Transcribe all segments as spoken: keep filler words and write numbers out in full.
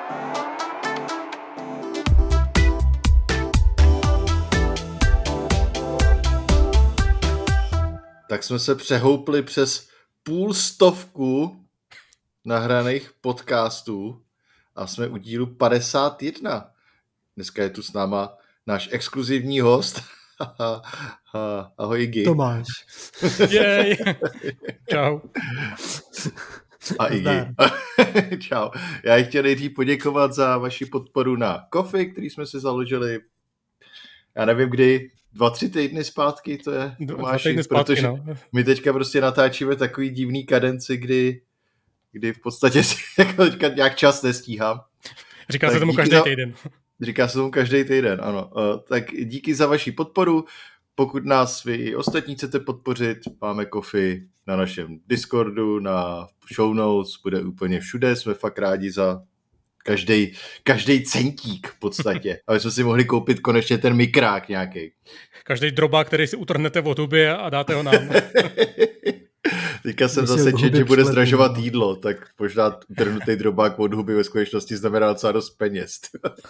Tak jsme se přehoupli přes půl stovku nahraných podcastů a jsme u dílu padesát jedna. Dneska je tu s náma náš exkluzivní host. Ahoj, Iggy. Tomáš. Jej. Čau. A Iggy. Čau. Já bych chtěl nejdřív poděkovat za vaši podporu na Ko-fi, který jsme si založili. Já nevím kdy, dva, tři týdny zpátky to je, Tomáši, protože no. My teďka prostě natáčíme takový divný kadenci, kdy, kdy v podstatě si teďka nějak čas nestíhám. Říká tak se tomu každý za... týden. Říká se tomu každý týden, ano. Uh, tak díky za vaši podporu. Pokud nás vy i ostatní chcete podpořit, máme Ko-fi na našem Discordu, na show notes, bude úplně všude. Jsme fakt rádi za každý, každý centík v podstatě, aby jsme si mohli koupit konečně ten mikrák nějaký. Každý drobák, který si utrhnete od huby a dáte ho nám. Teďka jsem zase čet, že bude zdražovat jídlo, tak možná utrhnutý drobák od huby ve skutečnosti znamená docela dost peněz.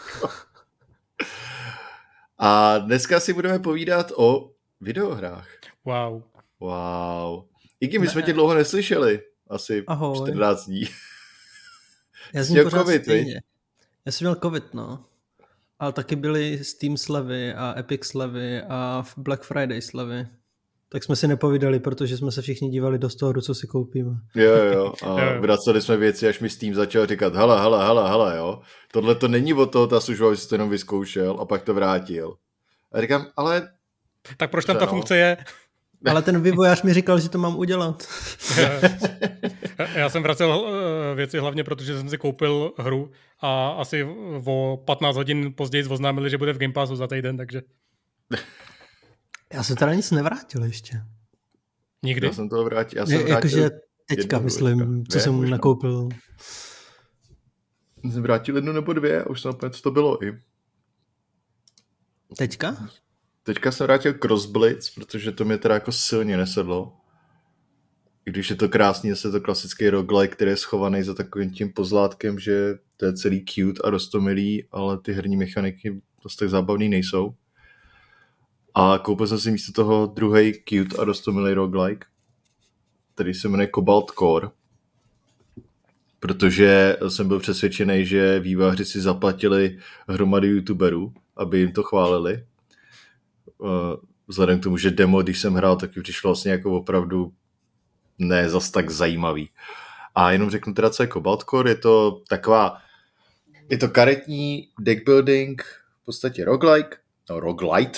A dneska si budeme povídat o videohrách. Wow. Wow. Iggy, my ne. jsme tě dlouho neslyšeli. Asi Ahoj. čtrnáct dní. Já jsem měl COVID, stejně. Já jsem měl COVID, no. Ale taky byly Steam slevy a Epic slevy a Black Friday slevy. Tak jsme si nepovídali, protože jsme se všichni dívali do toho, co si koupíme. Jo, jo. A vraceli jsme věci, až mi Steam začal říkat, hele, hele, hele, hele, jo. Tohle to není o toho, ta služba, jsi to jenom vyzkoušel a pak to vrátil. A říkám, ale... Tak proč tam ta funkce je? Ale ten vývojář mi říkal, že to mám udělat. Já jsem vracel věci hlavně, protože jsem si koupil hru a asi o patnáct hodin později oznámili, že bude v Game Passu za týden, takže... Já jsem teda nic nevrátil ještě. Nikdy? Já jsem to vrátil. Já jsem vrátil jakože teďka, myslím, co dvě, jsem možná nakoupil. Jsem vrátil jednu nebo dvě, už jsem opět, co to bylo i. Teďka? Teďka jsem vrátil Crossblitz, protože to mě teda jako silně nesedlo. I když je to krásný, je to klasický roguelike, který je schovaný za takovým tím pozlátkem, že to je celý cute a roztomilý, ale ty herní mechaniky dost tak zábavný nejsou. A koupil jsem si místo toho druhý cute a roztomilý roguelike, který se jmenuje Cobalt Core, protože jsem byl přesvědčený, že vývojáři si zaplatili hromady youtuberů, aby jim to chválili. Vzhledem k tomu, že demo, když jsem hrál, tak přišlo vlastně jako opravdu ne zas tak zajímavý. A jenom řeknu teda, co je Cobalt Core, je to taková, je to karetní deck building, v podstatě roguelike, no roguelite,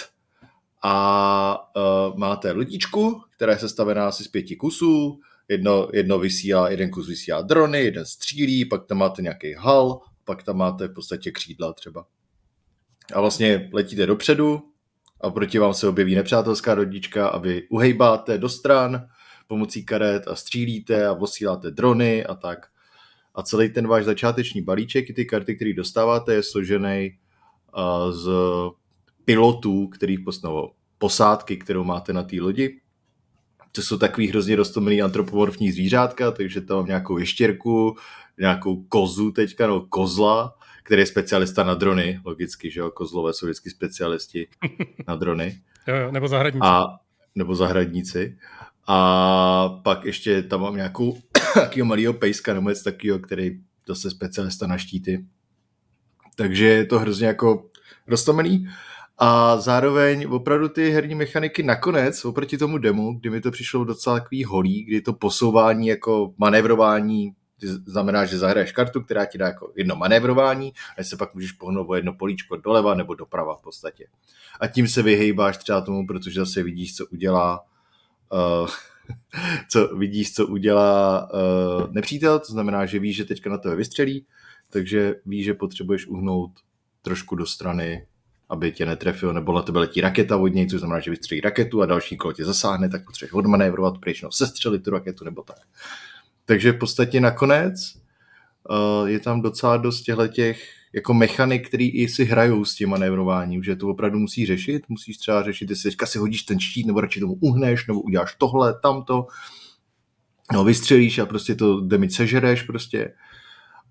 a uh, máte lodičku, která je sestavená asi z pěti kusů, jedno, jedno vysílá, jeden kus vysílá drony, jeden střílí, pak tam máte nějaký hal, pak tam máte v podstatě křídla třeba. A vlastně letíte dopředu a proti vám se objeví nepřátelská lodička a vy uhejbáte do stran pomocí karet a střílíte a posíláte drony a tak. A celý ten váš začáteční balíček i ty karty, které dostáváte, je složený uh, z pilotů, který posnovo posádky, kterou máte na té lodi. To jsou takový hrozně roztomilý antropomorfní zvířátka, takže tam mám nějakou ještěrku, nějakou kozu teďka, no kozla, který je specialista na drony, logicky, že jo, kozlové jsou vždycky specialisti na drony. Jo, jo, nebo zahradníci. A, nebo zahradníci. A pak ještě tam mám nějakou takového malého pejska, nebo něco takového, který zase specialista na štíty. Takže je to hrozně jako roztomilý. A zároveň opravdu ty herní mechaniky nakonec, oproti tomu demo, kdy mi to přišlo docela takový holý, kdy to posouvání jako manévrování znamená, že zahraješ kartu, která ti dá jako jedno manévrování a se pak můžeš pohnout o jedno políčko doleva nebo doprava v podstatě. A tím se vyhejbáš třeba tomu, protože zase vidíš, co udělá uh, co vidíš, co udělá uh, nepřítel, to znamená, že víš, že teďka na tebe vystřelí, takže víš, že potřebuješ uhnout trošku do strany, aby tě netrefil, nebo na tebe letí raketa od něj, což znamená, že vystřelí raketu a další kolo tě zasáhne, tak potřebuješ odmanévrovat pryč, no, sestřelit tu raketu nebo tak. Takže v podstatě nakonec uh, je tam docela dost těch jako mechanik, který i si hrajou s tím manévrováním, že to opravdu musí řešit, musíš třeba řešit, jestli teďka si hodíš ten štít, nebo radši tomu uhneš, nebo uděláš tohle, tamto, no vystřelíš a prostě to damage sežereš prostě.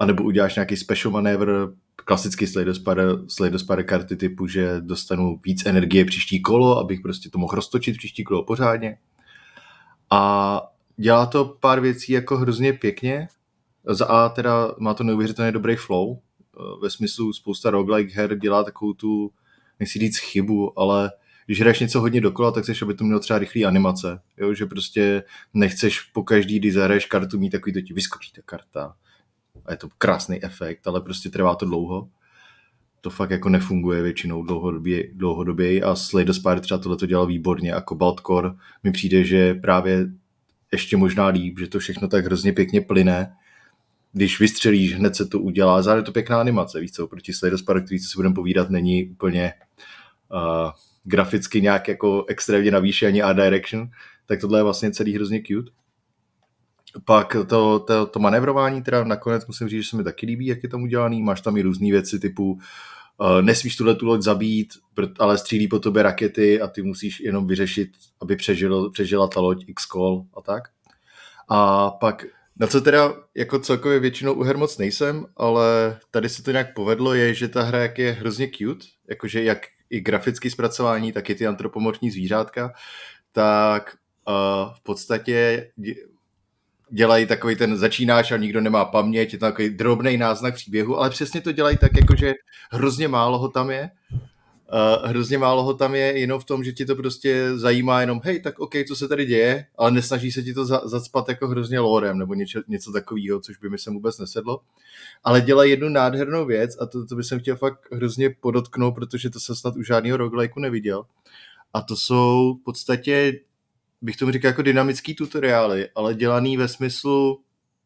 anebo uděláš nějaký special manévr, klasický Slay the Spire karty typu, že dostanu víc energie příští kolo, abych prostě to mohl roztočit příští kolo pořádně. A dělá to pár věcí jako hrozně pěkně. Za A teda má to neuvěřitelně dobrý flow. Ve smyslu spousta roguelike her dělá takovou tu, nechci říct chybu, ale když hraješ něco hodně dokola, tak chceš, aby to mělo třeba rychlý animace. Jo? Že prostě nechceš po každý, když zahraješ kartu, mít takový, to ti vyskočí ta karta. A je to krásný efekt, ale prostě trvá to dlouho. To fakt jako nefunguje většinou dlouhodobě, dlouhodobě a Slay the Spire třeba tohle to dělal výborně a Cobalt Core mi přijde, že právě ještě možná líp, že to všechno tak hrozně pěkně plyne. Když vystřelíš, hned se to udělá. Zároveň je to pěkná animace, víš co, proti Slay the Spire, který si budeme povídat, není úplně uh, graficky nějak jako extrémně navýšený art direction, tak tohle je vlastně celý hrozně cute. Pak to, to, to manévrování, teda nakonec musím říct, že se mi taky líbí, jak je tam udělaný. Máš tam i různý věci typu uh, nesmíš tuhle tu loď zabít, ale střílí po tobě rakety a ty musíš jenom vyřešit, aby přežil, přežila ta loď X-Call a tak. A pak, na co teda jako celkově většinou u her moc nejsem, ale tady se to nějak povedlo, je, že ta hra jak je hrozně cute, jakože jak i grafické zpracování, tak i ty antropomorfní zvířátka, tak uh, v podstatě dělají takový ten začínáš a nikdo nemá paměť, je to takový drobnej náznak příběhu, ale přesně to dělají tak, jakože hrozně málo ho tam je. Uh, hrozně málo ho tam je jenom v tom, že ti to prostě zajímá jenom hej, tak ok, co se tady děje, ale nesnaží se ti to za, zacpat jako hrozně lorem nebo něco, něco takového, což by mi se vůbec nesedlo. Ale dělají jednu nádhernou věc a to, to bych jsem chtěl fakt hrozně podotknout, protože to jsem snad u žádného roguelike neviděl. A to jsou v podstatě, bych tomu říkal jako dynamický tutoriály, ale dělaný ve smyslu,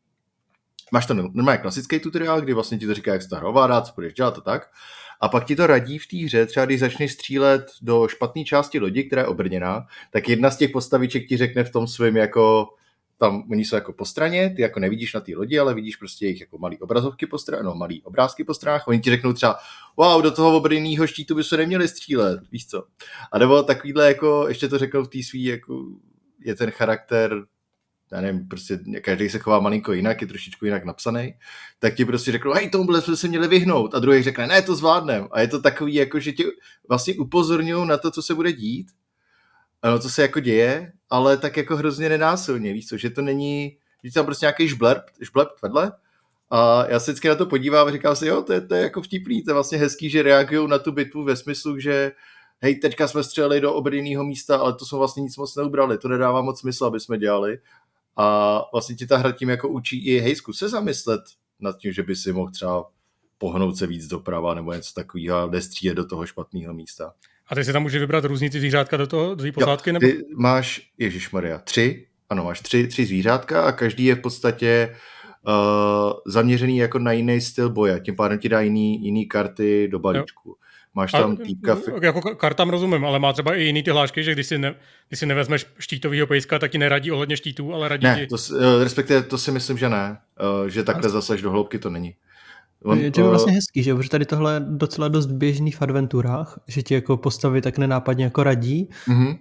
máš tam normálně klasický tutoriál, kdy vlastně ti to říká, jak se ta hra ovládá, co budeš dělat a tak. A pak ti to radí v té hře, třeba když začneš střílet do špatné části lodi, která je obrněná, tak jedna z těch postaviček ti řekne v tom svém jako, tam oni jsou jako po straně, ty jako nevidíš na té lodi, ale vidíš prostě jejich jako malý obrazovky po stranách, no malý obrázky po stranách, oni ti řeknou třeba, wow, do toho obrněného štítu by se neměli střílet, víš co. A nebo takovýhle jako, ještě to řeknou v té svý, jako je ten charakter, já nevím, prostě každý se chová malinko jinak, je trošičku jinak napsaný, tak ti prostě řeknou, hej, tomuhle jsme se měli vyhnout. A druhý řekne, ne, to zvládnem. A je to takový, jako, že tě vlastně upozorňují na to, co se bude dít, ano, co se jako děje, ale tak jako hrozně nenásilně, víš co, že to není, že tam prostě nějaký žbleb, žbleb vedle. A já se vždycky na to podívám a říkám si, jo, to je, to je jako vtipný, to je vlastně hezký, že reagují na tu bitvu ve smyslu, že hej, teďka jsme střelili do obrněného místa, ale to jsme vlastně nic moc neubrali, to nedává moc smysl, aby jsme dělali. A vlastně ti ta hra tím jako učí i, hej, zkus se zamyslet nad tím, že by si mohl třeba pohnout se víc doprava nebo něco takového a nestřílet do toho špatného místa. A ty si tam můžeš vybrat různý ty zvířátka do toho, do té posádky? Jo, nebo? Ty máš, ježišmarja, tři, ano, máš tři, tři zvířátka a každý je v podstatě uh, zaměřený jako na jiný styl boje. Tím pádem ti dá jiný, jiný karty do balíčku. Jo. Máš tam a, týpka... Jako kartám rozumím, ale má třeba i jiný ty hlášky, že když si, ne, když si nevezmeš štítovýho pejska, tak ti neradí ohledně štítů, ale radí ne, ti... to, respektive to si myslím, že ne. Uh, že takhle zasaž do hloubky to není. On, je to vlastně hezký, že protože tady tohle je docela dost běžný v adventurách, že ti jako postavy tak nenápadně jako radí. Mm-hmm.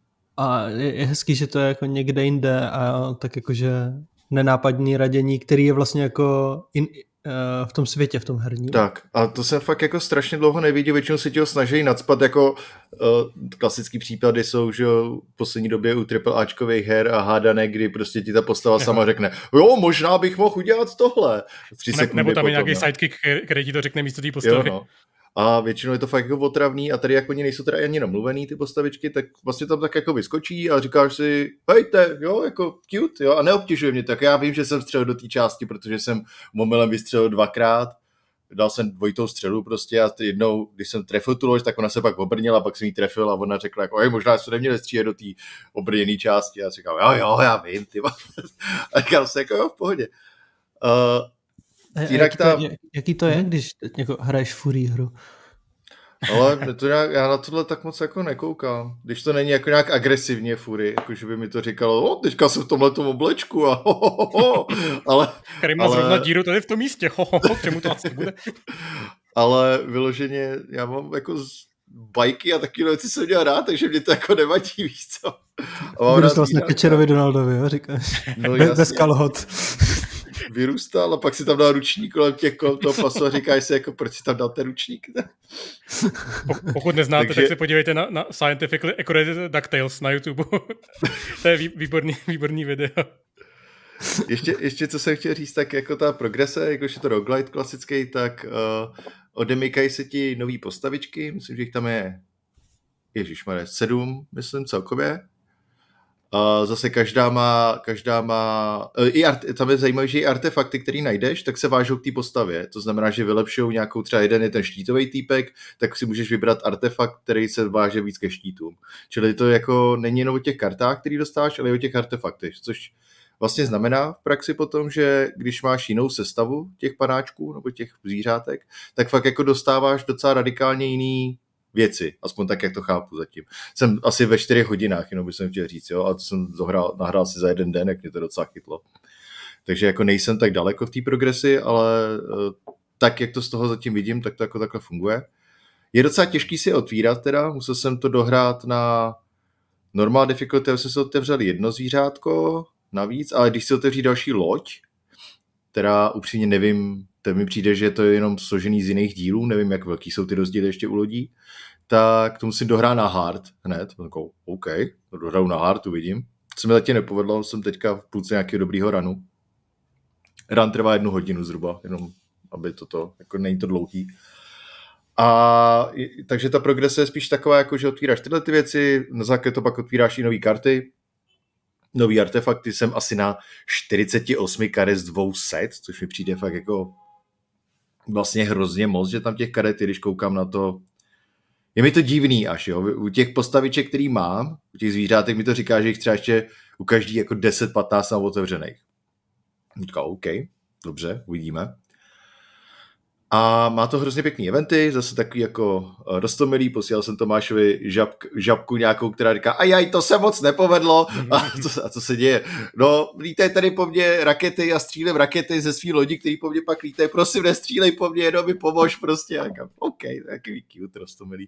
A je, je hezký, že to je jako někde jinde a tak jakože nenápadný radění, který je vlastně jako in, uh, v tom světě, v tom herním. Tak a to jsem fakt jako strašně dlouho neviděl, většinou si těho snaží nacpat, jako uh, klasický případy jsou, že v poslední době u triple Ačkových her a hádané, kdy prostě ti ta postava sama řekne, jo, možná bych mohl udělat tohle. Ne, nebo tam je nějaký sidekick, který ti to řekne místo té postavy. Jo, no. A většinou je to fakt jako otravný a tady jak oni nejsou teda ani namluvený ty postavičky, tak vlastně tam tak jako vyskočí a říkáš si, hejte, jo, jako cute, jo, a neobtěžuje mě tak. Já vím, že jsem střelil do té části, protože jsem omylem vystřelil dvakrát, dal jsem dvojitou střelu prostě a jednou, když jsem trefil tu loď, tak ona se pak obrnila, pak jsem jí trefil a ona řekla jako, hej, možná jsme neměli střílet do té obrněné části. A já říkám, jo, jo, já vím, ty. A říkám se jako, jo, v pohodě. Uh, jaký, to, ta... jaký to je, když jako hraješ Furii hru? Ale to nějak, já na tohle tak moc jako nekoukám. Když to není jako nějak agresivně Furii, jakože by mi to říkalo, o, teďka jsem v tomhletom oblečku a ho, ho, ho, ale... Který má ale... zrovna díru tady v tom místě, ho, ho, ho, k čemu to asi bude? Ale vyloženě, já mám jako bajky a takové věci jsem měl rád, takže mě to jako nevadí, víš co. Budu to vlastně Kečerovi Donaldovi, jo, říkáš. No, bez, bez kalhot. vyrůstal a pak si tam dal ručník kolem těch kolem toho pasu a říkáš si, jako, proč si tam dal ten ručník? Pokud neznáte, Takže... tak se podívejte na, na Scientifically Accurate DuckTales na YouTube. To je výborný, výborný video. ještě, ještě co jsem chtěl říct, tak jako ta progrese, jakož je to roguelite klasický, tak uh, odemykají se ti nový postavičky, myslím, že jich tam je ježišmarja, sedm, myslím, celkově. Uh, zase každá má, každá má uh, i art, tam je zajímavé, že i artefakty, které najdeš, tak se vážou k té postavě. To znamená, že vylepšují nějakou, třeba jeden je ten štítový týpek, tak si můžeš vybrat artefakt, který se váže víc ke štítům. Čili to jako není jenom o těch kartách, který dostáváš, ale i o těch artefaktech, což vlastně znamená v praxi potom, že když máš jinou sestavu těch panáčků nebo těch zvířátek, tak fakt jako dostáváš docela radikálně jiný věci, aspoň tak, jak to chápu zatím. Jsem asi ve čtyřech hodinách, jenom bych jsem chtěl říct, jo, a to jsem zohrál, nahrál si za jeden den, jak mě to docela chytlo. Takže jako nejsem tak daleko v té progresi, ale tak, jak to z toho zatím vidím, tak to jako takhle funguje. Je docela těžký si otvírat teda, musel jsem to dohrát na normal difficulty, já jsem si otevřel jedno zvířátko navíc, ale když si otevří další loď, která upřímně nevím, to mi přijde, že to je jenom složený z jiných dílů, nevím, jak velký jsou ty rozdíly ještě u lodí, tak to musím dohrát na hard hned. Jako, OK, to dohraju na hard, uvidím. Co mi zatím nepovedlo, jsem teďka v půlce nějakého dobrýho runu. Run trvá jednu hodinu zhruba, jenom aby toto, jako není to dlouhý. A takže ta progrese je spíš taková, jako že otvíráš tyhle ty věci, na základě to pak otvíráš i nový karty, nový artefakty, jsem asi na čtyřicet osm karet z dvou set, což mi přijde fakt jako vlastně hrozně moc, že tam těch karet, když koukám na to, je mi to divný až, jo, u těch postaviček, který mám, u těch zvířátek mi to říká, že jich třeba ještě u každý jako deset patnáct mám otevřených. Říká, OK, dobře, uvidíme. A má to hrozně pěkný eventy, zase takový jako roztomilý, posílal jsem Tomášovi žabk, žabku nějakou, která říká, ajaj, to se moc nepovedlo, a co, a co se děje? No, lítají tady po mně rakety a střílím rakety ze svý lodi, který po mně pak lítají, prosím, nestřílej po mně, jenom mi pomož prostě. A říkám, OK, takový cute, roztomilý.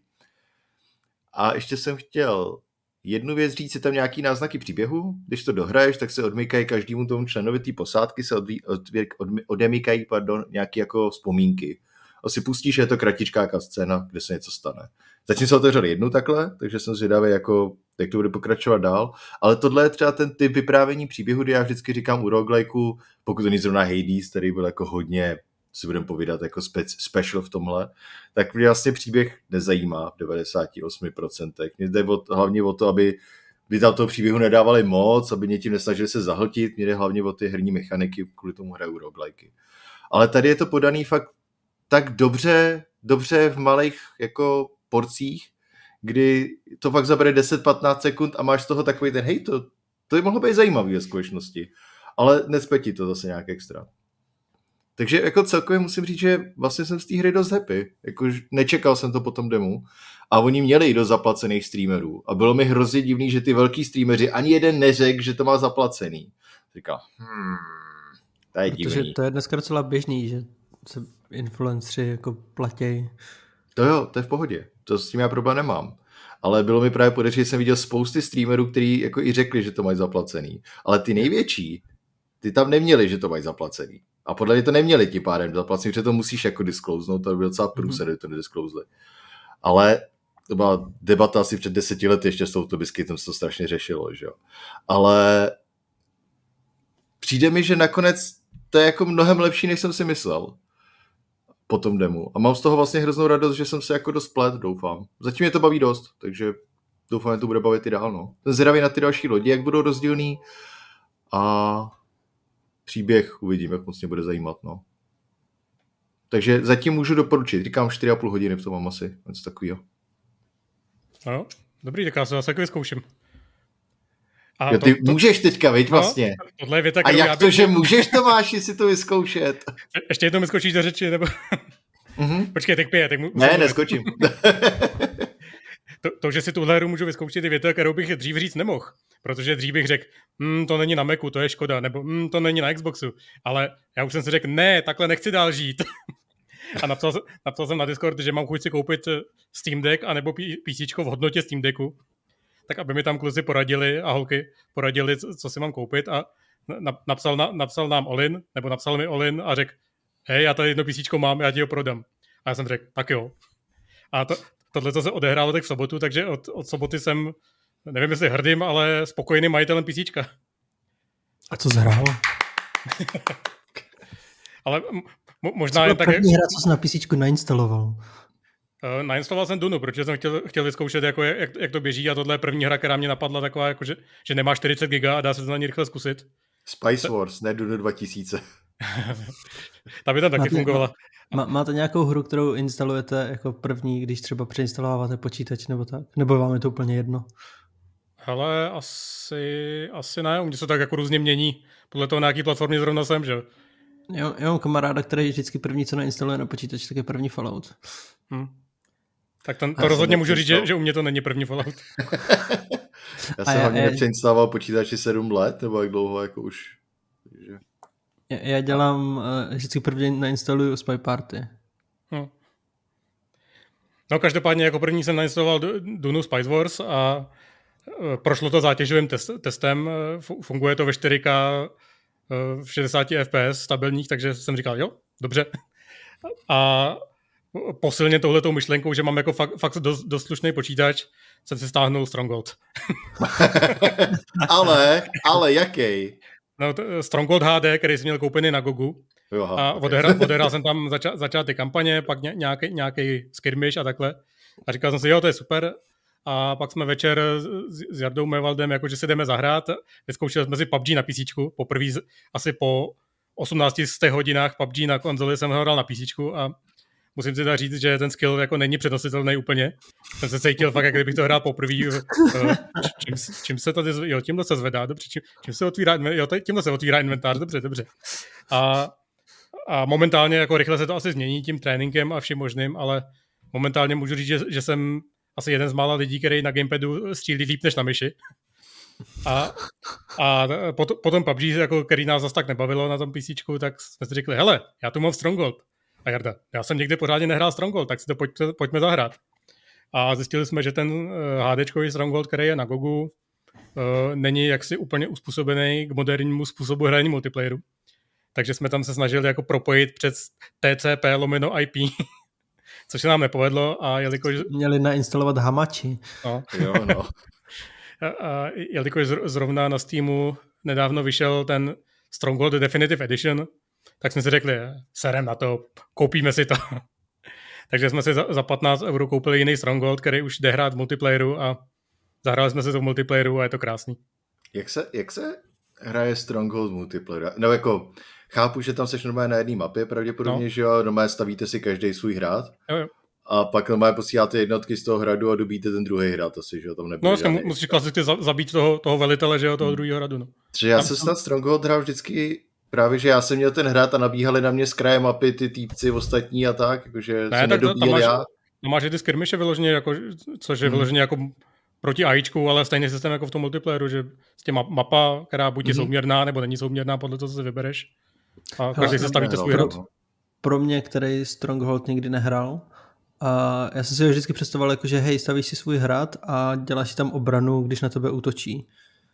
A ještě jsem chtěl jednu věc říct, je tam nějaký náznaky příběhu, když to dohraješ, tak se odmykají každému tomu členovi té posádky, se odví, odví, od, odemykají pardon, nějaké jako vzpomínky. Asi pustíš, je to kratičká scéna, kde se něco stane. Zatím se otevřel jednu takhle, takže jsem zvědavý, jako, jak to bude pokračovat dál, ale tohle je třeba ten typ vyprávění příběhu, kdy já vždycky říkám u roguelike'u, pokud to není zrovna Hades, který byl jako hodně, si budeme povídat, jako spe, special v tomhle, tak mě vlastně příběh nezajímá v devadesát osm procent. Mě jde o, hlavně o to, aby by tam toho příběhu nedávali moc, aby mě tím nesnažili se zahltit, mě jde hlavně o ty herní mechaniky, kvůli tomu hraju roguelike. Ale tady je to podaný fakt tak dobře, dobře v malých jako porcích, kdy to fakt zabere deset patnáct sekund a máš z toho takový ten, hej, to, to by mohlo být zajímavý ve skutečnosti. Ale nespětí to zase nějak extra. Takže jako celkově musím říct, že vlastně jsem z té hry dost happy. Jako nečekal jsem to po tom demu. A oni měli i do zaplacených streamerů. A bylo mi hrozně divný, že ty velký streameři ani jeden neřekl, že to má zaplacený. Říkal, hmm, to je divný. Protože to je dneska docela běžný, že se influenceri jako platějí. To jo, to je v pohodě. To s tím já problém nemám. Ale bylo mi právě podezřelé, že jsem viděl spousty streamerů, kteří jako i řekli, že to mají zaplacený. Ale ty největší, ty tam neměli, že to mají zaplacený. A podle mě to neměli tím pádem zaplacený, protože to musíš jako disclosenout, to byl docela průser, mm-hmm. to nediscloseli. Ale to byla debata asi před deseti lety ještě s touto biskytem se to strašně řešilo, že jo. Ale přijde mi, že nakonec to je jako mnohem lepší, než jsem si myslel po tom demu. A mám z toho vlastně hroznou radost, že jsem se jako dost plet, doufám. Zatím mě to baví dost, takže doufám, že to bude bavit i dál, no. Jsem zvědavý na ty další lodi, jak budou rozdílný a příběh uvidím, jak moc mě bude zajímat, no. Takže zatím můžu doporučit. Říkám čtyři a půl hodiny v tom mám asi. Něco takovýho. No, dobrý, tak já se zase taky vyzkouším. A jo, ty to, to... můžeš teďka, viď, no, vlastně. Tohle je věta, a jak to, bych... že můžeš, Tomáši, si to vyzkoušet? Ještě jednou mi skočíš do řeči, nebo... Mm-hmm. Počkej, tak pěje. Tak mu... Ne, neskočím. to, to, že si tuhle hru můžu vyzkoušet, je věta, kterou bych dřív říct nemohl. Protože dřív bych řekl, hm, to není na Macu, to je škoda, nebo hm, to není na Xboxu. Ale já už jsem si řekl, ne, takhle nechci dál žít. A napsal, napsal jsem na Discord, že mám chuť si koupit Steam Deck anebo PCčko v hodnotě Steam Decku. Tak aby mi tam kluci poradili a holky poradili, co si mám koupit. A napsal, na, napsal nám Olin, nebo napsal mi Olin a řekl, hej, já tady jedno písíčko mám, já ti ho prodám. A já jsem řekl, tak jo. A to, tohle to se odehrálo tak v sobotu, takže od, od soboty jsem, nevím jestli hrdým, ale spokojeným majitelem písíčka. A co zhrál? Ale mo, možná jen tak... první hra, co jsi na písíčku nainstaloval? Uh, nainstaloval jsem Dunu, protože jsem chtěl, chtěl vyzkoušet, jako jak, jak to běží a tohle je první hra, která mě napadla taková, jako že, že nemá čtyřicet giga a dá se to na ní rychle zkusit. Spice Wars, ne Dunu dva tisíce. Ta by tam taky máte, fungovala. Má, máte nějakou hru, kterou instalujete jako první, když třeba přeinstalováváte počítač nebo tak? Nebo vám je to úplně jedno? Hele, asi, asi ne, u mě se tak jako různě mění, podle toho, na jaký platformě zrovna jsem, že? Já, já mám kamaráda, který vždycky první, co nainstaluje na počítač, tak je první Fallout. Hmm. Tak ten, to rozhodně můžu říct, že, že u mě to není první Fallout. Já jsem hlavně nepřeinstaloval počítači sedm let, nebo jak dlouho, jako už. Takže... Já, já dělám, uh, vždycky první nainstaluju Spy Party. Hmm. No každopádně jako první jsem nainstaloval Dunu Spice Wars a prošlo to zátěžovým test, testem, funguje to ve čtyři ká v šedesáti ef pé es stabilních, takže jsem říkal, jo, dobře. A posilně touhletou myšlenkou, že mám jako fakt, fakt dost, dost slušný počítač, jsem si stáhnul Stronghold. ale, ale jaký? No, to, Stronghold há dé, který jsem měl koupený na Gogu. Joha, a odehrál, odehrál jsem tam zača, začátek kampaně, pak nějaký, nějaký skirmish a takhle. A říkal jsem si, jo, to je super. A pak jsme večer s, s Jardou Mevaldem, jakože si jdeme zahrát. Vyzkoušeli jsme si P U B G na písíčku. Poprvé asi po osmnácti hodinách P U B G na konzoli jsem hrál na písíčku a musím si teda říct, že ten skill jako není přenositelný úplně. Jsem se cítil fakt, jak kdybych to hrál poprvé. Čím, čím se tady, jo, tímhle se zvedá, dobře, čím, čím se otvírá, jo, tímhle se otvírá inventář, dobře, dobře. A, a momentálně jako rychle se to asi změní tím tréninkem a vším možným, ale momentálně můžu říct, že, že jsem asi jeden z mála lidí, který na gamepadu střílí líp než na myši. A, a pot, potom P U B G, jako, který nás zase tak nebavilo na tom písíčku, tak jsme si řekli, hele, já tu mám Stronghold. A Jarda, já jsem někdy pořádně nehrál Stronghold, tak si to pojď, pojďme zahrát. A zjistili jsme, že ten HDčkový Stronghold, který je na Gogu, uh, není jaksi úplně uspůsobený k modernímu způsobu hraní multiplayeru. Takže jsme tam se snažili jako propojit přes T C P lomeno I P, což se nám nepovedlo. A jelikož... Měli nainstalovat Hamachi. No. Jo, no. a, a jelikož zrovna na Steamu nedávno vyšel ten Stronghold Definitive Edition, tak jsme si řekli, serem na to, koupíme si to. Takže jsme si za, za patnáct euro koupili jiný Stronghold, který už jde hrát v multiplayeru a zahráli jsme si to v multiplayeru a je to krásný. Jak se, jak se hraje Stronghold multiplayer? No jako, chápu, že tam seš normálně na jedné mapě pravděpodobně, no. Že jo, normálně stavíte si každý svůj hrad. Jo, jo. A pak normálně posíláte jednotky z toho hradu a dobíte ten druhý hrad asi, že jo, tam nebude. No, žádný... musíš klasicky zabít toho, toho velitele, že jo, toho hmm. druhého hradu, no. Protože já jsem snad Stronghold hrál vždycky právě, že já jsem měl ten hrad a nabíhali na mě z kraje mapy ty týpci ostatní a tak, jakože jsem nedobíl já. No máš ty skirmishe vyloženě, jako, což je hmm. vyloženě jako proti AIčku, ale stejný systém jako v tom multiplayeru, že s těma mapa, která buď je hmm. souměrná, nebo není souměrná podle toho, co si vybereš. A každý se stavíte svůj hrad. Pro mě, který Stronghold nikdy nehrál, a já jsem si ho vždycky představoval, jako, že hej, stavíš si svůj hrad a děláš si tam obranu, když na tebe útočí.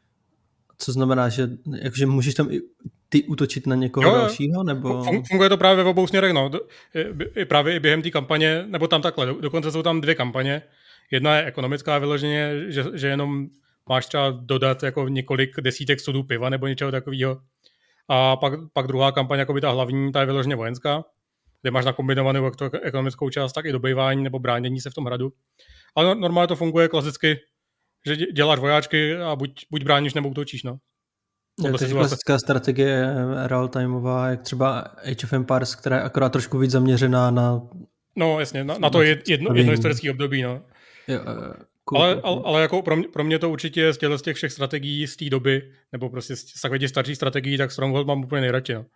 Co znamená, že jakože můžeš tam i ty útočit na někoho jo, dalšího? Nebo... Funguje to právě v obou směrech. No. I právě i během té kampaně, nebo tam takhle, dokonce jsou tam dvě kampaně. Jedna je ekonomická vyloženě, že, že jenom máš třeba dodat jako několik desítek sudů piva nebo něčeho takového. A pak, pak druhá kampaň, jako by ta hlavní, ta je vyloženě vojenská, kde máš nakombinovanou jak to ekonomickou část, tak i dobývání nebo bránění se v tom hradu. Ale normálně to funguje klasicky, že děláš vojáčky a buď, buď bráníš nebo útočíš, no. Je to klasická strategie real-timeová, jak třeba Age of Empires, která je akorát trošku víc zaměřená na... No jasně, na, na to je jedno, jedno historické období, no. Jo, cool, ale, cool. ale, ale jako pro mě, pro mě to určitě z těch, z těch všech strategií z té doby, nebo prostě z takových starších strategií, tak Stronghold mám úplně nejradši, no.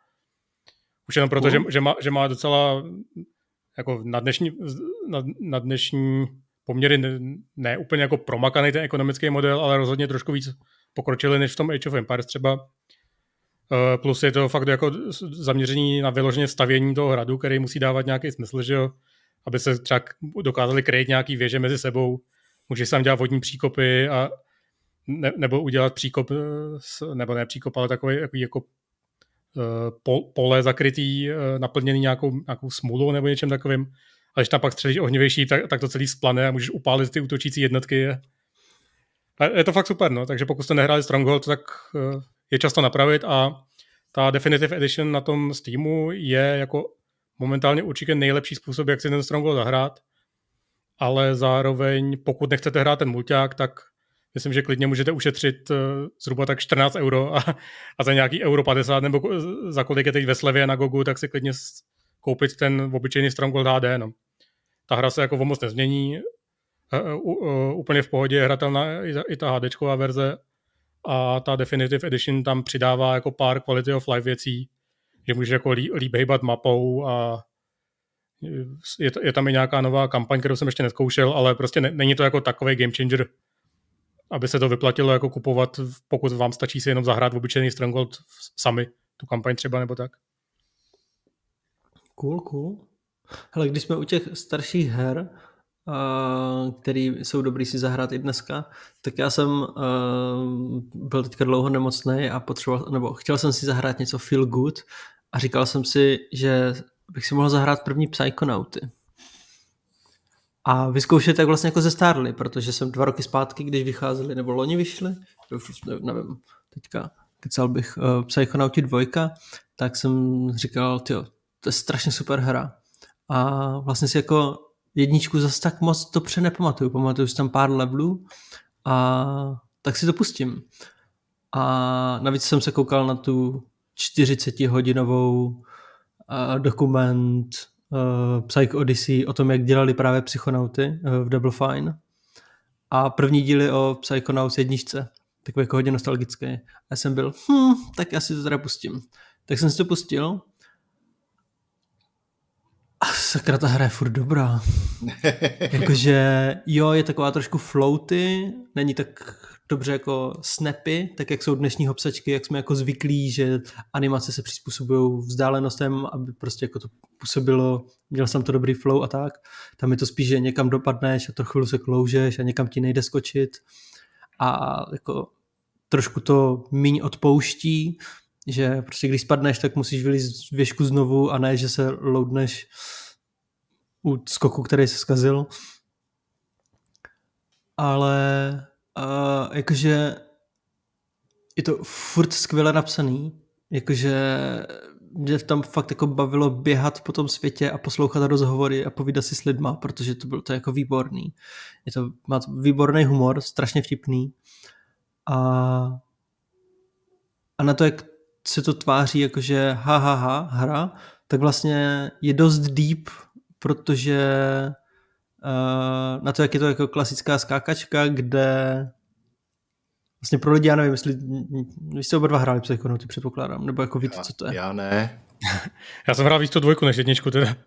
Už jenom proto, cool. že, že, má, že má docela jako na dnešní, na, na dnešní poměry ne, ne úplně jako promakaný ten ekonomický model, ale rozhodně trošku víc pokročili než v tom Age of Empires třeba. Uh, plus je to fakt jako zaměření na vyloženě stavění toho hradu, který musí dávat nějaký smysl, že jo? Aby se třeba dokázali krejit nějaký věže mezi sebou. Můžeš tam dělat vodní příkopy a ne, nebo udělat příkop, nebo ne příkop, ale takový, takový jako uh, pole zakrytý, uh, naplněný nějakou, nějakou smůlou nebo něčem takovým. A když tam pak střelíš ohnivější, tak, tak to celý splane a můžeš upálit ty útočící jednotky. A je to fakt super, no. Takže pokud jste nehráli Stronghold, tak uh, je často napravit a ta Definitive Edition na tom Steamu je jako momentálně určitě nejlepší způsob, jak si ten Stronghold zahrát, ale zároveň, pokud nechcete hrát ten mulťák, tak myslím, že klidně můžete ušetřit uh, zhruba tak čtrnáct euro a, a za nějaký euro padesát, nebo za kolik je teď ve slevě na Gogu, tak si klidně koupit ten obyčejný Stronghold H D. No. Ta hra se jako o moc nezmění, uh, uh, uh, úplně v pohodě je hratelná i ta, i ta HDčková verze a ta Definitive Edition tam přidává jako pár quality of life věcí, že můžeš jako líp, líp hejbat mapou a je, to, je tam i nějaká nová kampaň, kterou jsem ještě nezkoušel, ale prostě ne, není to jako takový game changer, aby se to vyplatilo jako kupovat, pokud vám stačí si jenom zahrát v obyčejný Stronghold sami, tu kampaň třeba nebo tak. Cool, cool. Hele, když jsme u těch starších her, uh, který jsou dobrý si zahrát i dneska, tak já jsem uh, byl teďka dlouho nemocný a potřeboval, nebo chtěl jsem si zahrát něco feel good a říkal jsem si, že bych si mohl zahrát první Psychonauty. A vyzkoušet, jak vlastně jako zestárli, protože jsem dva roky zpátky, když vycházeli, nebo loni vyšli, nevím, teďka kecal bych uh, Psychonauti dvojka, tak jsem říkal, tyjo, to je strašně super hra. A vlastně si jako jedničku zase tak moc dobře nepamatuju. Pamatuju si tam pár levelů a tak si to pustím. A navíc jsem se koukal na tu čtyřicetihodinovou uh, dokument uh, Psych Odyssey o tom, jak dělali právě Psychonauty uh, v Double Fine. A první díly o Psychonauts jedničce. Takový jako hodně nostalgický. A já jsem byl, hm, tak já si to teda pustím. Tak jsem si to pustil. A sakra, ta hra je furt dobrá. Jakože, jo, je taková trošku floaty, není tak dobře jako snappy, tak jak jsou dnešní hopsačky, jak jsme jako zvyklí, že animace se přizpůsobují vzdálenostem, aby prostě jako to působilo, měl jsem to dobrý flow a tak. Tam je to spíš, že někam dopadneš a trochu se kloužeš a někam ti nejde skočit a jako trošku to míň odpouští, že prostě když spadneš, tak musíš vylít věžku znovu a ne, že se loadneš u skoku, který se zkazil. Ale uh, jakože je to furt skvěle napsaný, jakože mě tam fakt jako bavilo běhat po tom světě a poslouchat rozhovory a povídat si s lidma, protože to bylo to jako výborný. Je to, má to výborný humor, strašně vtipný a, a na to, jak se to tváří jakože ha, ha, ha, hra, tak vlastně je dost deep, protože uh, na to, jak je to jako klasická skákačka, kde vlastně pro lidi, já nevím, jestli vy jste oba dva hráli Psychonauty, předpokládám, nebo jako víte, co to je. Já ne. Já jsem hrál víc tu dvojku než jedničku teda.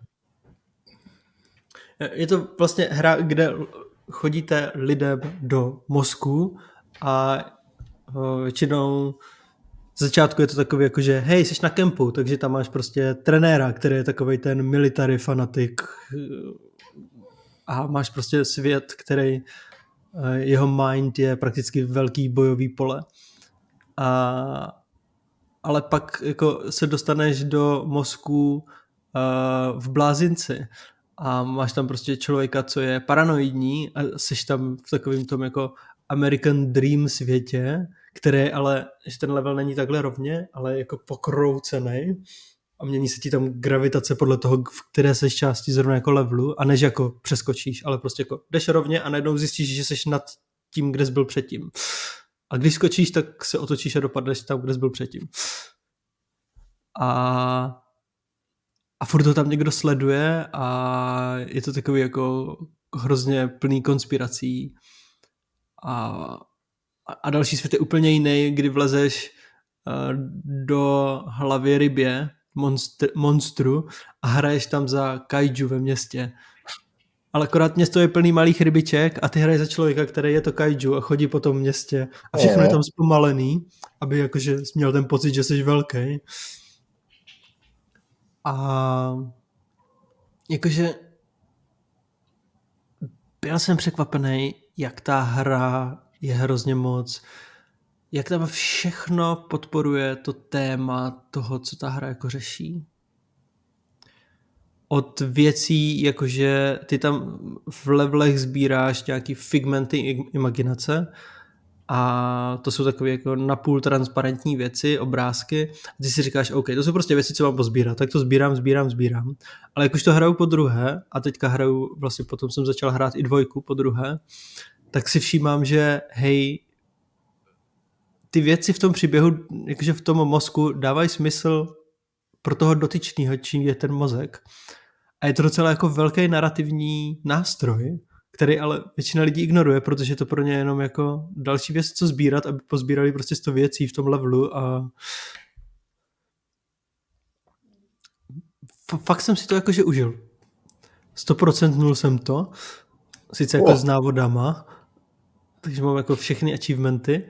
Je to vlastně hra, kde chodíte lidem do mozku a uh, většinou z začátku je to takový jako, že hej, jsi na kempu, takže tam máš prostě trenéra, který je takovej ten military fanatik a máš prostě svět, který jeho mind je prakticky velký bojový pole. A, ale pak jako se dostaneš do mozku uh, v blázinci a máš tam prostě člověka, co je paranoidní a seš tam v takovém tom jako American Dream světě, který ale, že ten level není takhle rovně, ale jako pokroucený a mění se ti tam gravitace podle toho, v které seš části zrovna jako levelu a než jako přeskočíš, ale prostě jako jdeš rovně a najednou zjistíš, že seš nad tím, kde jsi byl předtím. A když skočíš, tak se otočíš a dopadneš tam, kde jsi byl předtím. A, a furt to tam někdo sleduje a je to takový jako hrozně plný konspirací a a další svět je úplně jiný, kdy vlezeš uh, do hlavy rybě, monstr, monstru a hraješ tam za kaiju ve městě. Ale akorát město je plný malých rybiček a ty hraješ za člověka, který je to kaiju a chodí po tom městě a všechno je tam zpomalený, aby jakože jsi měl ten pocit, že jsi velký. A jakože byl jsem překvapený, jak ta hra je hrozně moc. Jak tam všechno podporuje to téma toho, co ta hra jako řeší. Od věcí, jakože ty tam v levelech sbíráš nějaký figmenty imaginace a to jsou takové jako napůl transparentní věci, obrázky. A ty si říkáš, OK, to jsou prostě věci, co mám pozbírat, tak to sbírám, sbírám, sbírám. Ale jak už to hraju po druhé, a teďka hraju, vlastně potom jsem začal hrát i dvojku po druhé, tak si všímám, že hej, ty věci v tom příběhu, jakože v tom mozku dávají smysl pro toho dotyčného, čím je ten mozek. A je to docela jako velký narrativní nástroj, který ale většina lidí ignoruje, protože to pro ně je jenom jako další věc, co sbírat, aby pozbírali prostě sto věcí v tom levelu a F- fakt jsem si to jakože užil. sto procent nul jsem to, sice jako oh. s návodama, takže mám jako všechny achievementy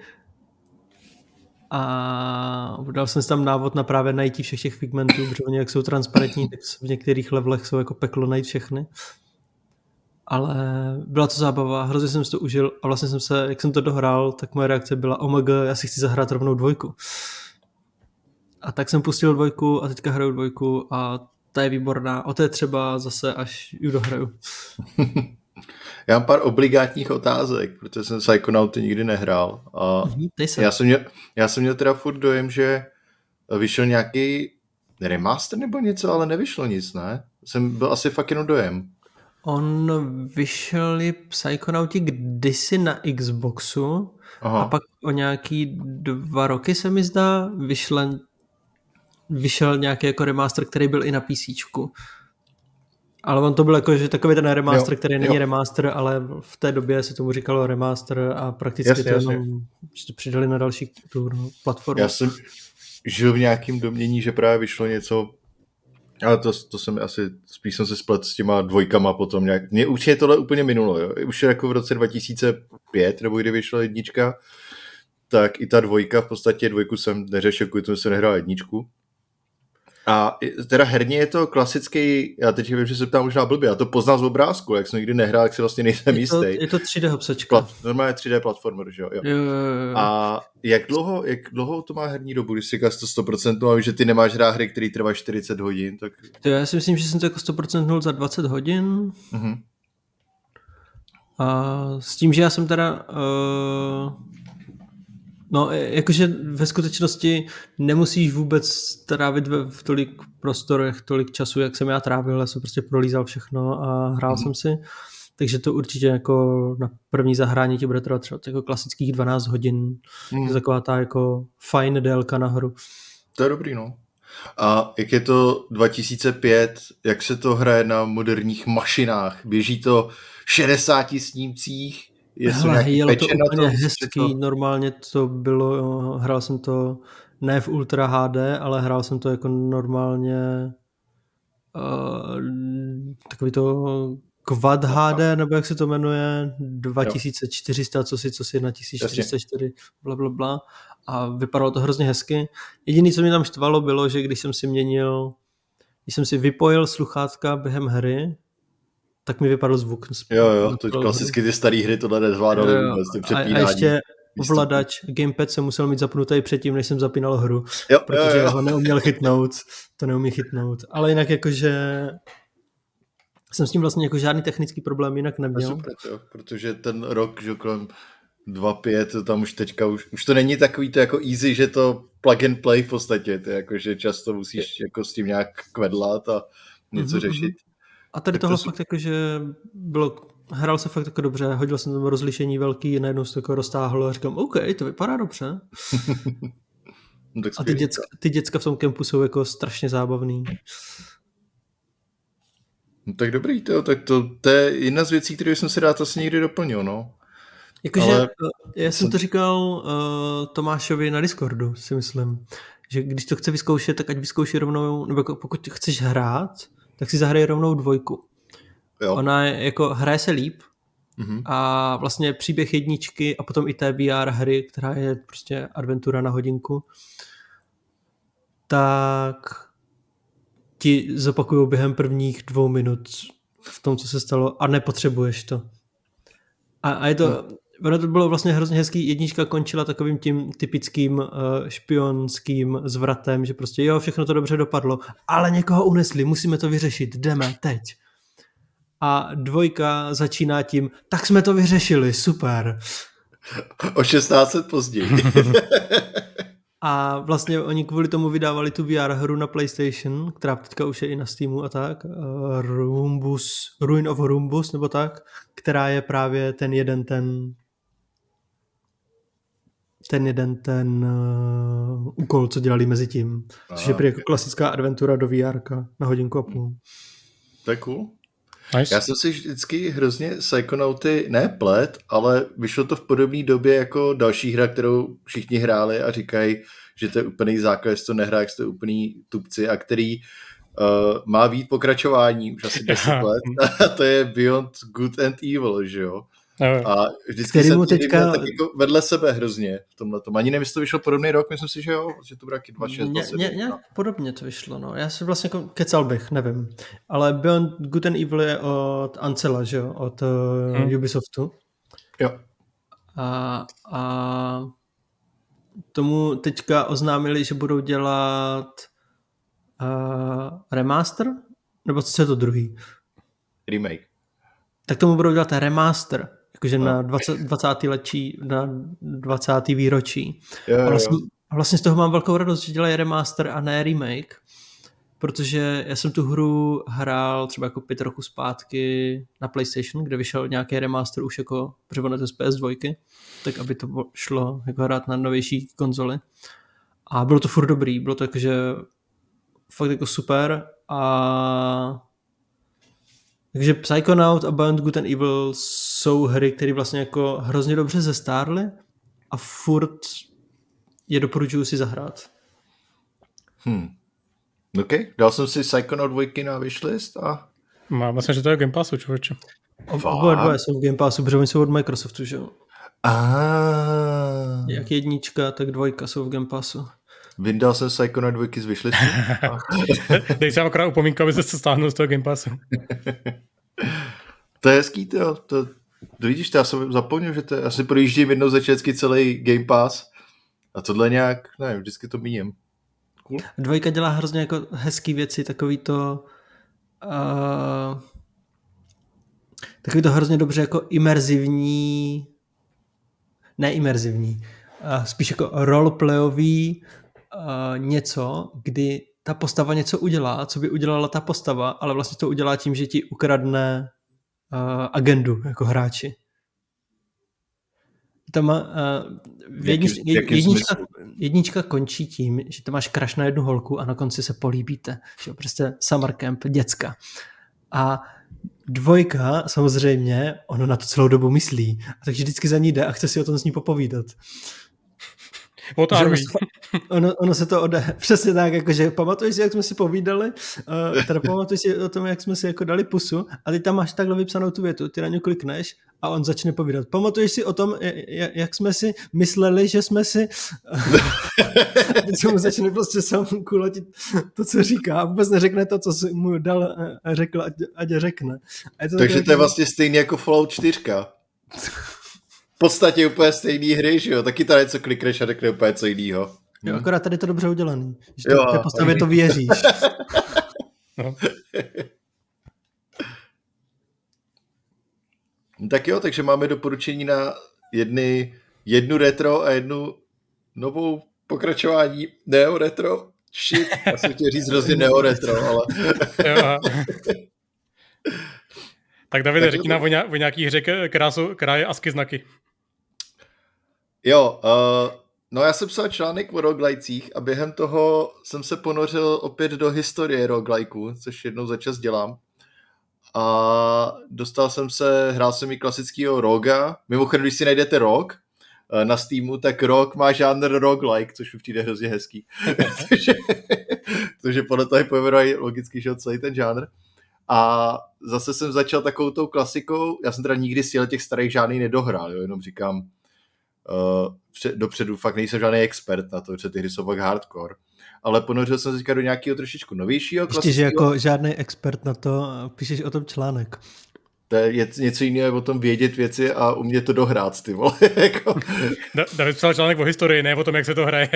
a dal jsem si tam návod na právě najít všech těch figmentů, protože oni jak jsou transparentní, tak v některých levelech jsou jako peklo najít všechny. Ale byla to zábava, hrozně jsem si to užil a vlastně jsem se, jak jsem to dohrál, tak moje reakce byla oh my god, já si chci zahrát rovnou dvojku. A tak jsem pustil dvojku a teďka hraju dvojku a ta je výborná. O té třeba zase, až ji dohraju. Já mám pár obligátních otázek, protože jsem Psychonauty nikdy nehrál. A mm-hmm, já, jsem měl, já jsem měl teda furt dojem, že vyšel nějaký remaster nebo něco, ale nevyšlo nic, ne? Jsem byl asi fakt jenom dojem. On vyšel Psychonauti kdysi na Xboxu. Aha. A pak o nějaký dva roky se mi zdá vyšel, vyšel nějaký jako remaster, který byl i na PCčku. Ale on to byl jako, že takový ten remaster, jo, který není jo. remaster, ale v té době se tomu říkalo remaster a prakticky jasně, to jenom jasně. to přidali na další tu platformu. Já jsem žil v nějakém domnění, že právě vyšlo něco, ale to, to jsem asi, spíš jsem se splet s těma dvojkama potom nějak. Mně určitě tohle úplně minulo, jo. Už jako v roce dva tisíce pět, nebo kdy vyšla jednička, tak i ta dvojka, v podstatě dvojku jsem neřešil, kvůli tomu jsem nehrál jedničku. A teda herně je to klasický, já teď vím, že se ptám možná blbě, já to poznal z obrázku, jak jsem nikdy nehrál, jak si vlastně nejsem je jistý. Je to tři dé hopsačka. Plat, normálně tři dé platformer, že jo? jo. jo, jo, jo. A jak dlouho, jak dlouho to má herní dobu, když si říkáš to sto procent, a že ty nemáš hrát hry, který trvá čtyřicet hodin, tak... To já si myslím, že jsem to jako sto procent nul za dvacet hodin. Mhm. A s tím, že já jsem teda... Uh... No, jakože ve skutečnosti nemusíš vůbec trávit v tolik prostorech, tolik času, jak jsem já trávil, já jsem prostě prolízal všechno a hrál mm. jsem si, takže to určitě jako na první zahrání ti bude trvat třeba jako klasických dvanáct hodin, mm. je taková ta jako fajn délka na hru. To je dobrý, no. A jak je to dva tisíce pět, jak se to hraje na moderních mašinách? Běží to v šedesáti snímcích? Hele, jelo to úplně hezký, to... normálně to bylo, hrál jsem to ne v Ultra H D, ale hrál jsem to jako normálně uh, takový to Quad H D, nebo jak se to jmenuje, dva tisíce čtyři sta, co si, co si na tisíc čtyři sta čtyři, blablabla, a vypadalo to hrozně hezky. Jediné, co mě tam štvalo, bylo, že když jsem si měnil, když jsem si vypojil sluchátka během hry, tak mi vypadl zvuk. Jo, jo, to klasicky ty staré hry tohle nezvládaly vůbec, ty přepínání. A ještě ovladač, gamepad jsem musel mít zapnutý předtím, než jsem zapínal hru, jo, protože jo, jo. ho neuměl chytnout, to neumí chytnout. Ale jinak jakože jsem s tím vlastně jako žádný technický problém jinak neměl. Super, jo, protože ten rok, že kolem dva pět, tam už teďka, už, už to není takový to jako easy, že to plug and play v podstatě, to je jako, že často musíš jako s tím nějak kvedlat a něco mm-hmm. řešit. A tady tak tohle to fakt jako, že bylo, hrál se fakt jako dobře, hodil jsem tam rozlišení velký, najednou se to jako roztáhlo a říkám, OK, to vypadá dobře. no, a ty děcka, ty děcka v tom kempu jsou jako strašně zábavný. No, tak dobrý, to, tak to, to je jedna z věcí, které jsem si rád asi někdy doplnil, no. Jakože, ale... já jsem to říkal uh, Tomášovi na Discordu, si myslím, že když to chce vyzkoušet, tak ať vyzkouší rovnou, nebo pokud chceš hrát, tak si zahraje rovnou dvojku. Jo. Ona je, jako hraje se líp mm-hmm. a vlastně příběh jedničky a potom i té V R hry, která je prostě adventura na hodinku, tak ti zopakujou během prvních dvou minut v tom, co se stalo a nepotřebuješ to. A, a je to, no. ono to bylo vlastně hrozně hezký, jednička končila takovým tím typickým uh, špionským zvratem, že prostě jo, všechno to dobře dopadlo, ale někoho unesli, musíme to vyřešit, jdeme teď. A dvojka začíná tím, tak jsme to vyřešili, super. O šestnáct let později. A vlastně oni kvůli tomu vydávali tu V R hru na PlayStation, která teďka už je i na Steamu a tak, uh, Rumbus, Ruin of Rumbus, nebo tak, která je právě ten jeden ten ten jeden ten uh, úkol, co dělali mezi tím. Což je prý jako klasická adventura do V R na hodinku a půl. To je cool. Nice. Já jsem si vždycky hrozně Psychonauty ne plet, ale vyšlo to v podobné době jako další hra, kterou všichni hráli a říkají, že to je úplný základ, že to nehrá, jak jste úplný tupci a který uh, má být pokračování už asi deset let a to je Beyond Good and Evil, že jo? A vždycky jsem teďka... tak jako vedle sebe hrozně v tomhletom. Ani nevím, jestli to vyšlo podobný rok, myslím si, že jo, že to bude taky dvacet šest dvacet sedm. Nějak podobně to vyšlo, no. Já si vlastně jako kecal bych, nevím. Ale Beyond Good and Evil je od Ancela, že jo, od hmm. Ubisoftu. Jo. A, a tomu teďka oznámili, že budou dělat uh, remaster? Nebo co je to druhý? Remake. Tak tomu budou dělat remaster. Jakože no. na dvacátém lečí, na dvacátém výročí. Jo, jo, jo. A vlastně, vlastně z toho mám velkou radost, že dělají remaster a ne remake, protože já jsem tu hru hrál třeba jako pět roků zpátky na PlayStation, kde vyšel nějaký remaster už jako převonete z P S dva, tak aby to šlo jako hrát na novější konzoli. A bylo to furt dobrý, bylo to jakože fakt jako super a takže Psychonaut a Beyond Good and Evil jsou hry, které vlastně jako hrozně dobře zestárly a furt je doporučuju si zahrát. Hmm. OK, dal jsem si Psychonaut dvojky na wishlist a... Mám vlastně, že to je Game Passu, člověče. Oba dva jsou v Game Passu, protože oni jsou od Microsoftu, že jo? Ah. Jak jednička, tak dvojka jsou v Game Passu. Vyndal jsem Psychonaut dvojky z wishlistu. Dej se akorát upomínku, aby se stáhnul z toho Game Passu. To je hezký, to, to, to vidíš, to já jsem zapomněl, že to je, asi projíždím jednou za vždycky celý Game Pass a tohle nějak, nevím, vždycky to míním. Cool. Dvojka dělá hrozně jako hezký věci, takový to uh, takový to hrozně dobře jako imerzivní ne imerzivní, uh, spíš jako roleplayový uh, něco, kdy ta postava něco udělá, co by udělala ta postava, ale vlastně to udělá tím, že ti ukradne uh, agendu jako hráči. Tam má, uh, jednič, jed, jednička, jednička končí tím, že tam máš crush na jednu holku a na konci se políbíte. Že prostě summer camp, děcka. A dvojka, samozřejmě, ono na to celou dobu myslí. A takže vždycky za ní jde a chce si o tom s ní popovídat. Ono, ono, ono se to ode... Přesně tak, jakože pamatuješ si, jak jsme si povídali, uh, teda pamatuješ si o tom, jak jsme si jako dali pusu a ty tam máš takhle vypsanou tu větu, ty na ně klikneš a on začne povídat. Pamatuješ si o tom, jak jsme si mysleli, že jsme si... a teď se mu začne prostě sám kulatit to, co říká a vůbec neřekne to, co si mu dal a řekl, ať, ať řekne. A to Takže tak, to je vlastně stejný jako Fallout čtyři. V podstatě úplně stejný hry, že jo? Taky tady něco klikneš a řekne úplně co jinýho. Jo, akorát tady to dobře udělaný. Že to, té postavě to věříš. No. Tak jo, takže máme doporučení na jedny, jednu retro a jednu novou pokračování neo-retro. Shit, já jsem chtěl říct hrozně neo-retro, ale... Tak Davide, řekni nám o nějaký hře, která je ASCII znaky. Jo, uh, no já jsem psal článek o roguelicích a během toho jsem se ponořil opět do historie roguelikeů, což jednou za čas dělám. A dostal jsem se, hrál jsem i klasického roga. Mimochodem, když si najdete rog uh, na Steamu, tak rog má žánr roguelike, což mi přijde hrozně hezký. Protože podle toho je pojmenovaný logicky, že celý ten žánr. A zase jsem začal takovou tou klasikou, já jsem teda nikdy z těch starých žádný nedohrál, jo, jenom říkám, Uh, dopředu fakt nejsem žádný expert na to, že ty hry jsou fakt hardcore. Ale ponořil jsem se teďka do nějakého trošičku novějšího. Ještě, že jako žádný expert na to, píšeš o tom článek. To je něco jiného o tom vědět věci a umět to dohrát, ty vole. Jako. David psal článek o historii, ne o tom, jak se to hraje.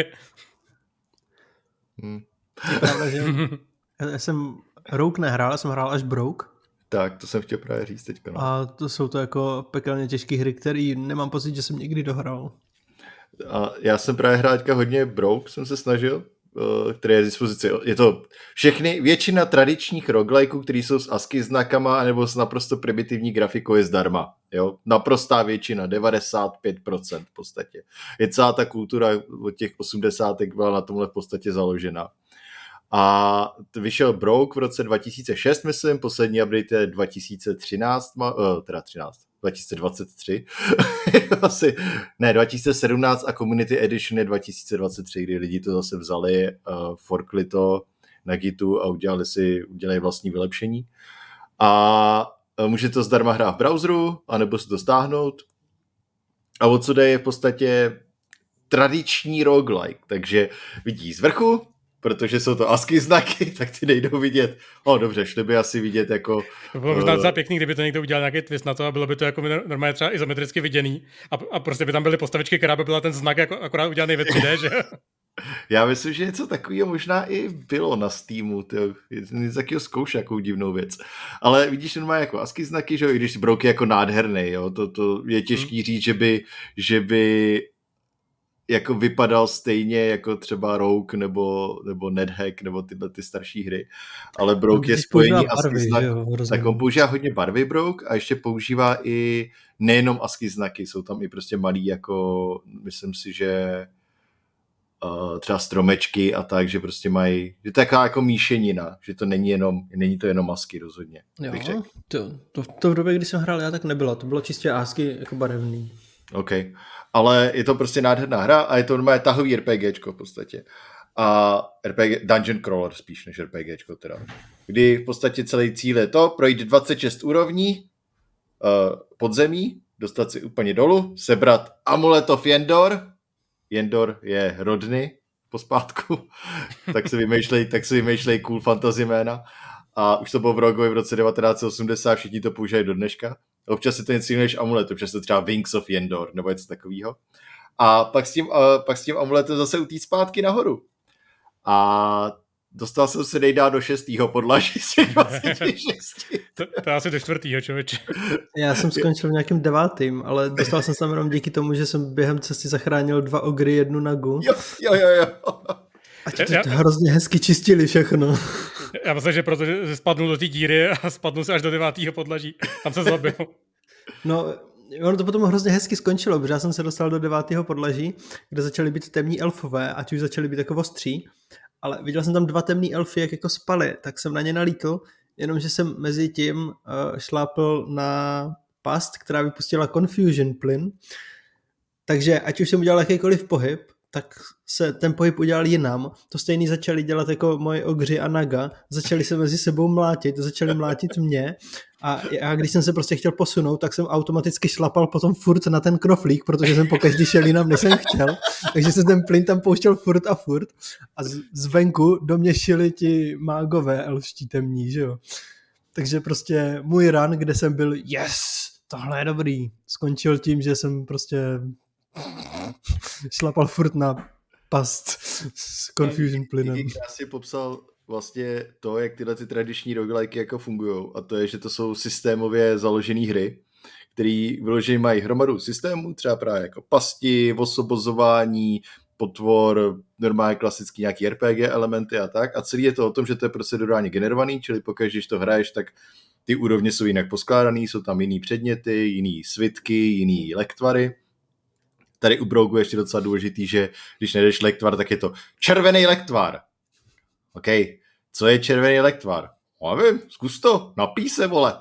Hmm. Je pravda, že já jsem Rogue nehrál, já jsem hrál až Broke. Tak, to jsem chtěl právě říct teďka. No. A to jsou to jako pekelně těžké hry, které nemám pocit, že jsem někdy dohrál. A já jsem právě hrál teďka hodně Broke, jsem se snažil, které je z dispozici. Je to všechny, většina tradičních roguelikeů, které jsou s ASCII znakama nebo s naprosto primitivní grafikou, je zdarma. Jo? Naprostá většina, devadesát pět procent v podstatě. Je celá ta kultura od těch osmdesátek byla na tomhle v podstatě založena. A vyšel Broke v roce dva tisíce šest, myslím, poslední update je dva tisíce třináct, uh, teda třináct, dva tisíce dvacet tři, asi, ne, dva tisíce sedmnáct a Community Edition je dva tisíce dvacet tři, kdy lidi to zase vzali, uh, forkli to na Gitu a udělali si, udělali vlastní vylepšení. A uh, můžete to zdarma hrát v browseru, anebo si to stáhnout. A o co jde je v podstatě tradiční roguelike, takže vidí z vrchu, protože jsou to ASCII znaky, tak ty nejdou vidět. O, dobře, šli by asi vidět jako... To bylo možná docela pěkný, kdyby to někdo udělal nějaký twist na to a bylo by to jako normálně třeba izometricky viděný a, a prostě by tam byly postavičky, která by byla ten znak jako akorát udělaný ve tři dé, že? Já myslím, že něco takového možná i bylo na Steamu, tyjo. Něco takového zkouš, jakou divnou věc. Ale vidíš normálně jako ASCII znaky, že jo, i když Broke je jako nádherný, jo, to, to je těžký hmm. říct, že by, že by jako vypadal stejně jako třeba Rogue nebo, nebo NetHack nebo tyhle ty starší hry. Ale Broke je spojení ASCII znak, tak on používá hodně barvy Broke a ještě používá i nejenom ASCII znaky, jsou tam i prostě malý jako, myslím si, že uh, třeba stromečky a tak, že prostě mají, že to je taková jako míšenina, že to není jenom, není to jenom ASCII rozhodně. Jo, to, to, to v době, kdy jsem hrál já, tak nebylo, to bylo čistě ASCII jako barevný. OK, ale je to prostě nádherná hra a je to normálně tahový RPGčko v podstatě. A R P G, Dungeon Crawler spíš než RPGčko teda. Kdy v podstatě celý cíl je to, projít dvacet šest úrovní uh, podzemí, dostat si úplně dolů, sebrat Amulet of Yendor. Yendor je Rodny pospátku, tak si vymýšlej, tak si vymýšlej cool fantasy jména. A už to bylo v Rogovi v roce devatenáct set osmdesát, všichni to používají do dneška. Občas je to něco jiného než amulet, občas je to třeba Wings of Yendor, nebo něco takového. A pak s tím, uh, pak s tím amuletem zase utíct zpátky nahoru. A dostal jsem se nejdá do šestýho podlaží z těch dvaceti šesti. to, to je asi do čtvrtýho, člověče. Já jsem skončil v nějakým devátým, ale dostal jsem se jenom díky tomu, že jsem během cesty zachránil dva ogry, jednu nagu. Jo, jo, jo, jo. A to, to, to hrozně hezky čistili všechno. Já myslím, že protože spadnul do té díry a spadnul se až do devátého podlaží. Tam se zabil. No, ono to potom hrozně hezky skončilo, protože já jsem se dostal do devátého podlaží, kde začaly být temní elfové, ať už začaly být jako ostří, ale viděl jsem tam dva temní elfy, jak jako spaly, tak jsem na ně nalítl, jenomže jsem mezi tím uh, šlápl na past, která vypustila Confusion plyn, takže ať už jsem udělal jakýkoliv pohyb, tak se ten pohyb udělal jinam. To stejný začali dělat jako moje ogři a naga. Začali se mezi sebou mlátit, začali mlátit mě a já, když jsem se prostě chtěl posunout, tak jsem automaticky šlapal potom furt na ten knoflík, protože jsem pokaždý šel jinam, než jsem chtěl. Takže jsem ten plyn tam pouštěl furt a furt a z, zvenku do mě šili ti mágové elfští temní, že jo. Takže prostě můj run, kde jsem byl yes, tohle je dobrý, skončil tím, že jsem prostě šlapal furt na past s Confusion plynem. Díky krásně popsal vlastně to, jak tyhle ty tradiční roguelike jako fungujou, a to je, že to jsou systémově založené hry, které vyloženě mají hromadu systémů, třeba právě jako pasti, osobozování, potvor, normálně klasický nějaký R P G elementy a tak. A celý je to o tom, že to je procedurálně generovaný, čili pokud když to hraješ, tak ty úrovně jsou jinak poskládaný, jsou tam jiný předměty, jiný svitky, jiný lektvary. Tady u Brogu je ještě docela důležitý, že když nejdeš lektvar, tak je to červený lektvar. OK, co je červený lektvar? No, nevím, zkus to, napij se, vole.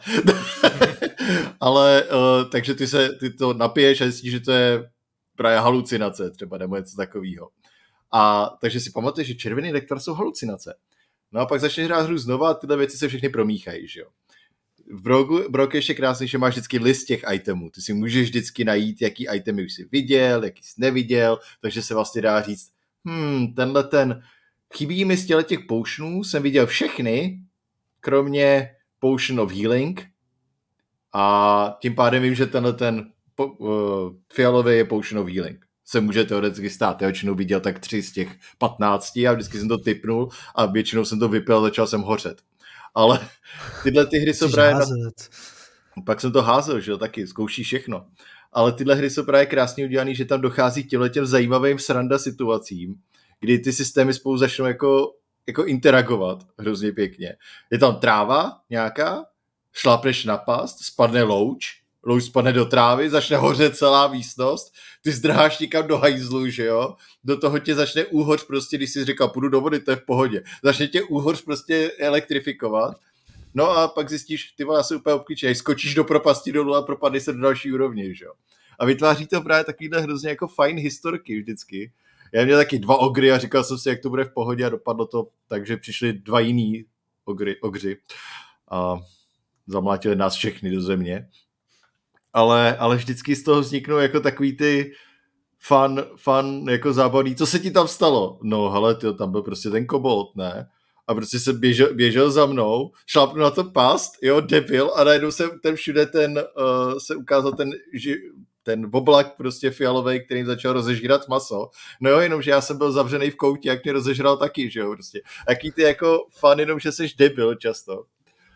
Ale, uh, takže ty se ty to napiješ a zjistíš, že to je právě halucinace třeba, nebo něco takového. A takže si pamatuješ, že červený lektvar jsou halucinace. No a pak začneš hrát hru znova a tyhle věci se všechny promíchají, že jo. V Brogu, Brogu je ještě krásný, že máš vždycky list těch itemů. Ty si můžeš vždycky najít, jaký itemy už jsi viděl, jaký jsi neviděl, takže se vlastně dá říct, hm, tenhle ten, chybí mi z těch potionů, jsem viděl všechny, kromě Potion of Healing, A tím pádem vím, že tenhle ten po, uh, fialový je Potion of Healing. Se může teoreticky stát. Já většinou viděl tak tři z těch patnácti a vždycky jsem to tipnul a většinou jsem to vypil a začal jsem hořet. Ale tyhle ty hry jsou právě... Na... Pak jsem to házel, že jo, taky, zkouší všechno. Ale tyhle hry jsou právě krásně udělané, že tam dochází k těm zajímavým sranda situacím, kdy ty systémy spolu začnou jako, jako interagovat hrozně pěkně. Je tam tráva nějaká, šlápneš na past, spadne louč, louč spadne do trávy, začne hořet celá místnost, ty zdrháš někam do hajzlu, že jo, do toho tě začne úhoř prostě, když jsi říkal, půjdu do vody, to je v pohodě, začne tě úhoř prostě elektrifikovat, no a pak zjistíš, ty vole, já se úplně obklíčej, skočíš do propasti dolů a propadne se do další úrovně, že jo. A vytváří to právě takovýhle hrozně jako fajn historky vždycky. Já měl taky dva ogry a říkal jsem si, jak to bude v pohodě a dopadlo to, takže přišli dva jiný ogry, ogři a zamlátili nás všechny do země. Ale, ale vždycky z toho vzniknou jako takový ty fun, fun jako zábavný. Co se ti tam stalo? No hele, tyjo, tam byl prostě ten kobold, ne? A prostě se běžel, běžel za mnou, šlápnul na to past, jo, debil, a najednou se ten všude ten, uh, se ukázal ten, ten oblak prostě fialovej, kterým začal rozežírat maso. No jo, jenomže já jsem byl zavřený v koutě, jak mě rozežral taky, že jo, prostě. Jaký ty jako fun, jenom že seš debil často.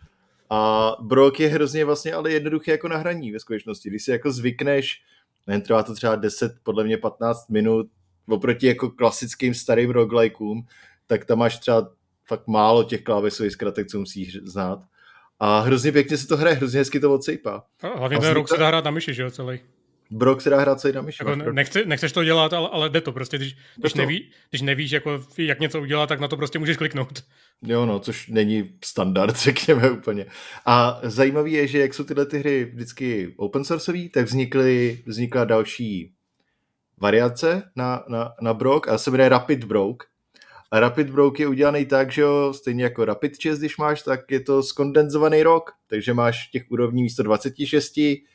A Brok je hrozně vlastně ale jednoduchý jako na hraní ve skutečnosti. Když si jako zvykneš, nevím, trvá to třeba deset, podle mě patnáct minut, oproti jako klasickým starým roguelikeům, tak tam máš třeba fakt málo těch klávesových zkratek, co musíš znát. A hrozně pěkně se to hraje, hrozně hezky to odsejpá. Hlavně ten rok se dá hrát na myši, že jo, celý. Brok se dá hrát celý na myši. Jako nechce, nechceš to dělat, ale, ale jde to prostě. Když, když, neví, když nevíš, jako, jak něco udělat, tak na to prostě můžeš kliknout. Jo, no, což není standard, řekněme úplně. A zajímavý je, že jak jsou tyhle ty hry vždycky open sourceový, tak vznikly, vznikla další variace na, na, na Brok a se jmenuje Rapid Brok. A Rapid Brok je udělaný tak, že jo, stejně jako Rapid Chess, když máš, tak je to skondenzovaný rok, takže máš těch úrovní místo dvacet šest,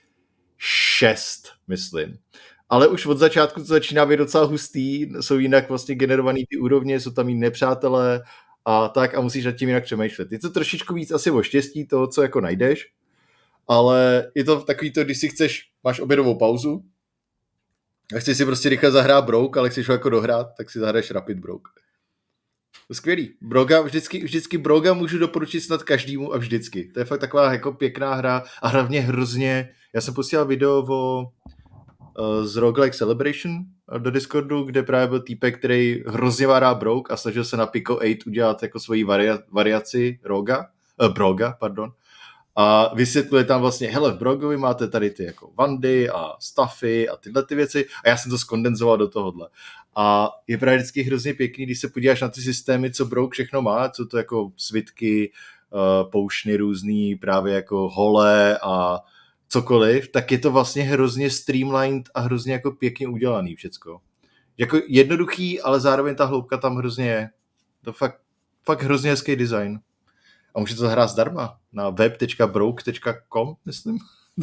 šest, myslím. Ale už od začátku to začíná být docela hustý, jsou jinak vlastně generovaný ty úrovně, jsou tam jiní nepřátelé a tak a musíš nad tím jinak přemýšlet. Je to trošičku víc asi o štěstí toho, co jako najdeš, ale je to takový to, když si chceš, máš obědovou pauzu a chceš si prostě rychle zahrát Brok, ale chceš ho jako dohrát, tak si zahraješ Rapid Brok. To skvělý. Broga, vždycky, vždycky Broga můžu doporučit snad každému a vždycky. To je fakt taková jako pěkná hra a hlavně hrozně. Já jsem posílal video o, uh, z Roguelike Celebration do Discordu, kde právě byl týpek, který hrozně várá Brok a snažil se na Pico osm udělat jako svoji varia- variaci Roga, uh, Broga, pardon. A vysvětluje tam vlastně, hele, v Brogovi máte tady ty jako vandy a staffy a tyhle ty věci a já jsem to skondenzoval do tohohle. A je právě vždycky hrozně pěkný, když se podíváš na ty systémy, co Brok všechno má, co to jako svitky, uh, poušny různý, právě jako hole a cokoliv, tak je to vlastně hrozně streamlined a hrozně jako pěkně udělaný všecko. Jako jednoduchý, ale zároveň ta hloubka tam hrozně je. To fakt, fakt hrozně hezký design. A můžete to hrát zdarma na web tečka brok tečka com, myslím.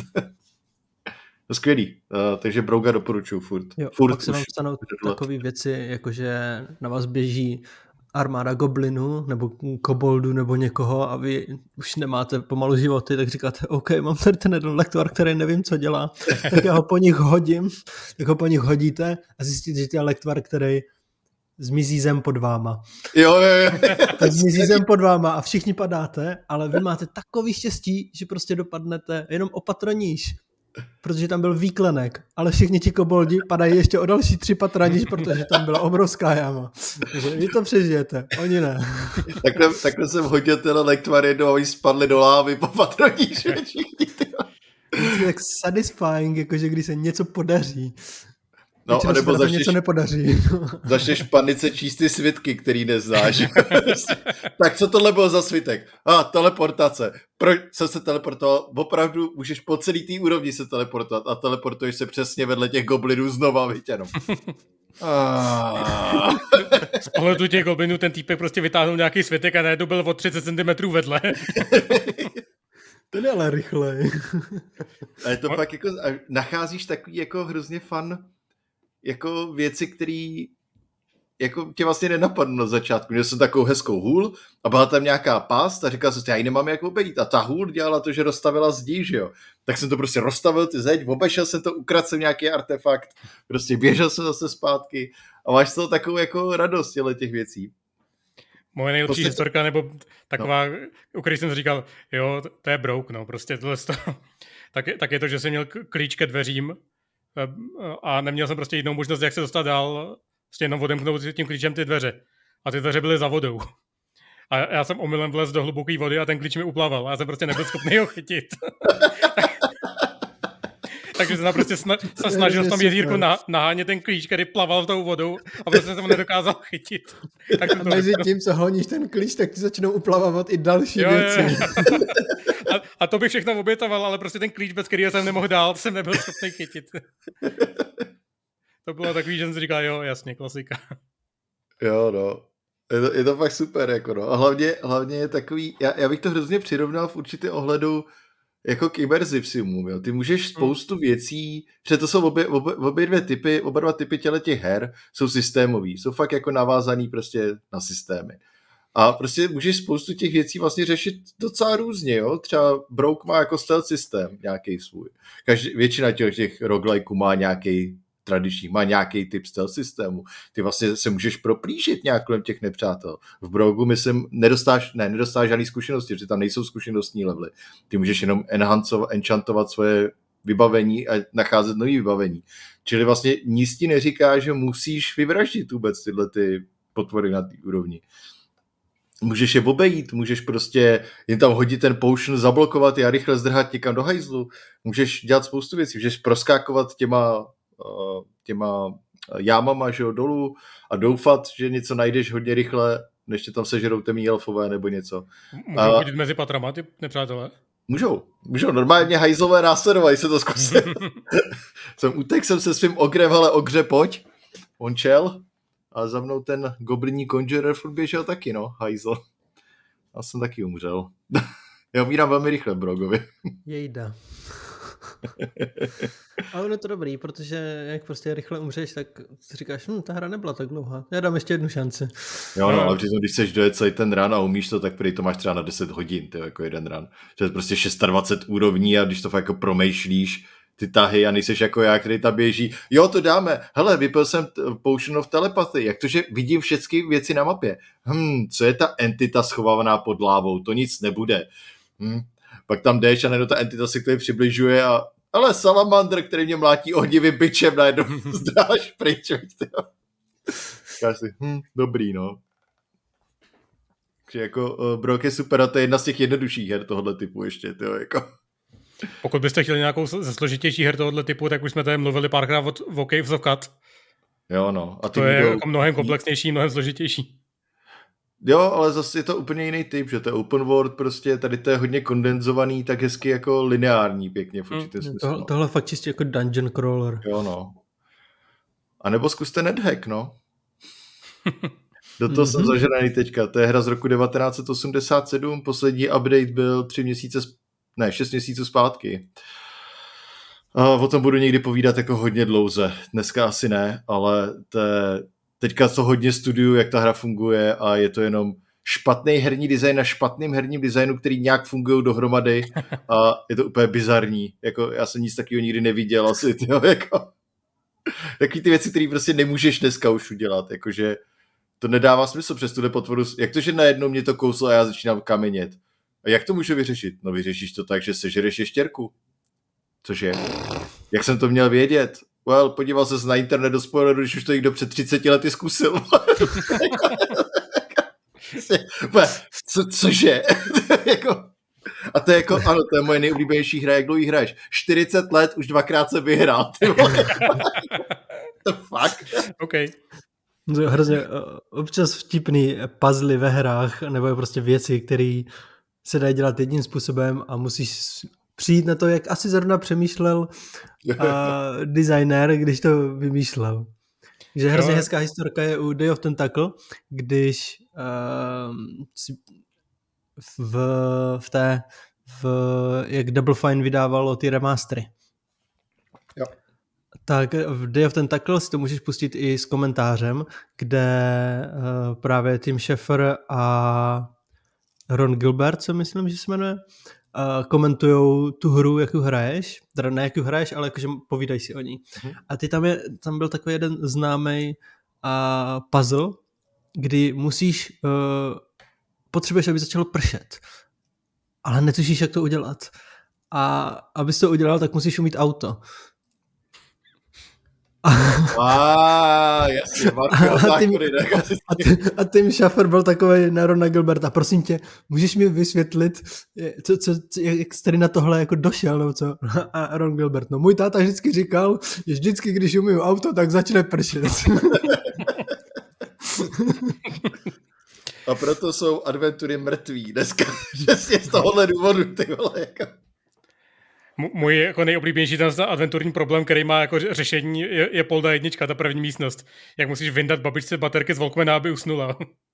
To skvělý. Uh, takže Broga doporučuju furt. Jo, furt pak se vám stanou takové věci, jakože na vás běží armáda goblinů nebo koboldů nebo někoho a vy už nemáte pomalu životy, tak říkáte, OK, mám tady ten jeden lektvar, který nevím, co dělá, tak já ho po nich hodím, tak ho po nich hodíte a zjistíte, že to je lektvar, který zmizí zem pod váma. Jo, jo, jo. Tak zmizí zem pod váma a všichni padáte, ale vy máte takový štěstí, že prostě dopadnete jenom o patro níž, protože tam byl výklenek, ale všichni ti koboldi padají ještě o další tři patra níž, protože tam byla obrovská jáma. Takže vy to přežijete, oni ne. Takhle, takhle jsem hodil tenhle lektvar jednou a oni spadli do lávy po patro níž. Je to tak satisfying, jakože když se něco podaří. No, a nebo začneš, něco nepodaří. začneš panice číst ty svitky, který neznáš. Tak co tohle bylo za svitek? A, ah, teleportace. Proč jsem se teleportoval? Opravdu můžeš po celý té úrovni se teleportovat a teleportuješ se přesně vedle těch goblinů znova, víte, no. Ah. Z pohledu těch goblinů ten týpek prostě vytáhnul nějaký svitek a najednou byl o třicet centimetrů vedle. Ten je ale rychlej. A je to pak jako, nacházíš takový jako hrozně fun jako věci, které jako tě vlastně nenapadlo na začátku. Měl jsem takovou hezkou hůl a byla tam nějaká pást a říkal jsem si, já ji nemám jak obejít. A ta hůl dělala to, že rozstavila zdí, že jo. Tak jsem to prostě rozstavil, ty zeď, obešel jsem to, ukradl jsem nějaký artefakt, prostě běžel jsem zase zpátky a máš z toho takovou jako radost těch věcí. Moje nejlepší prostě historka, nebo taková, no. u který jsem říkal, jo, to je brouk, no, prostě tohle to, tak, je, tak je to, že jsem měl klíč ke dveřím a neměl jsem prostě jinou možnost, jak se dostat dál, prostě jenom odemknout tím klíčem ty dveře. A ty dveře byly za vodou. A já jsem omylem vlez do hluboké vody a ten klíč mi uplaval a já jsem prostě nebyl schopný ho chytit. Takže jsem prostě sna- se snažil v tom jezírku na- nahánět ten klíč, který plaval tou vodou a prostě jsem ho nedokázal chytit. Tak a mezi tím, co honíš ten klíč, tak ti začnou uplavávat i další jo, věci. Jo, jo. A, a to bych všechno obětoval, ale prostě ten klíč, bez kterého jsem nemohl dál, jsem nebyl schopný chytit. To bylo takový, že jsem si říkal, jo, jasně, klasika. Jo, no. Je to, je to fakt super, jako no. A hlavně, hlavně je takový, já, já bych to hrozně přirovnal v určitém ohledu jako k immersive simům, jo. Ty můžeš spoustu věcí, protože to jsou obě, obě, obě dvě typy, oba dva typy těle těch her jsou systémový, jsou fakt jako navázaný prostě na systémy. A prostě můžeš spoustu těch věcí vlastně řešit docela různě, jo. Třeba Brouk má jako stealth systém nějaký svůj. Každý, většina těch, těch roguelikeů má nějaký tradiční, má nějaký typ stealth systému. Ty vlastně se můžeš proplížit nějak kolem těch nepřátel. V Brouku, myslím, nedostáš, ne, nedostáš žádný zkušenosti, protože tam nejsou zkušenostní levely. Ty můžeš jenom enhancovat, enchantovat svoje vybavení a nacházet nový vybavení. Čili vlastně nic ti neříká, že musíš vyvraždit vůbec tyhle ty potvory na té úrovni. Můžeš je obejít, můžeš prostě jen tam hodit ten potion, zablokovat je a rychle zdrhat někam do hajzlu. Můžeš dělat spoustu věcí, můžeš proskákovat těma těma jámama, že jo, dolů a doufat, že něco najdeš hodně rychle, než tě tam sežerou temí elfové nebo něco. Můžou a... chodit mezi patrama ty nepřátelé? Můžou, můžou, normálně hajzlové následovají, se to zkusil. jsem utek jsem se svým ogrem, ale ogře pojď, on čel a za mnou ten goblinní conjurer furt běžel taky, no, hajzl. Já jsem taky umřel. Já umírám velmi rychle, Brogovi. Jejda. Ale ono je to dobrý, protože jak prostě rychle umřeš, tak si říkáš, hm, ta hra nebyla tak dlouhá. Já dám ještě jednu šanci. Jo, no, ale přitom, když seš dojet celý ten run a umíš to, tak prý to máš třeba na deset hodin, tyjo, jako jeden run. To je prostě dvacet šest úrovní a když to fakt jako promýšlíš ty tahy a nejseš jako já, který tam běží. Jo, to dáme. Hele, vypil jsem Potion of Telepathy. Jak to, že vidím všechny věci na mapě? Hm, co je ta entita schovávaná pod lávou? To nic nebude. Hm. Pak tam jdeš a najednou ta entita se k tobě přibližuje a ale salamandr, který mě mlátí ohnivým bičem, najednou zdráš pryč. Říkáš si, hm, dobrý, no. Takže jako uh, Brouk je super a to je jedna z těch jednodušších her tohohle typu ještě, tyjo, jako. Pokud byste chtěli nějakou ze složitější her tohohle typu, tak už jsme tady mluvili párkrát o, o Caves of Cut. Jo, no. A to je budou... jako mnohem komplexnější, mnohem složitější. Jo, ale zase je to úplně jiný typ, že to je open world, prostě tady to je hodně kondenzovaný, tak hezky jako lineární pěkně v určitém hmm. smyslu. To, tohle fakt čistě jako dungeon crawler. Jo, no. A nebo zkuste NetHack, no. Do toho mm-hmm. jsem zažraný teďka. To je hra z roku devatenáct set osmdesát sedm, poslední update byl tři měsíce, ne, šest měsíců zpátky. A o tom budu někdy povídat jako hodně dlouze. Dneska asi ne, ale to je, teďka to hodně studuju, jak ta hra funguje a je to jenom špatný herní design na špatným herním designu, který nějak fungují dohromady a je to úplně bizarní. Jako, já jsem nic takového nikdy neviděl asi, tyjo, jako. Takový ty věci, které prostě nemůžeš dneska už udělat, jakože to nedává smysl přes tuhle potvoru. Jak to, že najednou mě to kouslo a já začínám kamenět? A jak to můžu vyřešit? No vyřešíš to tak, že sežereš ještěrku. Cože? Jak jsem to měl vědět? Well, podíval ses na internet do spoileru, když už to někdo před třiceti lety zkusil. Co, cože? A to je jako, ano, to je moje nejoblíbenější hra, jak dlouho hraješ. čtyřicet let, už dvakrát se vyhrál. To fakt? OK. To je hrozně občas vtipný puzzle ve hrách, nebo prostě věci, které se dají dělat jedním způsobem a musíš přijít na to, jak asi zrovna přemýšlel uh, designer, když to vymýšlel. Takže hrozně hezká historka je u Day of Tentacle, když uh, v, v té, v, jak Double Fine vydávalo ty remastery. Jo. tak v Day of Tentacle si to můžeš pustit i s komentářem, kde uh, právě Tim Schafer a Ron Gilbert, co myslím, že se jmenuje, uh, komentujou tu hru, jak ju hraješ, teda ne jak ju hraješ, ale jakože povídají si o ní. Hmm. A ty tam, je, tam byl takový jeden známý uh, puzzle, kdy musíš, uh, potřebuješ, aby začalo pršet, ale netušíš, jak to udělat. A abys to udělal, tak musíš umít auto. A, jasně, a, tím, a, tím, a Tim Schafer byl takovej na Rona Gilberta. Prosím tě, můžeš mi vysvětlit, co, co, jak jsi tady na tohle jako došel, nebo co? A Ron Gilbert, no můj táta vždycky říkal, že vždycky, když umiju auto, tak začne pršet. A proto jsou adventury mrtví dneska. Přesně z tohohle důvodu, ty vole, jako. Můj jako nejoblíbenější ten adventurní problém, který má jako řešení, je, je Polda jednička, ta první místnost. Jak musíš vyndat babičce baterky z Walkmana, aby usnula.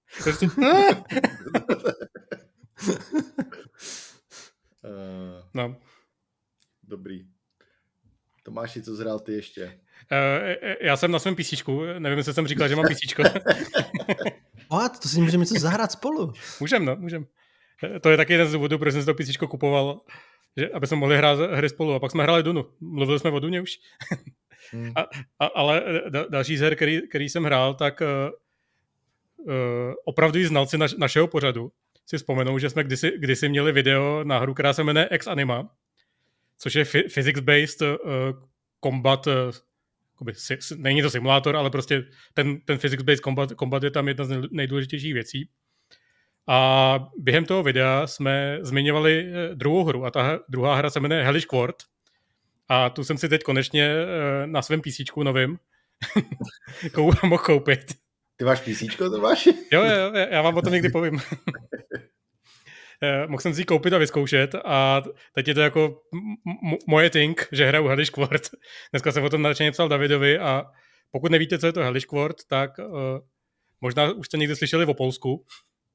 No. Dobrý. Tomáši, co zhrál ty ještě? Uh, já jsem na svém písíčku, nevím, jestli jsem říkal, že mám písíčko. What? To si můžeme něco zahrát spolu. Můžem, no, můžem. To je taky jeden z důvodů, proč jsem si to písíčko kupoval, že, aby jsme mohli hrát hry spolu. A pak jsme hráli Dunu. Mluvili jsme o Duně už. hmm. a, a, ale da, další z her, který, který jsem hrál, tak uh, uh, opravdu znalci naš, našeho pořadu si vzpomenou, že jsme kdysi, kdysi měli video na hru, která se jmenuje Ex Anima, což je physics-based uh, combat, uh, jakoby, si, není to simulátor, ale prostě ten, ten physics-based combat, combat je tam jedna z nejdůležitějších věcí. A během toho videa jsme zmiňovali druhou hru a ta druhá hra se jmenuje Hellish Quart a tu jsem si teď konečně na svém písíčku novým mohl koupit. Ty máš písíčko, to máš? Jo, jo, já vám o tom někdy povím. Mohl jsem si ji koupit a vyzkoušet a teď je to jako m- moje thing, že hraju Hellish Quart. Dneska jsem o tom nadšeně psal Davidovi a pokud nevíte, co je to Hellish Quart, tak uh, možná už jste někdy slyšeli o Polsku.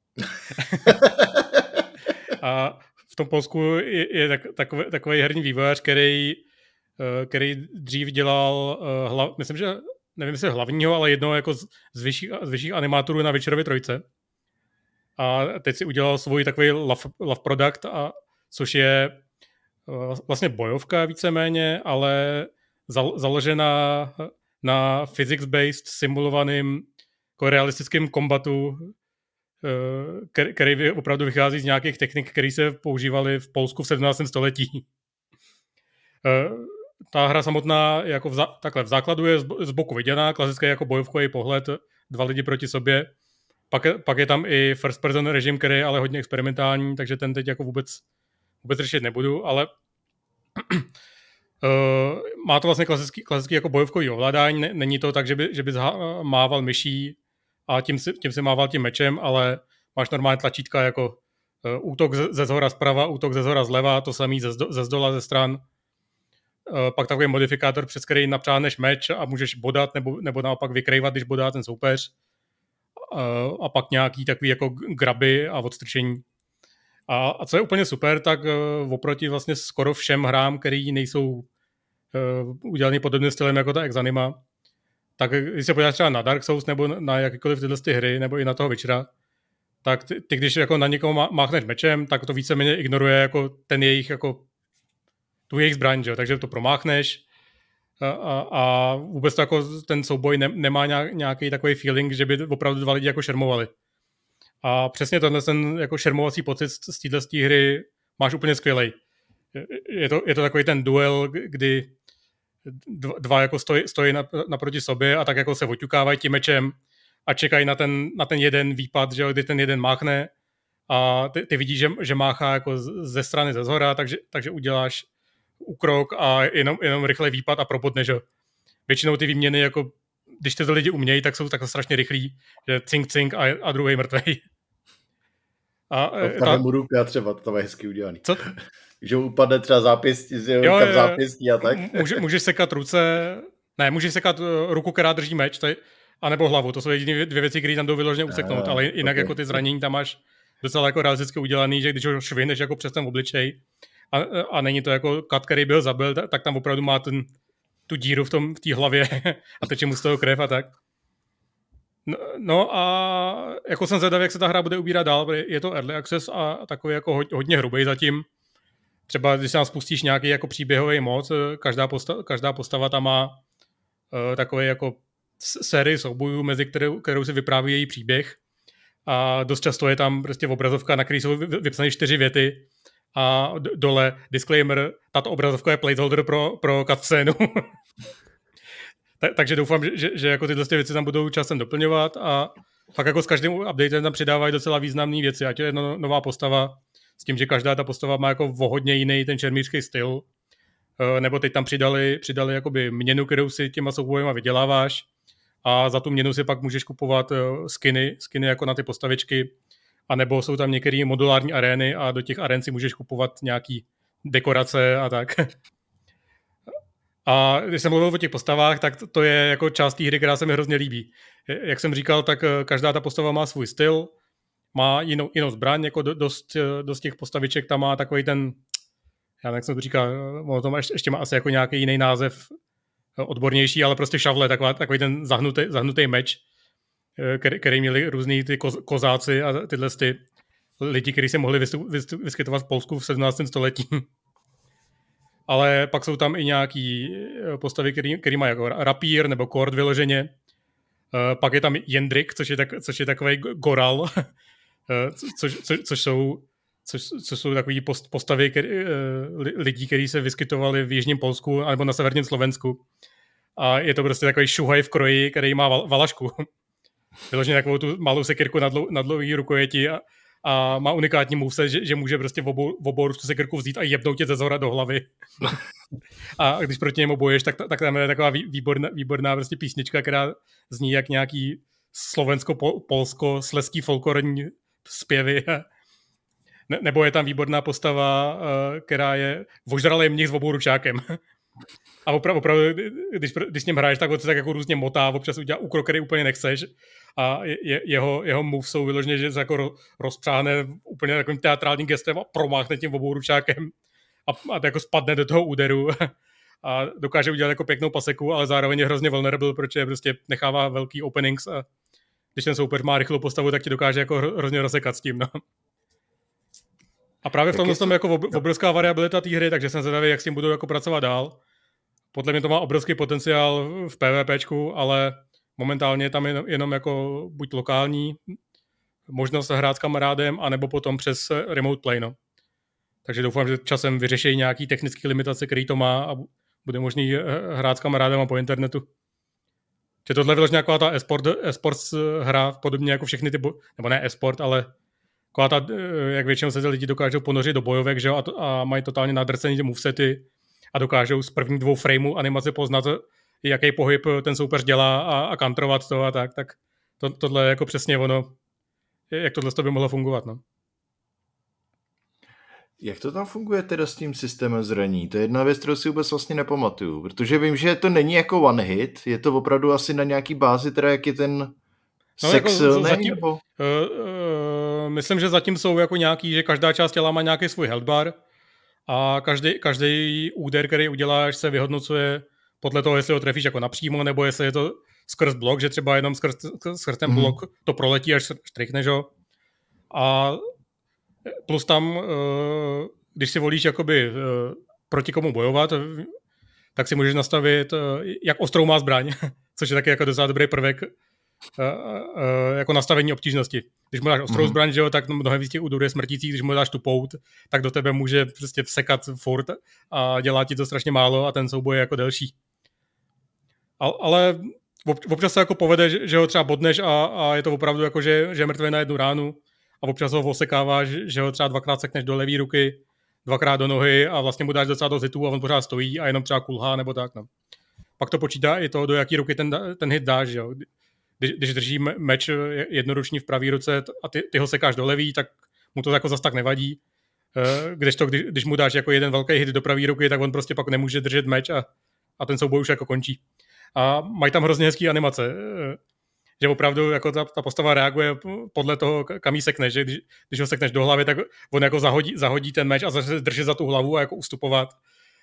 A v tom Polsku je, je tak, takový, takový herní vývojář, který, který dřív dělal, hla, myslím, že nevím, jestli hlavního, ale jednoho jako z, z, vyšších, z vyšších animátorů na Witcherově trojce. A teď si udělal svůj takový love, love product, a, což je vlastně bojovka víceméně, ale zal, založená na physics-based simulovaným jako realistickým kombatu, který opravdu vychází z nějakých technik, které se používaly v Polsku v sedmnáctém století. Ta hra samotná jako v, zá, takhle, v základu je z boku viděná, klasický jako bojovkový pohled, dva lidi proti sobě. Pak, pak je tam i first person režim, který je ale hodně experimentální, takže ten teď jako vůbec, vůbec řešit nebudu, ale uh, má to vlastně klasický, klasický jako bojovkový ovládání, není to tak, že by, že by mával myší a tím si, tím si mával tím mečem, ale máš normálně tlačítka jako uh, útok ze, ze zhora zprava, útok ze zhora zleva, to samý ze, ze zdola, ze stran. Uh, pak takový modifikátor, přes který napřáneš meč a můžeš bodat nebo, nebo naopak vykrývat, když bodá ten soupeř. Uh, a pak nějaký takový jako graby a odstrčení. A, a co je úplně super, tak uh, oproti vlastně skoro všem hrám, který nejsou uh, udělaný podobným stylem jako ta Ex Anima, tak když se podíváš třeba na Dark Souls nebo na jakýkoliv tyhle ty hry, nebo i na toho Witchera, tak ty, ty když jako na někoho máchneš mečem, tak to víceméně ignoruje jako ten jejich, jako tu jejich zbraň, že? Takže to promáchneš a, a, a vůbec to jako ten souboj ne, nemá nějak, nějaký takový feeling, že by opravdu dva lidi jako šermovali. A přesně tenhle ten jako šermovací pocit z téhle hry máš úplně skvělej. Je to, je to takový ten duel, kdy dva, dva jako stojí, stojí naproti sobě a tak jako se oťukávají tím mečem a čekají na ten, na ten jeden výpad, že kdy ten jeden máchne a ty, ty vidíš, že, že máchá jako ze strany ze zhora, takže, takže uděláš úkrok a jenom, jenom rychle výpad a propotne, že většinou ty výměny, jako když ty lidi umějí, tak jsou tak strašně rychlí, že cink, cink a, a druhý mrtvej. A ta... mu ruka třeba, to je hezky udělaný. Co? Že upadne třeba zápěstí, že jo, jo, zápěstí a tak. Může, můžeš sekat ruce, ne, můžeš sekat ruku, která drží meč, tady, anebo hlavu, to jsou jediné dvě věci, které tam jdou vyloženě useknout, a, ale jinak okay. Jako ty zranění tam máš docela jako realisticky udělaný, že když ho švineš jako přes ten obličej a, a není to jako kat, který byl zabil, tak tam opravdu má ten, tu díru v tom v té hlavě a teče mu z toho krev a tak. No, no a jako jsem zvědavý, jak se ta hra bude ubírat dál, je to early access a takový jako hodně hrubý zatím. Třeba když tam spustíš nějaký jako příběhový mod, každá, posta- každá postava tam má uh, takový jako sérii soubojů, mezi kterou, kterou se vypráví její příběh a dost často je tam prostě obrazovka, na který jsou vypsané čtyři věty a dole disclaimer, tato obrazovka je placeholder pro, pro cutscénu. tak, takže doufám, že, že, že jako tyhle věci tam budou časem doplňovat a fakt jako s každým updatem tam přidávají docela významné věci, ať je no, nová postava, s tím, že každá ta postava má jako vohodně jiný ten šermířský styl, nebo teď tam přidali, přidali jakoby měnu, kterou si těma soubojema vyděláváš a za tu měnu si pak můžeš kupovat skiny, skiny jako na ty postavičky, anebo jsou tam některé modulární arény a do těch arén si můžeš kupovat nějaký dekorace a tak. A když jsem mluvil o těch postavách, tak to je jako část té hry, která se mi hrozně líbí. Jak jsem říkal, tak každá ta postava má svůj styl, má jinou, jinou zbraň, jako dost, dost těch postaviček tam má takový ten, já nevím, jak jsem to říkal, ono to má ještě, ještě má asi jako nějaký jiný název odbornější, ale prostě šavle, taková, takový ten zahnutý, zahnutý meč, který, který měli různý ty koz, kozáci a tyhle ty lidi, kteří se mohli vystup, vystup, vyskytovat v Polsku v sedmnáctém století. Ale pak jsou tam i nějaký postavy, který, který mají jako rapír nebo kord vyloženě. Pak je tam Jendrik, což je, tak, což je takovej goral, což, co, což jsou což, což jsou takový post, postavy který, lidí, kteří se vyskytovali v jižním Polsku nebo na severním Slovensku. A je to prostě takový šuhaj v kroji, který má val, valašku. Vyloženě takovou tu malou sekirku na, dlou, na dlouhý rukojeti a, a má unikátní moveset, že, že může prostě v obou, v obou tu sekirku vzít a jebnout tě ze zhora do hlavy. A když proti němu boješ, tak, tak tam je taková výborná, výborná prostě písnička, která zní jak nějaký slovensko-polsko-slezský folklorní zpěvy. Ne, nebo je tam výborná postava, která je vožralý mnich s obouručákem. A opravdu, opravdu když, když s ním hraješ, tak on se tak jako různě motá, občas udělá úkrok, který úplně nechceš. A je, jeho, jeho move jsou vyloženě, že se jako rozpřáhne úplně takovým teatrálním gestem a promáchne tím obouručákem a, a jako spadne do toho úderu. A dokáže udělat jako pěknou paseku, ale zároveň je hrozně vulnerable, protože prostě nechává velký openings a když ten soupeř má rychlou postavu, tak ti dokáže jako hrozně rozsekat s tím. No. A právě v tomhle tom je jako obrovská variabilita té hry, takže jsem zvědavý, jak s tím budou jako pracovat dál. Podle mě to má obrovský potenciál v PvPčku, ale momentálně je tam jenom, jenom jako buď lokální možnost hrát s kamarádem, anebo potom přes remote play. No. Takže doufám, že časem vyřeší nějaký technické limitace, který to má a bude možný hrát s kamarádem a po internetu. Že tohle vyloženě nějaká ta e-sport, e-sports hra, podobně jako všechny ty, bo- nebo ne e-sport, ale ta, jak většinou se ty lidi dokážou ponořit do bojovek, že jo, a, to, a mají totálně nadrcený ty movesety a dokážou z prvních dvou frameů animace poznat, jaký pohyb ten soupeř dělá a, a kantrovat to a tak, tak to, tohle je jako přesně ono, jak tohle by mohlo fungovat, no. Jak to tam funguje teda s tím systémem zraní? To je jedna věc, kterou si vůbec vlastně nepamatuju, protože vím, že to není jako one hit, je to opravdu asi na nějaký bázi, teda jak je ten no, sex silný, jako nebo? Uh, uh, myslím, že zatím jsou jako nějaký, že každá část těla má nějaký svůj health bar a každý, každý úder, který uděláš, se vyhodnocuje podle toho, jestli ho trefíš jako napřímo, nebo jestli je to skrz blok, že třeba jenom skrz, skrz ten blok mm. to proletí, až štrikneš ho. A plus tam, když si volíš jakoby proti komu bojovat, tak si můžeš nastavit, jak ostrou má zbraň, což je taky jako docela dobrý prvek jako nastavení obtížnosti. Když mu dáš ostrou zbraň, že jo, tak mnohem víc těch úderů je smrtící, když mu dáš tu pout, tak do tebe může prostě vsekat furt a dělá ti to strašně málo a ten souboj je jako delší. Ale občas se jako povede, že ho třeba bodneš a, a je to opravdu jako, že, že je mrtvý na jednu ránu a občas ho osekáváš, že ho třeba dvakrát sekneš do levý ruky, dvakrát do nohy a vlastně mu dáš docela dost hitů a on pořád stojí a jenom třeba kulhá nebo tak. No. Pak to počítá i to, do jaký ruky ten, ten hit dáš. Jo. Když, když drží meč jednoruční v pravý ruce a ty, ty ho sekáš do levý, tak mu to jako zas tak nevadí. Když, to, když, když mu dáš jako jeden velký hit do pravý ruky, tak on prostě pak nemůže držet meč a, a ten souboj už jako končí. A mají tam hrozně hezký animace, že opravdu jako ta, ta postava reaguje podle toho, kam jí sekneš, že když, když ho sekneš do hlavy, tak on jako zahodí, zahodí ten meč a začne držet za tu hlavu a jako ustupovat.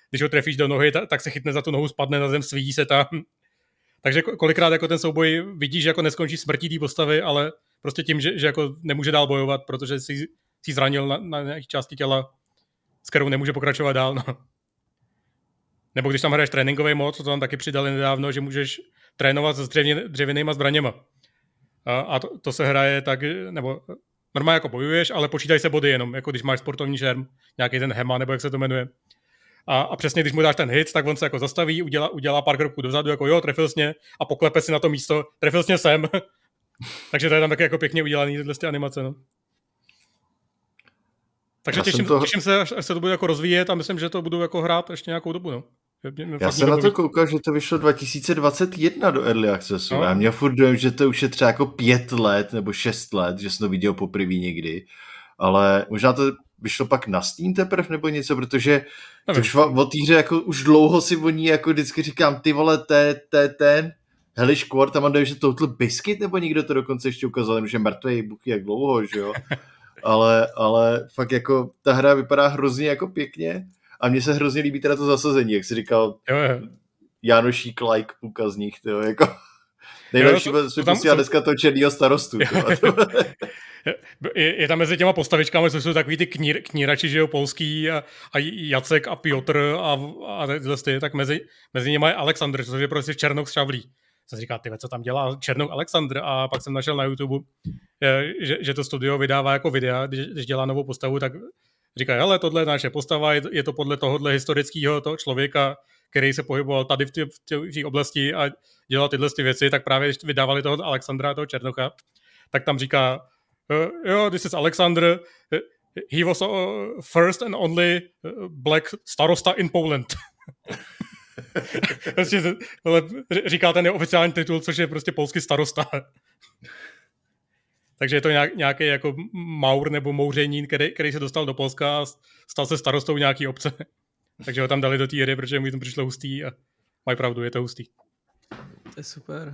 když ho trefíš do nohy, tak, tak se chytne za tu nohu, spadne na zem, svíjí se tam. Takže kolikrát jako ten souboj vidíš, že jako neskončí smrtí té postavy, ale prostě tím, že, že jako nemůže dál bojovat, protože si, si zranil na, na nějaké části těla, s kterou nemůže pokračovat dál. No. Nebo když tam hraješ tréninkový mod, to tam taky přidali nedávno, že můžeš trénovat s dřevin, dřevěnýma zbraněma. A, a to, to se hraje tak, nebo normálně jako bojuješ, ale počítají se body jenom, jako když máš sportovní šerm, nějaký ten Hema, nebo jak se to jmenuje. A, a přesně, když mu dáš ten hit, tak on se jako zastaví, udělá, udělá pár kroků dozadu, jako jo, trefil jsi mě, a poklepe si na to místo, trefil jsi mě sem. Takže to je tam taky jako pěkně udělaný, tyhle ty animace, no. Takže těším, to... těším se, až se to bude jako rozvíjet a myslím, že to budu jako hrát ještě nějakou dobu, no. Já jsem na to koukal, že to vyšlo dva tisíce dvacet jedna do Early Accessu. No. Já měl furt dojem, že to už je třeba jako pět let nebo šest let, že jsem to viděl poprvé někdy. Ale možná to vyšlo pak na Steam teprve nebo něco, protože to už o té hře jako už dlouho si o ní jako vždycky říkám, ty vole, te, te, ten Hellish Quart, tam mám dojem, že Total Biscuit nebo někdo to dokonce ještě ukázal, že mrtvej Bůh jak dlouho, že jo. ale, ale fakt jako ta hra vypadá hrozně jako pěkně. A mně se hrozně líbí teda to zasazení, jak jsi říkal, jo, jo. Jánošík like půlka z nich, tyjo, jako nejlepší si pustila dneska toho černýho starostu. je, je tam mezi těma postavičkami, co jsou takový ty knír, knírači, že jo, polský a, a Jacek a Piotr a, a ty, tak mezi, mezi nimi je Alexandr, což je prostě Černoch z Šavlí. Jsem říkal, ty, co tam dělá Černoch Alexandr, a pak jsem našel na YouTube, že, že to studio vydává jako videa, když, když dělá novou postavu, tak říkají, hele, tohle je naše postava, je to podle tohohle historického toho člověka, který se pohyboval tady v té oblasti a dělal tyhle ty věci, tak právě když vydávali toho Alexandra, toho Černocha, tak tam říká, jo, this is Alexander, he was first and only black starosta in Poland. Prostě, říká ten oficiální titul, což je prostě polský starosta. Takže je to nějaký jako maur nebo mouřenín, který, který se dostal do Polska a stal se starostou nějaký obce. Takže ho tam dali do té hry, protože mi to přišlo hustý a mají pravdu, je to hustý. To je super.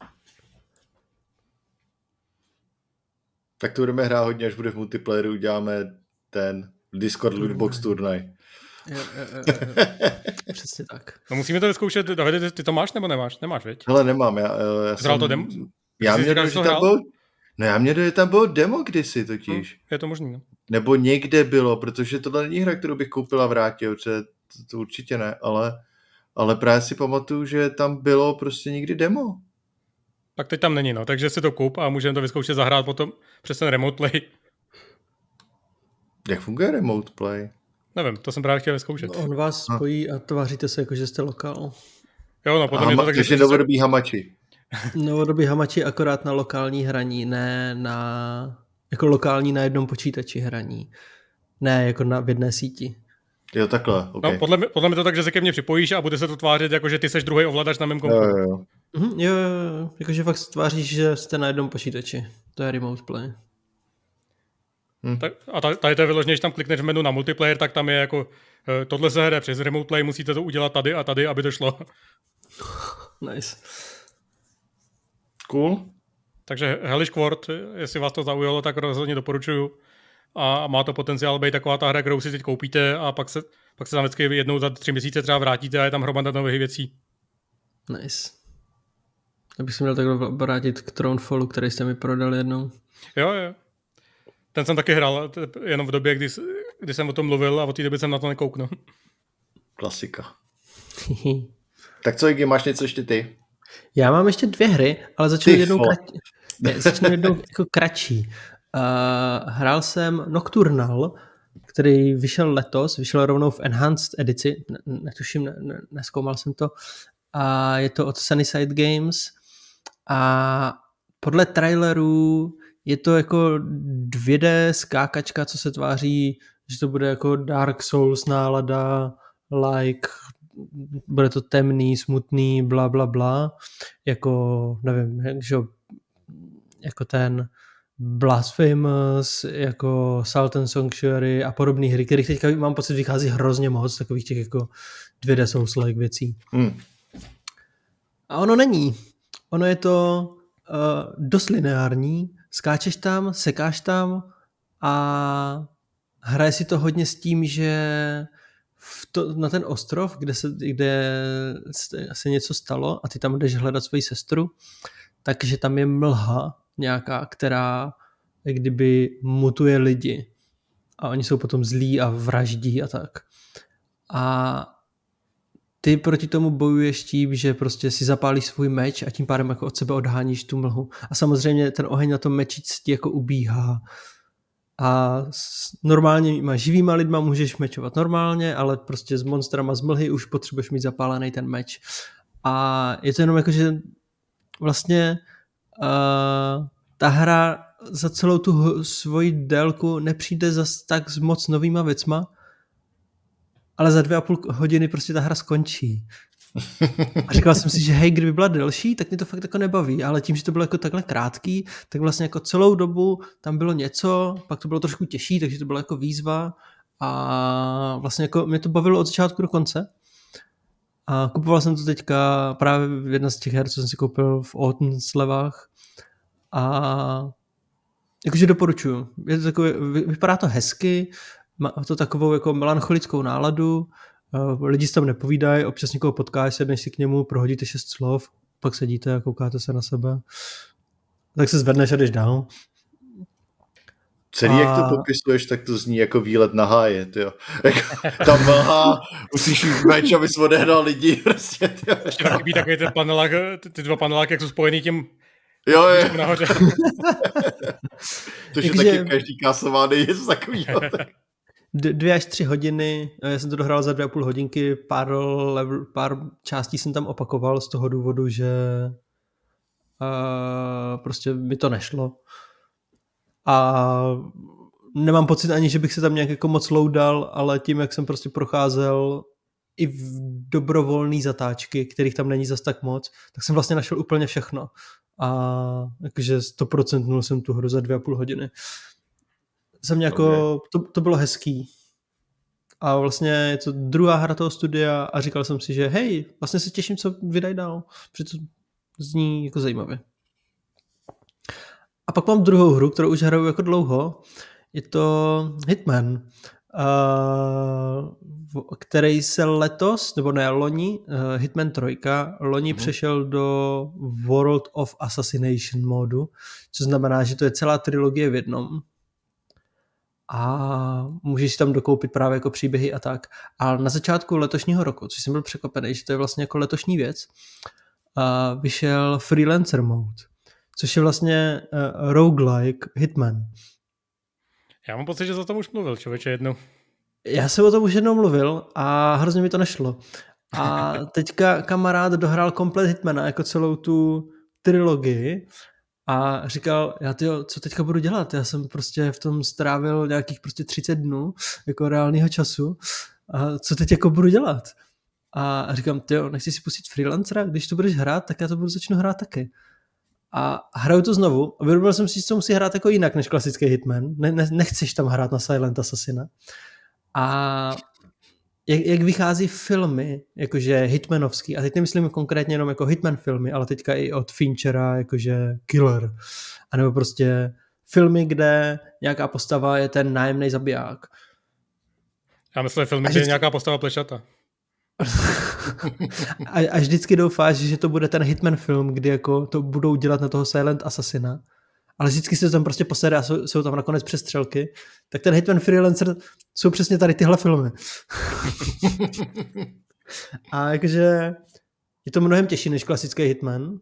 Tak to budeme hrát hodně, až bude v multiplayeru, uděláme ten Discord Lootbox turnaj. Jo, jo, jo, jo. Přesně tak. No musíme to vyzkoušet. Davide, ty, ty to máš nebo nemáš? Nemáš, viď? Hele, nemám. Já, já jsem... to demo? Já mě říkal, že tam bylo... No já mě že tam bylo demo kdysi totiž. Hmm, je to možný, no. Nebo někde bylo, protože tohle není hra, kterou bych koupil a vrátil, to, to určitě ne, ale, ale právě si pamatuju, že tam bylo prostě někdy demo. Tak teď tam není, no, takže si to koup a můžeme to vyzkoušet zahrát potom přes ten remote play. Jak funguje remote play? Nevím, to jsem právě chtěl vyzkoušet. On vás spojí a tváříte se jako, že jste lokál. Jo, no, potom je to tak, že... novodobí hamači. Novodobí hamači akorát na lokální hraní, ne na... jako lokální na jednom počítači hraní. Ne jako na v jedné síti. Jo, takhle, okay. No, podle mě, podle mě to tak, že se ke mně připojíš a bude se to tvářit, jako že ty seš druhý ovladač na mém kompu. Jo, jo, jo. Mhm, jo, jo, jakože fakt tváříš, že jste na jednom počítači. To je remote play. Hmm. Tak, a tady to je vyloženě, když tam klikneš v menu na multiplayer, tak tam je jako tohle se hraje přes remote play, musíte to udělat tady a tady, aby to šlo. Nice. Cool. Takže Hellish Quart, jestli vás to zaujalo, tak rozhodně doporučuju. A má to potenciál být taková ta hra, kterou si teď koupíte a pak se, pak se tam vždycky jednou za tři měsíce třeba vrátíte a je tam hromada nových věcí. Nice. Já bych si měl takhle vrátit k Thronefallu, který jste mi prodali jednou. Jo, jo. Ten jsem taky hrál, jenom v době, kdy, kdy jsem o tom mluvil a od té doby jsem na to nekouknul. Klasika. Tak co, Iggy, máš něco ještě ty? Já mám ještě dvě hry, ale začnu jednou, krat... ne, začnu jednou jako kratší. Uh, hrál jsem Nocturnal, který vyšel letos, vyšel rovnou v Enhanced edici, ne, netuším, ne, ne, nezkoumal jsem to. A je to od Sunnyside Games a podle trailerů je to jako dvě dé skákačka, co se tváří, že to bude jako Dark Souls nálada, like, bude to temný, smutný, bla, bla, bla, jako, nevím, že jako ten Blasphemous, jako Salt and Sanctuary a podobné hry, kterých teďka mám pocit vychází hrozně moc, takových těch jako dvě dé Souls-like věcí. Hmm. A ono není. Ono je to uh, dost lineární, skáčeš tam, sekáš tam a hraje si to hodně s tím, že v to, na ten ostrov, kde se, kde se něco stalo a ty tam jdeš hledat svoji sestru, takže tam je mlha nějaká, která jak kdyby mutuje lidi a oni jsou potom zlí a vraždí a tak. A ty proti tomu bojuješ tím, že prostě si zapálíš svůj meč a tím pádem jako od sebe odháníš tu mlhu. A samozřejmě ten oheň na tom meči ti jako ubíhá. A s normálníma živýma lidma můžeš mečovat normálně, ale prostě s monstrama z mlhy už potřebuješ mít zapálený ten meč. A je to jenom jako, že vlastně uh, ta hra za celou tu svoji délku nepřijde zas tak s moc novýma věcma, ale za dvě a půl hodiny prostě ta hra skončí. A říkal jsem si, že hej, kdyby byla delší, tak mě to fakt jako nebaví, ale tím, že to bylo jako takhle krátký, tak vlastně jako celou dobu tam bylo něco, pak to bylo trošku těžší, takže to bylo jako výzva a vlastně jako mě to bavilo od začátku do konce. A kupoval jsem to teďka právě v jedna z těch her, co jsem si koupil v autumn slevách a jakože doporučuju. Je to takové, vypadá to hezky, má to takovou jako melancholickou náladu, lidi si tam nepovídají, občas někoho potkáš, sedneš si k němu, prohodíte šest slov, pak sedíte a koukáte se na sebe. Tak se zvedneš a jdeš dál. Celý, a... jak to popisuješ, tak to zní jako výlet na háje, tyjo. Tam mlha, musíš jít meč, abys odehnal lidi, prostě, tyjo. Ještě taky být takový ten panelák, ty dva paneláky, jak jsou spojený tím jo, je. nahoře. Což je taky každý kásování něco takovýho. Dvě až tři hodiny, já jsem to dohrál za dvě a půl hodinky, pár, level, pár částí jsem tam opakoval z toho důvodu, že uh, prostě mi to nešlo. A nemám pocit ani, že bych se tam nějak jako moc loadal, ale tím, jak jsem prostě procházel i v dobrovolný zatáčky, kterých tam není zas tak moc, tak jsem vlastně našel úplně všechno. A jakože sto procent nul jsem tu hru za dvě a půl hodiny. Za mě jako, okay. to, to bylo hezký. A vlastně je to druhá hra toho studia a říkal jsem si, že hej, vlastně se těším, co vydají dál. Protože to zní jako zajímavě. A pak mám druhou hru, kterou už hraju jako dlouho. Je to Hitman, uh, který se letos, nebo ne, loni, uh, Hitman tři, loni mm. přešel do World of Assassination modu, což znamená, že to je celá trilogie v jednom. A můžeš si tam dokoupit právě jako příběhy a tak. A na začátku letošního roku, což jsem byl překvapený, že to je vlastně jako letošní věc, uh, vyšel Freelancer mode, což je vlastně uh, roguelike Hitman. Já mám pocit, že za tom už mluvil, člověče, jednou. Já jsem o tom už jednou mluvil a hrozně mi to nešlo. A teďka kamarád dohrál komplet Hitmana, jako celou tu trilogii a říkal, já tyjo, co teďka budu dělat? Já jsem prostě v tom strávil nějakých prostě třicet dnů jako reálného času a co teď jako budu dělat? A říkám, tyjo, nechci si pustit freelancera, když to budeš hrát, tak já to budu začnu hrát taky. A hraju to znovu. Vyrobil jsem si, že to musí hrát jako jinak než klasický Hitman. Ne, ne, nechceš tam hrát na Silent Assassina. A jak, jak vychází filmy, jakože hitmanovský, a teď nemyslím konkrétně jenom jako Hitman filmy, ale teďka i od Finchera, jakože Killer. A nebo prostě filmy, kde nějaká postava je ten nájemný zabiják. Já myslím, filmy, kde je nějaká postava plešata. a, a vždycky doufáš, že to bude ten Hitman film, kdy jako to budou dělat na toho Silent Assassina, ale vždycky se to tam prostě posede a jsou, jsou tam nakonec přestřelky, tak ten Hitman Freelancer jsou přesně tady tyhle filmy. A jakože je to mnohem těžší než klasický Hitman.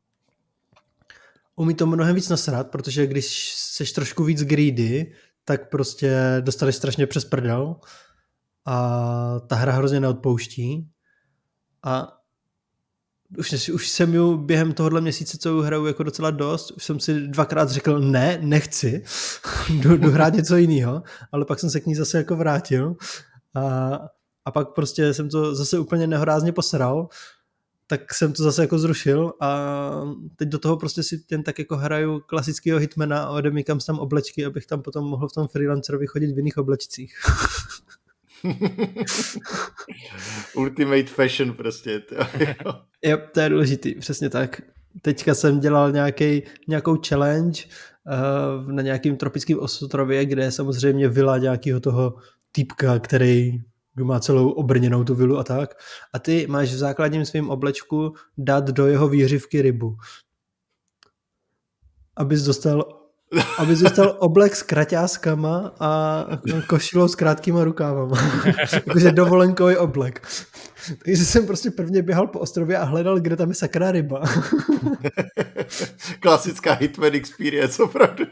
Umí to mnohem víc nasrat, protože když seš trošku víc greedy, tak prostě dostaneš strašně přes prdel. A ta hra hrozně neodpouští. A už, už jsem ju během tohohle měsíce, co hraju jako docela dost, už jsem si dvakrát řekl, ne, nechci, jdu, jdu hrát něco jiného, ale pak jsem se k ní zase jako vrátil a, a pak prostě jsem to zase úplně nehorázně posral, tak jsem to zase jako zrušil a teď do toho prostě si jen tak jako hraju klasického Hitmana a odemykám tam oblečky, abych tam potom mohl v tom freelancerovi chodit v jiných oblečcích. Ultimate fashion prostě. Jo, to je důležitý, přesně tak. Teďka jsem dělal nějaký, nějakou challenge uh, na nějakým tropickém ostrově, kde je samozřejmě vila nějakého toho týpka, který kdo má celou obrněnou tu vilu a tak. A ty máš v základním svým oblečku dát do jeho výhřivky rybu. Abys dostal, abys dostal oblek s kraťáskama a košilou s krátkýma rukávama. Jakože dovolenkový oblek. Takže jsem prostě prvně běhal po ostrově a hledal, kde tam je sakra ryba. Klasická Hitman experience, opravdu.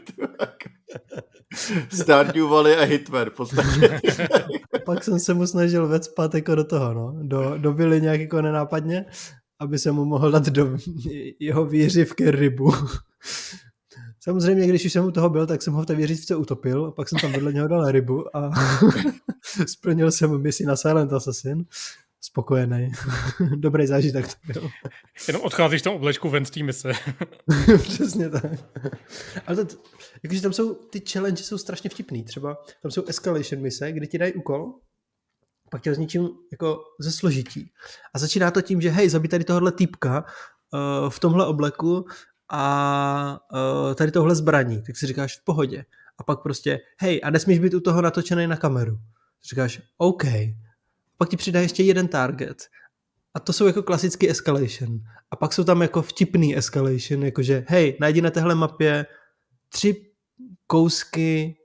Stardew Valley a Hitman v podstatě. Pak jsem se mu snažil vecpat jako do toho, no. Do, do vily nějak jako nenápadně, aby se mu mohl dát do jeho výřivky rybu. Samozřejmě, když už jsem u toho byl, tak jsem ho v té výřivce utopil, a pak jsem tam vedle něho dal rybu a splnil jsem misi na Silent Assassin. Spokojený. Dobrý zážitek to byl. Jenom odcházíš v tom oblečku ven z té mise. Přesně tak. Ale to, jakože tam jsou, ty challenge jsou strašně vtipný. Třeba tam jsou escalation mise, kdy ti dají úkol, pak tě zničím jako ze složití. A začíná to tím, že hej, zabij tady tohohle týpka uh, v tomhle obleku a uh, tady tohle zbraní. Tak si říkáš v pohodě. A pak prostě hej, a nesmíš být u toho natočený na kameru. Říkáš OK. Pak ti přidá ještě jeden target. A to jsou jako klasický escalation. A pak jsou tam jako vtipný escalation, jakože hej, najdi na téhle mapě tři kousky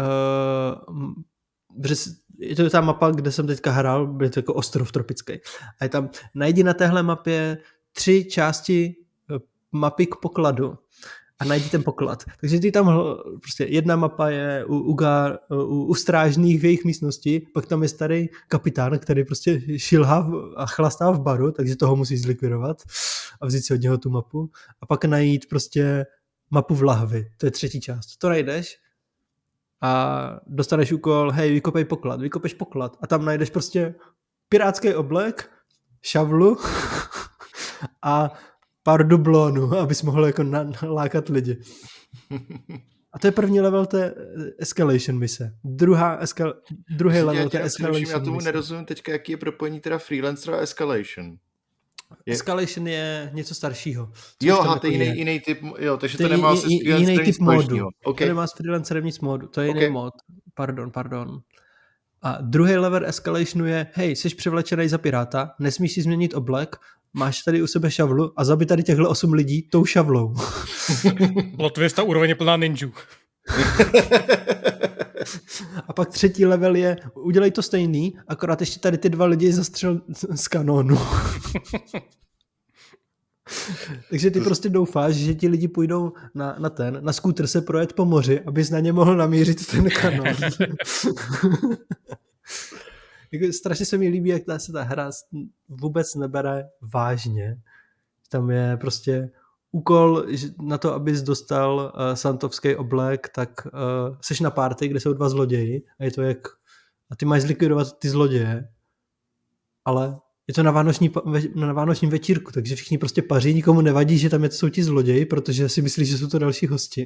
uh, je to ta mapa, kde jsem teďka hrál, byl to jako ostrov tropický. A je tam, najdi na téhle mapě tři části mapy k pokladu a najdi ten poklad. Takže ty tam prostě jedna mapa je u, u, u, u strážných v jejich místnosti, pak tam je starý kapitán, který prostě šilhá a chlastá v baru, takže toho musí zlikvidovat a vzít si od něho tu mapu. A pak najít prostě mapu v lahvi, to je třetí část. To najdeš a dostaneš úkol, hej, vykopej poklad, vykopeš poklad a tam najdeš prostě pirátský oblek, šavlu a pár dublónů, abys mohl jako nalákat lidi. A to je první level té escalation mise. Druhá escal, druhý já level té escalation mise. Já tomu nerozumím teďka, jaký je propojení teda freelancer a escalation. Je... Escalation je něco staršího. Jo, aha, to je jiný, jiný typ, jo, takže to, to nemá se s freelancerem nic společného. Okay. To nemá s freelancerem nic modu, to je jiný okay. mod. Pardon, pardon. A druhý level escalationu je, hej, jsi převlečený za piráta, nesmíš si změnit oblek, máš tady u sebe šavlu a zabij tady těchto osm lidí tou šavlou. Plot twist, ta úroveň je plná ninjú. A pak třetí level je, udělej to stejný, akorát ještě tady ty dva lidi zastřel z kanónu. Takže ty prostě doufáš, že ti lidi půjdou na, na ten, na skútr se projet po moři, abys na ně mohl namířit ten kanón. Jako, strašně se mi líbí, jak ta, se ta hra vůbec nebere vážně. Tam je prostě úkol na to, abys dostal uh, santovský oblek, tak uh, seš na party, kde jsou dva zloději a je to jak a ty máš zlikvidovat ty zloděje, ale je to na, vánoční, na vánočním večírku, takže všichni prostě paří, nikomu nevadí, že tam jsou ti zloději, protože si myslí, že jsou to další hosti.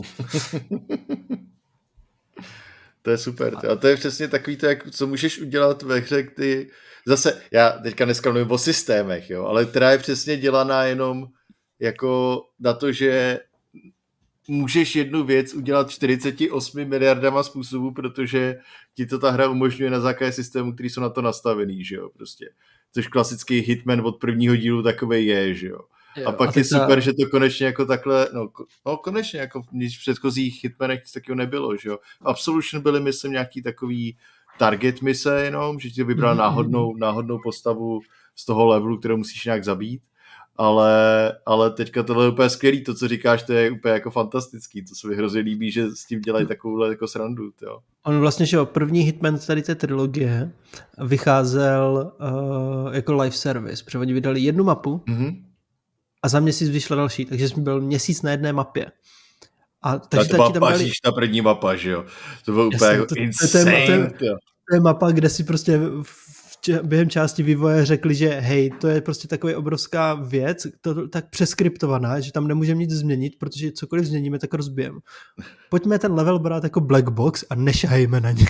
To je super. A to je přesně takový to, jak, co můžeš udělat ve hře, ty... Zase, já teďka dneska mluvím o systémech, jo, ale která je přesně dělaná jenom jako na to, že můžeš jednu věc udělat čtyřicet osm miliardama způsobů, protože ti to ta hra umožňuje na základě systému, který jsou na to nastavený, že jo, prostě. Což klasický Hitman od prvního dílu takovej je, že jo. Jo, a pak a je super, ta... že to konečně jako takhle, no, no konečně, jako v předchozích Hitmanech nic takového nebylo, že jo. Absolution byly, myslím, nějaký takový target mise jenom, že ti vybral mm-hmm. náhodnou, náhodnou postavu z toho levelu, kterou musíš nějak zabít, ale, ale teďka tohle je úplně skvělý, to, co říkáš, to je úplně jako fantastický, to se mi hrozně líbí, že s tím dělají takovouhle jako srandu, jo. On vlastně, že jo, první Hitman tady té trilogie vycházel uh, jako live service, protože oni vydali jednu mapu, mm-hmm. a za měsíc vyšla další, takže jsem byl měsíc na jedné mapě. A takže to byla tam dali... ta první mapa, že jo? To bylo úplně jako to, insane. To je, to, je, to je mapa, kde si prostě v če- během části vývoje řekli, že hej, to je prostě taková obrovská věc, to tak přeskriptovaná, že tam nemůžeme nic změnit, protože cokoliv změníme, tak rozbijeme. Pojďme ten level brát jako black box a nešahejme na ně.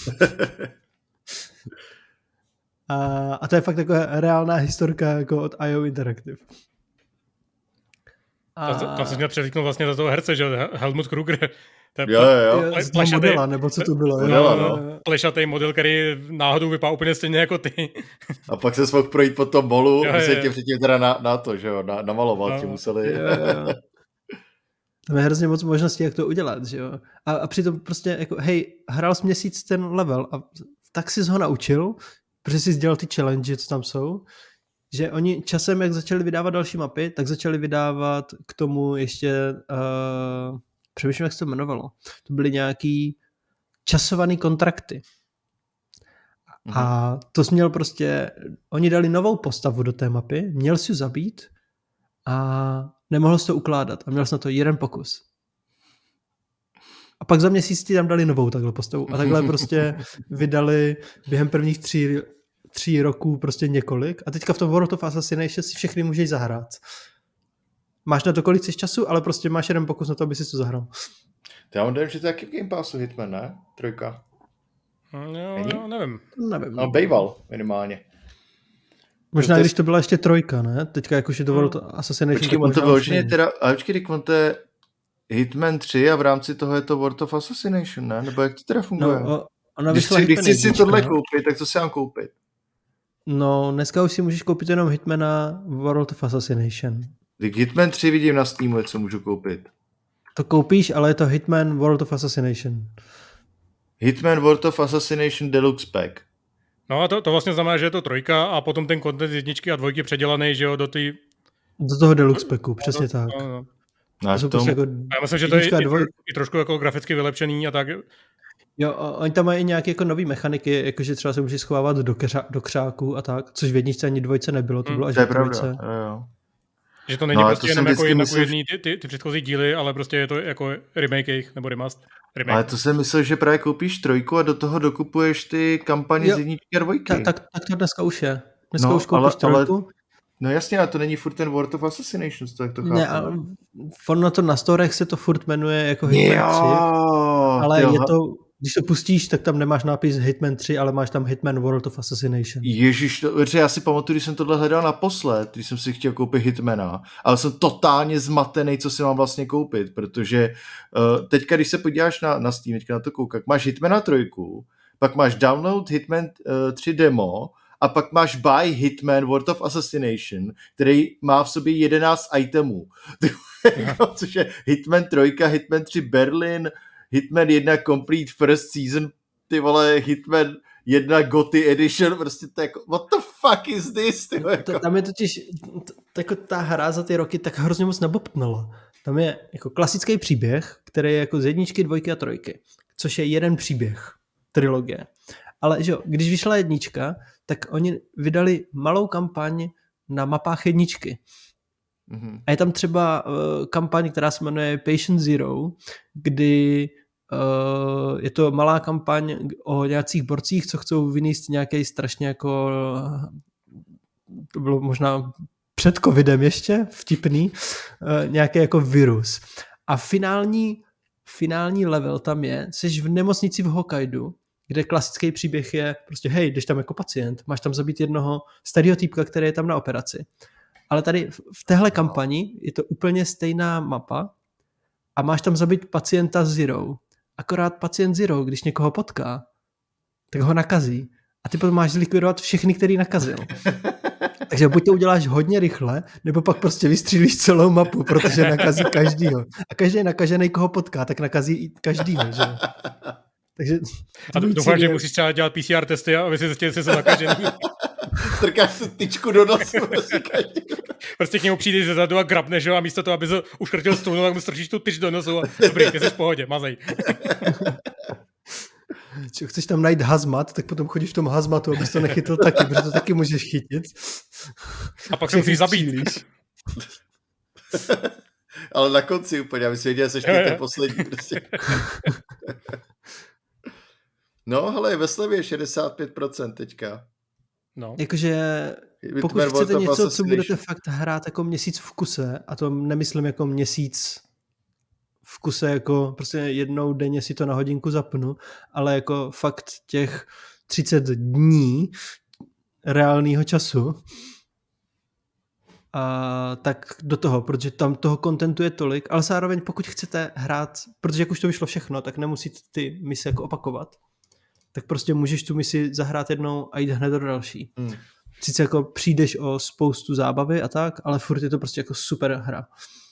a, a to je fakt taková reálná historka jako od I O Interactive. A... Tam se měl převlíknout vlastně za toho herce, že Helmut Kruger Ten jo, jo. jo z toho modela, nebo co to bylo. Modela, no. Plešatý model, který náhodou vypadá úplně stejně jako ty. A pak se mohl projít po tom molu, jo, my se jo. tě předtím teda na, na to, že jo, na, namalovat, no. Ti museli. Jo, jo. Tam je hrozně moc možností, jak to udělat, že jo. A, a přitom prostě jako, hej, hrál jsi měsíc ten level a tak jsi ho naučil, protože jsi dělal ty challenge, co tam jsou, že oni časem, jak začali vydávat další mapy, tak začali vydávat k tomu ještě, uh, přemýšlím, jak se to jmenovalo. To byly nějaký časovaný kontrakty. Mhm. A to jsi měl prostě, oni dali novou postavu do té mapy, měl jsi ji zabít a nemohl jsi to ukládat a měl jsi na to jeden pokus. A pak za měsíc ti tam dali novou takhle postavu. A takhle prostě vydali během prvních tří, tří roků prostě několik. A teďka v tom World of Assassination si všechny můžeš zahrát. Máš na to kolik chceš času, ale prostě máš jeden pokus na to, aby si to zahrál. To já mám dojem, že to je taky v Game Passu Hitman, ne? Trojka. Jo, jo, nevím. Nevím. No, bejval minimálně. Možná, když to byla ještě trojka, ne? Teďka jakože to bylo to Assassination. Počkej, on to vyloženě teda, ale počkej, on to je Hitman tři a v rámci toho je to World of Assassination, ne? Nebo jak to teda funguje? No, ona když chci, když chci si tohle koupit, tak co si mám koupit? No, dneska už si můžeš koupit jenom Hitmana World of Assassination. Tak Hitman tři vidím na Steamu, co můžu koupit. To koupíš, ale je to Hitman World of Assassination. Hitman World of Assassination Deluxe Pack. No a to, to vlastně znamená, že je to trojka a potom ten content z jedničky a dvojky předělaný, že jo, do ty... Do toho Deluxe Packu, přesně tak. No, no. No, to tom... jako já myslím, že to je i, i trošku jako graficky vylepšený a tak. Jo, a oni tam mají nějaké jako nový mechaniky, jakože třeba se můžeš schovávat do, křa, do křáků a tak, což v jedničce ani dvojce nebylo, to bylo až to je v dvojce. pravda, jo, jo. Že to není no, prostě to jenom jako jedna myslel, jedný ty, ty, ty předchozí díly, ale prostě je to jako remake jejich, nebo remaster. Remake. Ale to jsem myslel, že právě koupíš trojku a do toho dokupuješ ty kampaně jo, z jedničky a dvojky. Tak, tak, tak to dneska už je. Dneska no, už koupíš ale, trojku. Ale, no jasně, ale to není furt ten World of Assassination, tak to chápu. Ne, ale ono to na storech se to furt jmenuje jako Hitman jo, tři, ale jo. je to, když to pustíš, tak tam nemáš nápis Hitman tři, ale máš tam Hitman World of Assassination. Ježiš, to, já si pamatuju, když jsem tohle hledal naposled, když jsem si chtěl koupit Hitmana, ale jsem totálně zmatený, co si mám vlastně koupit, protože uh, teďka, když se podíváš na, na Steam, teďka na to koukám, máš Hitmana trojku, pak máš download Hitman uh, tři demo a pak máš buy Hitman World of Assassination, který má v sobě jedenáct itemů, což je Hitman trojka, Hitman tři Berlin, Hitman jedna Complete First Season, ty vole, Hitman jedna Goty Edition, prostě to jako, what the fuck is this? Ty, jako. Tam je totiž, jako ta hra za ty roky tak hrozně moc nabobtnala. Tam je jako klasický příběh, který je jako z jedničky, dvojky a trojky, což je jeden příběh, trilogie. Ale že jo, když vyšla jednička, tak oni vydali malou kampaň na mapách jedničky. Mm-hmm. A je tam třeba uh, kampaň, která se jmenuje Patient Zero, kdy uh, je to malá kampaň o nějakých borcích, co chcou vynést nějaký strašně jako, to bylo možná před covidem ještě, vtipný, uh, nějaký jako virus. A finální, finální level tam je, jsi v nemocnici v Hokkaidu, kde klasický příběh je prostě hej, jdeš tam jako pacient, máš tam zabít jednoho starého týpka, který je tam na operaci. Ale tady v téhle kampani je to úplně stejná mapa a máš tam zabít pacienta Zero. Akorát pacient Zero, když někoho potká, tak ho nakazí. A ty potom máš zlikvidovat všechny, který nakazil. Takže buď to uděláš hodně rychle, nebo pak prostě vystřílíš celou mapu, protože nakazí každýho. A každý nakažený, koho potká, tak nakazí i každýho, že? Takže a doufám, že musíš třeba dělat P C R testy, aby si zjistil, jestli jsou nakažený. Strkáš tu tyčku do nosu. Prostě k němu přijdeš ze zadu a grabneš ho a místo toho, aby se uškrtil stůl, tak mu strčíš tu tyč do nosu a dobrý, ty jsi v pohodě, mazej. Čo, chceš tam najít hazmat, tak potom chodíš v tom hazmatu, abys to nechytil taky, protože to taky můžeš chytit. A pak se musíš zabít. Ale na konci úplně, aby si věděl, že jsi ten poslední. Prostě. No, hele, ve slevě je šedesát pět procent teďka. No. Jakože pokud chcete něco, co budete fakt hrát jako měsíc v kuse, a to nemyslím jako měsíc v kuse, jako prostě jednou denně si to na hodinku zapnu, ale jako fakt těch třicet dní reálného času, a tak do toho, protože tam toho kontentu je tolik, ale zároveň pokud chcete hrát, protože jak už to vyšlo všechno, tak nemusíte ty mise jako opakovat, tak prostě můžeš tu misi zahrát jednou a jít hned do další. Hmm. Sice jako přijdeš o spoustu zábavy a tak, ale furt je to prostě jako super hra.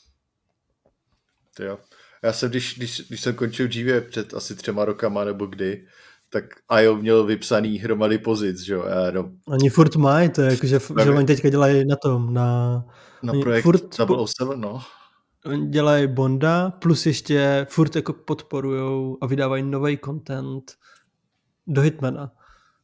Jo. Já jsem, když, když, když jsem končil G V před asi třema rokama nebo kdy, tak I O měl vypsaný hromady pozic, že jo. Já jenom... Oni furt mají, to je jako, že, že oni teďka dělají na tom, na... Na projekt furt double oh seven, no. Oni dělají Bonda, plus ještě furt jako podporujou a vydávají nový content do Hitmana.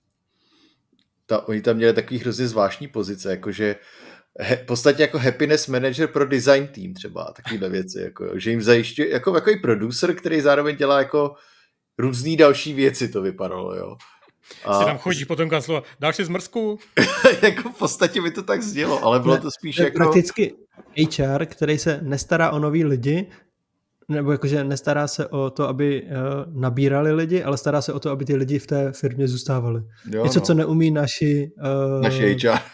Ta, oni tam měli takový hrozně zvláštní pozice, jakože he, v podstatě jako happiness manager pro design team třeba, takovýhle věci, jako, že jim zajišťuje, jako takový producer, který zároveň dělá jako různý další věci, to vypadalo, jo. A... Si tam chodí potom kanclu a dáš si zmrzku? Jako v podstatě by to tak znělo, ale bylo ne, to spíš jako... Prakticky H R, který se nestará o nový lidi, nebo jakože nestará se o to, aby uh, nabírali lidi, ale stará se o to, aby ty lidi v té firmě zůstávali. Jo, něco, no. Co neumí naši... Uh, naši H R.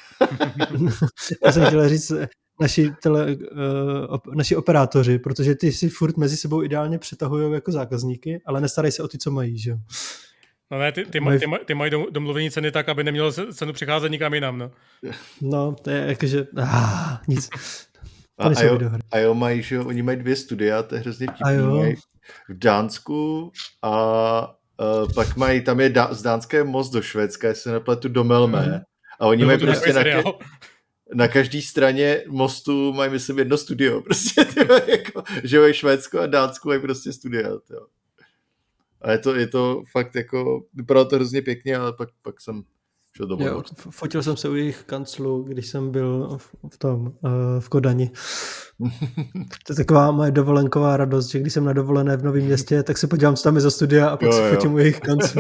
Já jsem chtěl říct naši, tele, uh, op, naši operátoři, protože ty si furt mezi sebou ideálně přetahují jako zákazníky, ale nestarají se o ty, co mají, že jo. No ne, ty, ty, maj, ty, maj, ty mají domluvení ceny tak, aby nemělo cenu přicházet nikam jinam, no. No, to je jakože... Ah, nic... A I O mají, že oni mají dvě studia, to je hrozně vtipný. V Dánsku a uh, pak mají, tam je da, z Dánské most do Švédska, jestli se nepletu, do Melmé. Mm. A oni no, mají prostě na, ke, na každé straně mostu mají, myslím, jedno studio. Prostě, tyjo, jako, že mají Švédsko a Dánsku mají prostě studia. Tyjo. A je to, je to fakt jako, vypadalo to hrozně pěkně, ale pak, pak jsem šel domů. Jo, fotil jsem se u jejich kanclu, když jsem byl v, v tom, uh, v Kodani. To je taková moje dovolenková radost, že když jsem na dovolené v Novém Městě, tak se podívám, co tam je za studia a pak jo, se fotím jo. u jejich kanclu.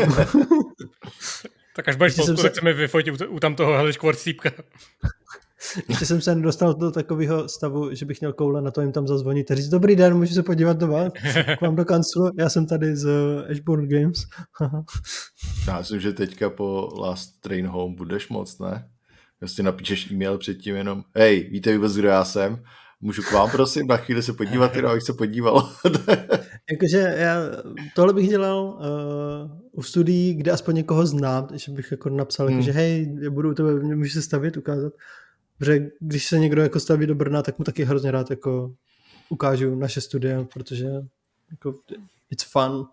Tak až budeš postu, tak se mi vyfotit u, u tam toho heličkvorcípka. Ještě jsem se nedostal do takového stavu, že bych měl koule na to jim tam zazvonit a říct, dobrý den, můžu se podívat do vás, k vám do kanclu, já jsem tady z Ashbourne Games. Já myslím, že teďka po Last Train Home budeš moc, ne? Jestli napíšeš e-mail předtím jenom, hej, víte vůbec, kdo já jsem? Můžu k vám, prosím, na chvíli se podívat, jenom abych se podíval. Jakože já tohle bych dělal uh, u studií, kde aspoň někoho znám, že bych jako napsal, hmm. jakože hej, já budu to, můžu se stavit, ukázat. Protože když se někdo jako staví do Brna, tak mu taky hrozně rád jako ukážu naše studia, protože jako it's fun.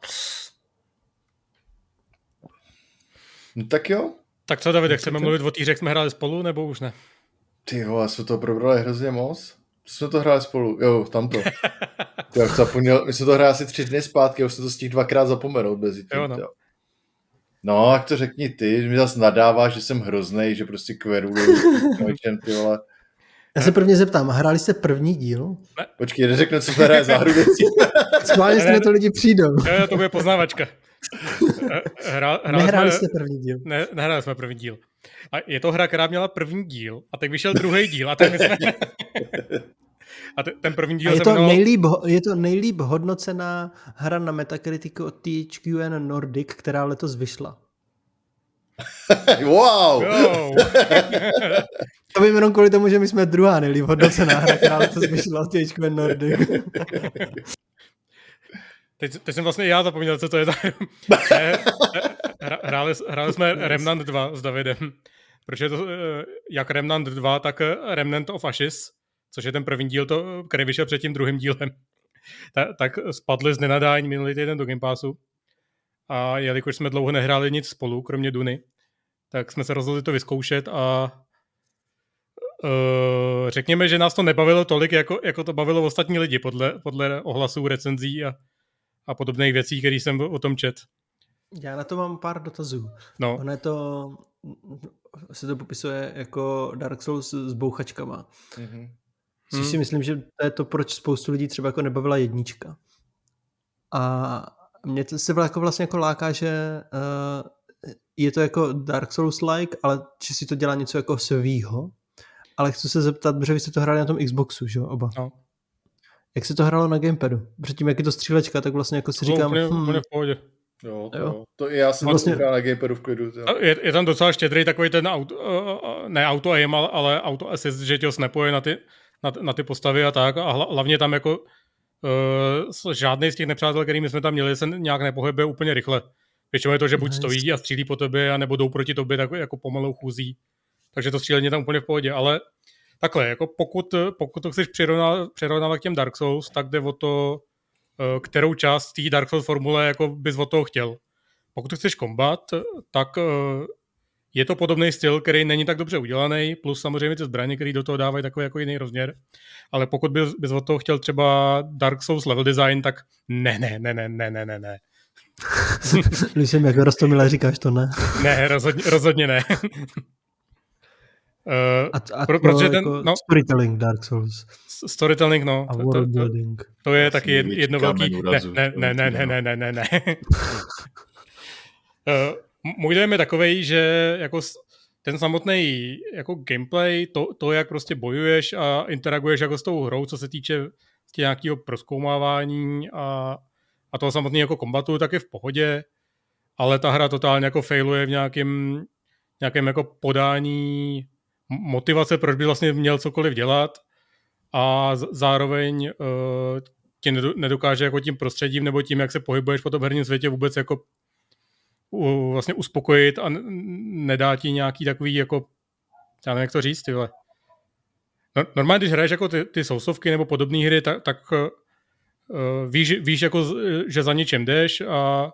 No tak jo. Tak co, Davide, chceme mluvit o té hře, jsme hráli spolu, nebo už ne? Tyjo, jsme to probrali hrozně moc. Jsme to hráli spolu, jo, tamto. Já už zapomněl, my jsme to hráli asi tři dny zpátky, už jsem to stihl dvakrát zapomenout bez tím. Jo, no. No, jak to řekni ty, že mi zase nadáváš, že jsem hroznej, že prostě kveruju. ty vole. Já se prvně zeptám, hráli jste první díl? Ne. Počkej, neřeknu, co jsme hráli za hru věcí. Schválně si na to lidi přijdou. Jo, to bude poznávačka. Hra, Nehráli jsme, jste první díl. Ne, nehráli jsme první díl. A je to hra, která měla první díl a tak vyšel druhý díl a tak my jsme... A ten první díl je, se to jmenoval... nejlíp, je to nejlíp hodnocená hra na Metacriticu od T H Q N Nordic, která letos vyšla. Wow! To vím jenom kvůli tomu, že my jsme druhá nejlíp hodnocená hra, která letos vyšla od T H Q N Nordic. Teď, teď jsem vlastně já zapomněl, co to je. hráli, hráli jsme Remnant dva s Davidem. Protože to jak Remnant dva, tak Remnant of Ashes, což je ten první díl, to, který vyšel před tím druhým dílem, tak, tak spadli z nenadání minulý týden do Game Passu. A jelikož jsme dlouho nehráli nic spolu, kromě Duny, tak jsme se rozhodli to vyzkoušet a uh, řekněme, že nás to nebavilo tolik, jako, jako to bavilo ostatní lidi, podle, podle ohlasů, recenzí a, a podobných věcí, které jsem o tom čet. Já na to mám pár dotazů. No. Ono je to, se to popisuje jako Dark Souls s bouchačkama. Mm-hmm. Což si myslím, že to je to, proč spoustu lidí třeba jako nebavila jednička. A mě to se jako vlastně jako láká, že uh, je to jako Dark Souls-like, ale že si to dělá něco jako svýho. Ale chci se zeptat, protože vy jste to hráli na tom Xboxu, že jo, oba. No. Jak se to hrálo na gamepadu? Předtím, jak je to střílečka, tak vlastně jako si říkám... Úplně, hmm, úplně v pohodě. Jo, to, jo. to i já jsem vlastně hrál na gamepadu v klidu. Je, je tam docela štědrý takový ten auto, ne auto aim, ale auto assist, že tě ho snapuje na ty, na, na ty postavy a tak. A hlavně tam jako uh, žádný z těch nepřátel, kterými jsme tam měli, se nějak nepohybuje úplně rychle. Většinou je to, že buď stojí a střílí po tobě, anebo jdou proti tobě tak jako pomalou chůzí. Takže to střílení je tam úplně v pohodě. Ale takhle, jako pokud, pokud to chceš přirovnávat k těm Dark Souls, tak jde o to, kterou část té Dark Souls formule jako bys od toho chtěl. Pokud chceš kombat, tak je to podobný styl, který není tak dobře udělaný, plus samozřejmě ty zbraně, které do toho dávají takový jako jiný rozměr. Ale pokud bys, bys od toho chtěl třeba Dark Souls level design, tak ne, ne, ne, ne, ne, ne, ne, ne. Když jsem jako Rostomile říkáš to ne. Ne, rozhodně, rozhodně ne. Uh, a, a pro, protože ten, jako no, storytelling Dark Souls. Storytelling, no. A world building. To, to, to je taky jedno, jedno velký... Urazu, ne, ne, ne, ne, ne, ne, ne, ne. uh, můj dojem je takovej, že jako ten samotný jako gameplay, to, to, jak prostě bojuješ a interaguješ jako s tou hrou, co se týče nějakého prozkoumávání a, a toho samotného jako kombatu, tak je v pohodě, ale ta hra totálně jako failuje v nějakém, nějakém jako podání motivace, proč by vlastně měl cokoliv dělat a zároveň uh, tě nedokáže jako tím prostředím nebo tím, jak se pohybuješ po tom herním světě vůbec jako uh, vlastně uspokojit a nedá ti nějaký takový jako, já nevím, jak to říct, tyhle. No, normálně, když hraješ jako ty, ty sousovky nebo podobné hry, tak, tak uh, víš, víš jako, že za něčem jdeš a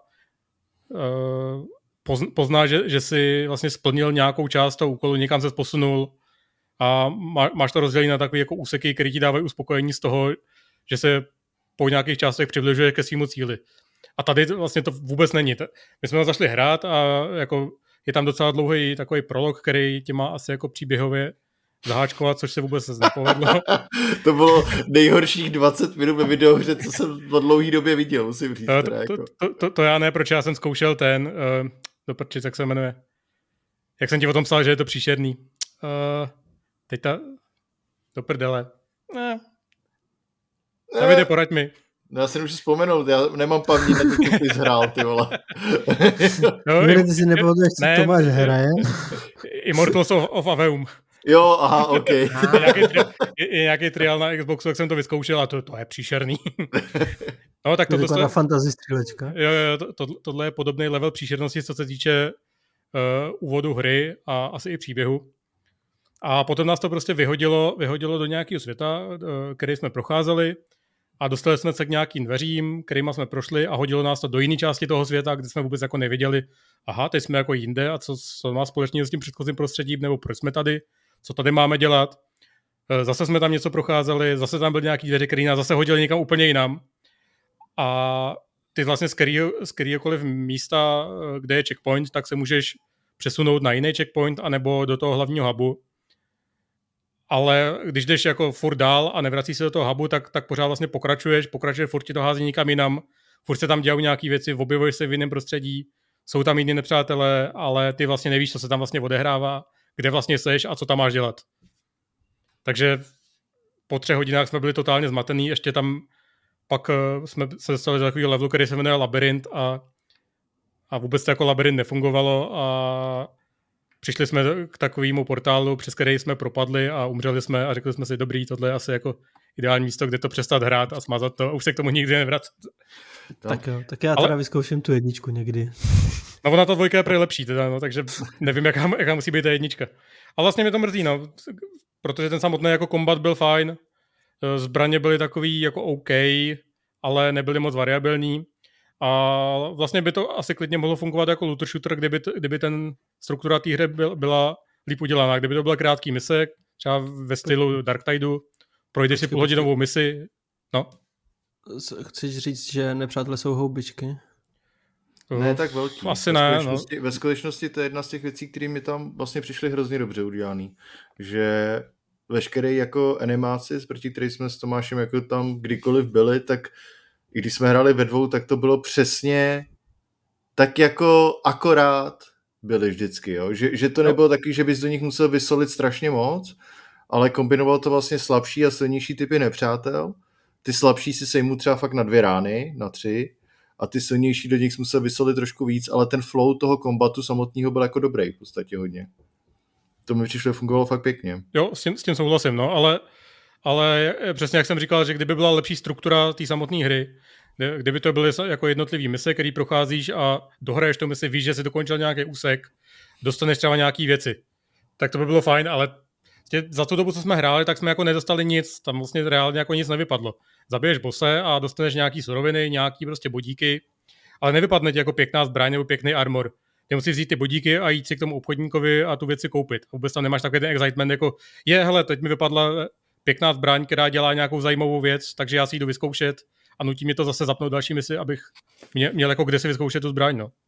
uh, poznáš, že, že jsi vlastně splnil nějakou část toho úkolu, někam se posunul a má, máš to rozdělené na takové jako úseky, které ti dávají uspokojení z toho, že se po nějakých částech přibližuje ke svému cíli. A tady vlastně to vůbec není. My jsme zašli hrát a jako je tam docela dlouhý takový prolog, který tě má asi jako příběhově zaháčkovat, což se vůbec nepovedlo. To bylo nejhorších dvacet minut ve videohře, co jsem po dlouhý době viděl, musím říct. To, to, jako. to, to, to já ne, proč já jsem zkoušel ten, uh, doprčit, jak se jmenuje. Jak jsem ti o tom psal, že je to příšerný. Uh, teď ta... Do prdele. Ne. Davide, poraď mi. No já si nemůžu vzpomenout, já nemám paměť na to, co ty zhrál, ty vole. No, Mire, ty si nepamatuješ, co ne, Tomáš hraje? Immortals of, of Aveum. Jo, aha, ok. Je nějaký, je nějaký trial na Xboxu, jak jsem to vyzkoušel a to, to je příšerný. No, tak to je to fantasy střílečka. Jo, jo, to, to, tohle je podobný level příšernosti, co se týče uh, úvodu hry a asi i příběhu. A potom nás to prostě vyhodilo, vyhodilo do nějakého světa, uh, který jsme procházeli a dostali jsme se k nějakým dveřím, kterýma jsme prošli a hodilo nás to do jiné části toho světa, kde jsme vůbec jako nevěděli, aha, teď jsme jako jinde a co, co má společného s tím předchozím prostředím, nebo proč jsme tady, co tady máme dělat. Zase jsme tam něco procházeli, zase tam byly nějaký dveře, které nás zase hodili někam úplně jinam. A ty vlastně z, kterého, z kteréhokoliv místa, kde je checkpoint, tak se můžeš přesunout na jiný checkpoint anebo do toho hlavního hubu. Ale když jdeš jako furt dál a nevrací se do toho hubu, tak, tak pořád vlastně pokračuješ, pokračuje, furt ti to hází někam jinam, furt se tam dělají nějaké věci, objevuješ se v jiném prostředí, jsou tam jiní nepřátelé, ale ty vlastně nevíš, co se tam vlastně odehrává, kde vlastně seš a co tam máš dělat. Takže po třech hodinách jsme byli totálně zmatený, ještě tam pak jsme se dostali do takového levelu, který se jmenuje Labyrint a, a vůbec to jako labyrint nefungovalo a přišli jsme k takovému portálu, přes který jsme propadli a umřeli jsme a řekli jsme si, dobrý, tohle je asi jako ideální místo, kde to přestat hrát a smazat to a už se k tomu nikdy nevracet. Tak jo, tak já teda Ale... vyzkouším tu jedničku někdy. No ona ta dvojka je prý lepší teda, no, takže nevím, jaká, jaká musí být ta jednička. A vlastně mě to mrzí, no, protože ten samotný jako kombat byl fajn, zbraně byly takový jako OK, ale nebyly moc variabilní. A vlastně by to asi klidně mohlo fungovat jako looter shooter, kdyby, t, kdyby ten struktura té hry byl, byla líp udělaná. Kdyby to byla krátký mise, třeba ve stylu Dark Tideu, projdeš si půlhodinovou misi. No. Chceš říct, že nepřátelé jsou houbičky? Ne tak velký. Asi ve ne. Skutečnosti, no. Ve skutečnosti to je jedna z těch věcí, které mi tam vlastně přišly hrozně dobře udělaný. Že veškerý jako animaci, proti který jsme s Tomášem jako tam kdykoliv byli, tak i když jsme hráli ve dvou, tak to bylo přesně tak jako akorát byli vždycky, jo? Že, že to nebylo taky, že bys do nich musel vysolit strašně moc, ale kombinoval to vlastně slabší a silnější typy nepřátel. Ty slabší si sejmu třeba fakt na dvě rány, na tři a ty silnější do nich jsme se vysoli trošku víc, ale ten flow toho kombatu samotného byl jako dobrý v podstatě hodně. To mi přišlo, fungovalo fakt pěkně. Jo, s tím, s tím souhlasím, no, ale, ale přesně jak jsem říkal, že kdyby byla lepší struktura té samotné hry, kdyby to byly jako jednotlivý mise, který procházíš a dohraješ tu misi, víš, že jsi dokončil nějaký úsek, dostaneš třeba nějaký věci, tak to by bylo fajn, ale za tu dobu, co jsme hráli, tak jsme jako nedostali nic, tam vlastně reálně jako nic nevypadlo. Zabiješ bose a dostaneš nějaký suroviny, nějaký prostě bodíky, ale nevypadne ti jako pěkná zbraň nebo pěkný armor. Ty musíš vzít ty bodíky a jít si k tomu obchodníkovi a tu věci koupit. A vůbec tam nemáš takový ten excitement, jako je, hele, teď mi vypadla pěkná zbraň, která dělá nějakou zajímavou věc, takže já si ji jdu vyzkoušet a nutí mě to zase zapnout další misi, abych mě, měl jako kde si vyzkoušet tu zbraň, no.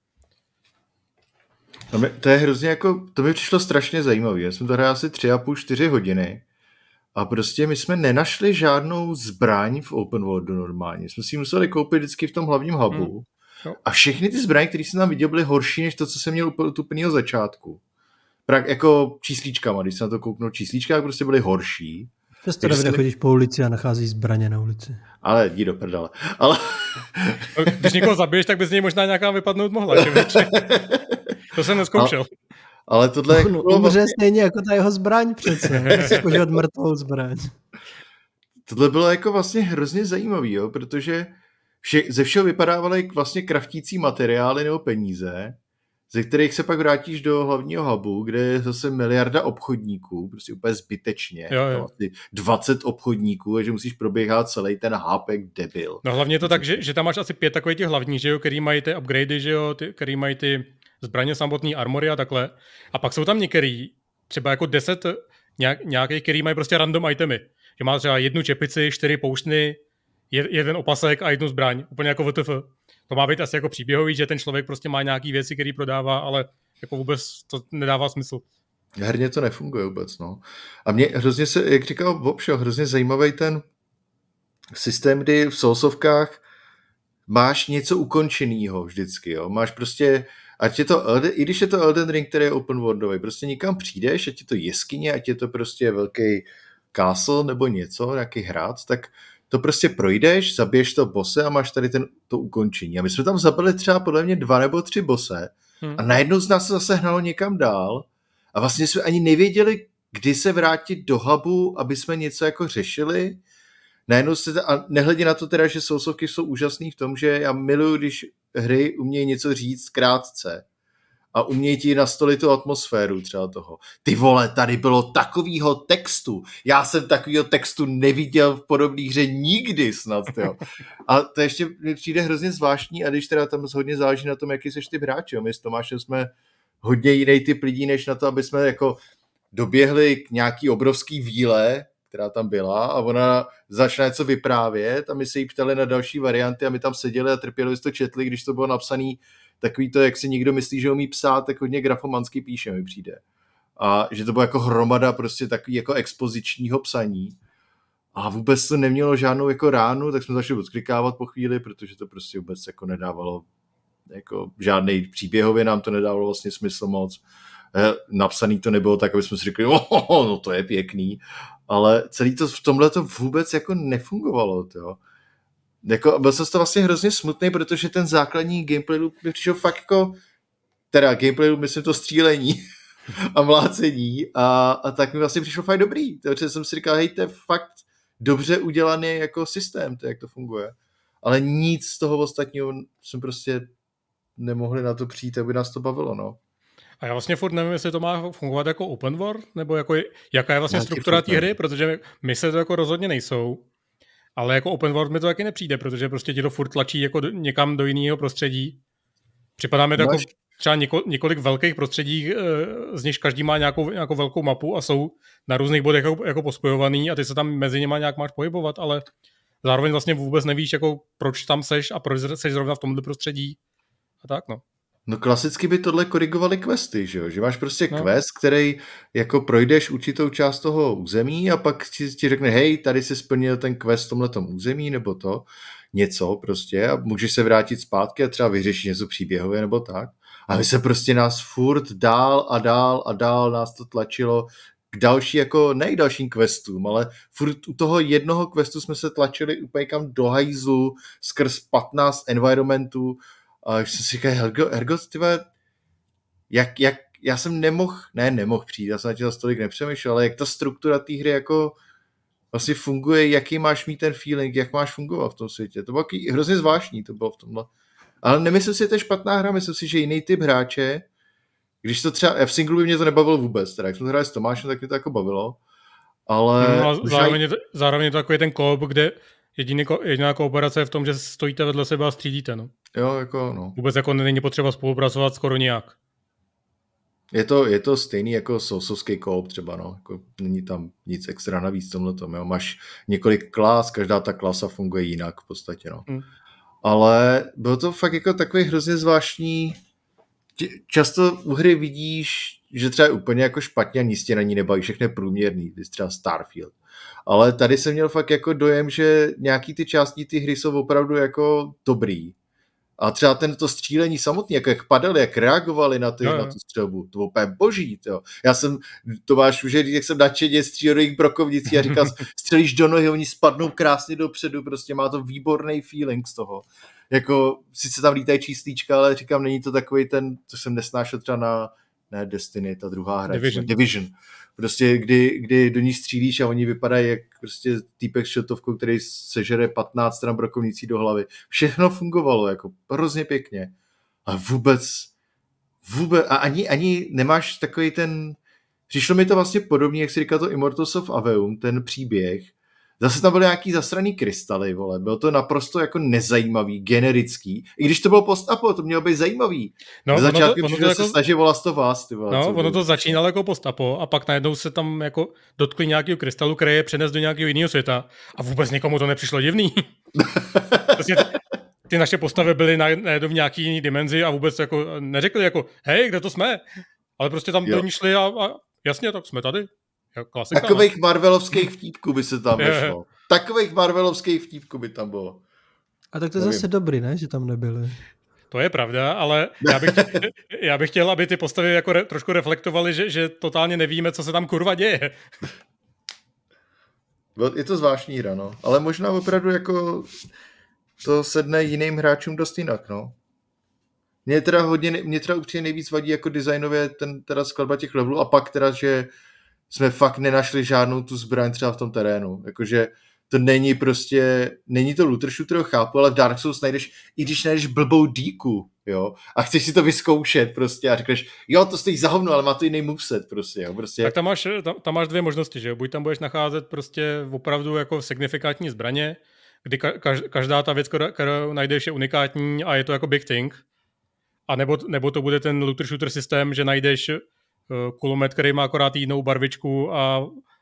To, mi, to je hrozně jako, to mi přišlo strašně zajímavé. Já jsem to hrál asi tři a půl, čtyři hodiny a prostě my jsme nenašli žádnou zbraň v open worldu normálně. Jsme si museli koupit vždycky v tom hlavním hubu. Hmm. No. A všechny ty zbraně, které jsem tam viděl, byly horší než to, co jsem měl od úplného začátku. Prak, jako číslíčkama, když jsem na to kouknul číslíčka, prostě byly horší. Přesto Davide, chodíš po ulici a nacházíš zbraně na ulici. Ale jdi do prdele. Ale... Když někoho zabiješ, tak by z něj možná nějaká vypadnout mohla. Že? To jsem neskoušel. Ale, ale tohle... No, no, umře stejně jako ta jeho zbraň přece. Musíš podívat mrtvou zbraň. Tohle bylo jako vlastně hrozně zajímavý, jo, protože vše, ze všeho vypadávaly vlastně kraftící materiály nebo peníze, ze kterých se pak vrátíš do hlavního hubu, kde je zase miliarda obchodníků, prostě úplně zbytečně. Jo, jo. Vlastně dvacet obchodníků a že musíš proběhat celý ten hub jak debil. No hlavně je to tak, že, že tam máš asi pět takových těch hlavních, že jo, který mají ty upgradey, že jo, ty, který mají ty zbraně samotný armory a takhle. A pak jsou tam některý, třeba jako deset nějak, nějakých, který mají prostě random itemy. Že má třeba jednu čepici, čtyři pouštny, jeden opasek a jednu zbraň. Úplně jako W T F. To má být asi jako příběhový, že ten člověk prostě má nějaký věci, který prodává, ale jako vůbec to nedává smysl. Herně to nefunguje vůbec, no. A mě hrozně se, jak říkal Bobšo, hrozně zajímavý ten systém, kdy v Soulsovkách máš něco ukončenýho vždycky, jo. Máš prostě, ať je to, i když je to Elden Ring, který je open worldový, prostě nikam přijdeš, ať je to jeskyně, ať je to prostě velký castle nebo něco, nějaký hrad, tak to prostě projdeš, zabiješ to bose a máš tady ten, to ukončení. A my jsme tam zabili třeba podle mě dva nebo tři bose hmm. a najednou z nás se zase hnalo někam dál a vlastně jsme ani nevěděli, kdy se vrátit do hubu, aby jsme něco jako řešili. Najednou se, a nehledě na to teda, že sousovky jsou úžasný v tom, že já miluju, když hry umějí něco říct krátce a umějí ti nastolit tu atmosféru třeba toho. Ty vole, tady bylo takovýho textu. Já jsem takovýho textu neviděl v podobné hře nikdy snad. Jo. A to ještě mi přijde hrozně zvláštní a když teda tam hodně záleží na tom, jaký seš ty hráč. Jo. My s Tomášem jsme hodně jiný typ lidí, než na to, aby jsme jako doběhli k nějaký obrovský víle, která tam byla a ona začne něco vyprávět a my se jí ptali na další varianty a my tam seděli a trpěli, to četli, když to bylo napsaný takový to, jak si někdo myslí, že umí psát, tak hodně grafomansky píše, mi přijde. A že to bylo jako hromada prostě takový jako expozičního psaní. A vůbec to nemělo žádnou jako ránu, tak jsme začali odklikávat po chvíli, protože to prostě vůbec jako nedávalo jako žádnej příběhově, nám to nedávalo vlastně smysl moc. Napsaný to nebylo tak, aby jsme si řekli, oh, no to je pěkný, ale celý to v tomhle to vůbec jako nefungovalo, jo. Jako, byl jsem to vlastně hrozně smutný, protože ten základní gameplay loop mi přišel fakt jako, teda gameplay loop, myslím to střílení a mlácení a, a tak mi vlastně přišlo fakt dobrý, takže jsem si říkal, hej, to je fakt dobře udělaný jako systém, to jak to funguje, ale nic z toho ostatního jsme prostě nemohli na to přijít, aby nás to bavilo, no. A já vlastně furt nevím, jestli to má fungovat jako open world, nebo jako, jaká je vlastně já struktura té hry, protože mise to jako rozhodně nejsou, ale jako open world mi to taky nepřijde, protože prostě ti to furt tlačí jako do, někam do jiného prostředí. Připadá mi to jako třeba něko, několik velkých prostředí, z nichž každý má nějakou, nějakou velkou mapu a jsou na různých bodech jako, jako pospojovaný a ty se tam mezi nimi nějak máš pohybovat, ale zároveň vlastně vůbec nevíš, jako proč tam seš a proč seš zrovna v tomhle prostředí a tak, no. No klasicky by tohle korigovaly questy, že jo? Že máš prostě no. quest, který jako projdeš určitou část toho území a pak ti, ti řekne, hej, tady jsi splnil ten quest v tomhletom území nebo to, něco prostě a můžeš se vrátit zpátky a třeba vyřešit něco příběhově nebo tak. A my se prostě nás furt dál a dál a dál nás to tlačilo k další, jako ne k dalším questům, ale furt u toho jednoho questu jsme se tlačili úplně kam do hajzlu skrz patnáct environmentů a už jsem si říkal, Ergo, Ergo tyhle, jak, jak, já jsem nemohl, ne nemohl přijít, já jsem na tím tolik nepřemýšlel, ale jak ta struktura té hry jako vlastně funguje, jaký máš mít ten feeling, jak máš fungovat v tom světě. To bylo hrozně zvláštní, to bylo v tomhle. Ale nemyslím si, že to je špatná hra, myslím si, že jiný typ hráče, když to třeba, v singlu by mě to nebavilo vůbec, teda jak jsme to hráli s Tomášem, tak mě to jako bavilo, ale... No zároveň, je to, zároveň je to takový ten koop, kde jediný, jediná kooperace je v tom, že stojíte vedle sebe a střídíte, no. Jo, jako no. Vůbec jako není potřeba spolupracovat skoro nijak. Je to, je to stejný jako sousovský koop třeba, no. Jako není tam nic extra navíc v tomhletom, jo. Máš několik klas, každá ta klasa funguje jinak v podstatě, no. Hmm. Ale bylo to fakt jako takový hrozně zvláštní. Často u hry vidíš, že třeba je úplně jako špatně a nic tě na ní nebaví, všechno je průměrný, třeba Starfield. Ale tady jsem měl fakt jako dojem, že nějaký ty části ty hry jsou opravdu jako dobrý. A třeba ten to střílení samotný, jako jak padali, jak reagovali na, ty, no, na tu střelbu, to bylo úplně boží. To. Já jsem, to máš už, jak jsem nadšeně střílel do jejich brokovnicí a říkal, střelíš do nohy, oni spadnou krásně dopředu, prostě má to výborný feeling z toho. Jako, sice tam lítají číslíčka, ale říkám, není to takový ten, co jsem nesnášel třeba na, ne Destiny, ta druhá hra, Division. Division. Prostě, kdy, kdy do ní střílíš a oni vypadají jak prostě týpek s šotovkou, který sežere patnáct stran brokovnicí do hlavy. Všechno fungovalo, jako hrozně pěkně. A vůbec, vůbec, a ani, ani nemáš takový ten, přišlo mi to vlastně podobně, jak si říkal to Immortals of Aveum, ten příběh. Zase tam byly nějaký zasraný krystaly, vole. Bylo to naprosto jako nezajímavý, generický. I když to bylo post-apo, to mělo být zajímavý. No, Na začátku ono to, ono to se jako... snaží volat to vás, ty vole. No, ono to začínalo jako post-apo a pak najednou se tam jako dotkli nějakého krystalu, který je přenes do nějakého jiného světa a vůbec nikomu to nepřišlo divný. Prostě ty, ty naše postavy byly najednou v nějaký jiný dimenzi a vůbec jako neřekli jako, hej, kde to jsme? Ale prostě tam do ní šli a, a jasně, tak jsme tady. Klasika, Takových no. Marvelovských vtípků by se tam nešlo. Takových Marvelovských vtípků by tam bylo. A tak to je zase dobrý, ne? Že tam nebyly. To je pravda, ale já bych, já bych chtěl, aby ty postavy jako re, trošku reflektovaly, že, že totálně nevíme, co se tam kurva děje. Je to zvláštní hra, no. Ale možná opravdu jako to sedne jiným hráčům dost jinak, no. Mě teda hodně, mě teda upřímně nejvíc vadí jako designově ten teda skladba těch levelů a pak teda, že jsme fakt nenašli žádnou tu zbraň třeba v tom terénu. Jakože to není prostě, není to looter shooter, chápu, ale v Dark Souls najdeš, i když najdeš blbou díku, jo, a chceš si to vyzkoušet prostě a řekneš, jo, to stojí za hovno, ale má to jiný moveset prostě, jo, prostě. Tak tam máš, tam, tam máš dvě možnosti, že jo, buď tam budeš nacházet prostě opravdu jako signifikantní zbraně, kdy kaž, každá ta věc, kterou najdeš, je unikátní a je to jako big thing, a nebo, nebo to bude ten looter shooter systém, že najdeš kulomet, který má akorát jinou barvičku a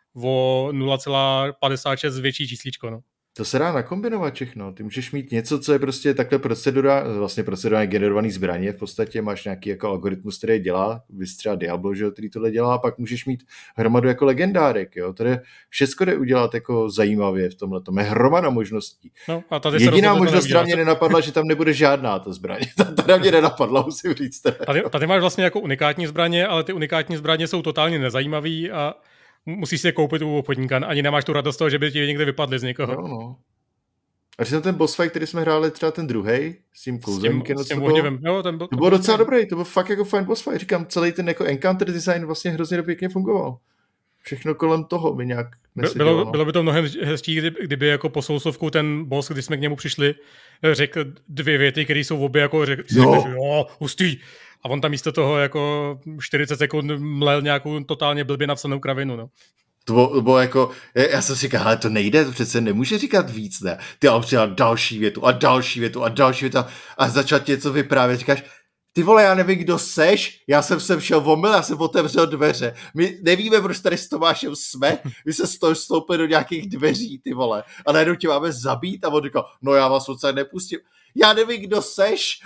o nula celá padesát šest větší číslíčko. No. To se dá nakombinovat všechno. Ty můžeš mít něco, co je prostě takhle procedura, vlastně procedurálně generovaný zbraně. V podstatě máš nějaký jako algoritmus, který dělá, vys třeba Diablo, že, který tohle dělá, a pak můžeš mít hromadu jako legendárek. Jo. Tady všecko jde udělat jako zajímavě v tomhle. To je hromada možností. No, a tady jediná možnost, která mě nenapadla, že tam nebude žádná ta zbraň. Tady mě nenapadla, musím říct. Tady, tady máš vlastně jako unikátní zbraně, ale ty unikátní zbraně jsou totálně nezajímavý a musíš si je koupit u obchodníka, ani nemáš tu radost toho, že by ti někde vypadly z někoho. No, no. A když ten boss fight, který jsme hráli, třeba ten druhej, s tím kouzlníkem, s tím ohnivem. Jo, ten byl, to bylo docela dobrý, to byl fakt jako fajn boss fight. Říkám, celý ten jako encounter design vlastně hrozně pěkně fungoval. Všechno kolem toho mi nějak nesedělo. Bylo, bylo by to mnohem hezčí, kdyby, kdyby jako po sousovku ten boss, když jsme k němu přišli, řekl dvě věty, které jsou obě jako řekl, jo, jo, hustý. A on tam místo toho jako čtyřicet sekund mlel nějakou totálně blbě napsanou kravinu, no. To bylo, to bylo jako, já jsem si říkal, ale to nejde, to přece nemůže říkat víc, ne? Ty a přidal další větu a další větu a další větu a začal ti něco vyprávět, říkáš, ty vole, já nevím, kdo seš, já jsem sem šel omyl, já jsem otevřel dveře, my nevíme, proč tady s Tomášem jsme, my se stoupili do nějakých dveří, ty vole, a najednou tě máme zabít a on říkal, no já vás odsud nepustím, já nevím, kdo seš.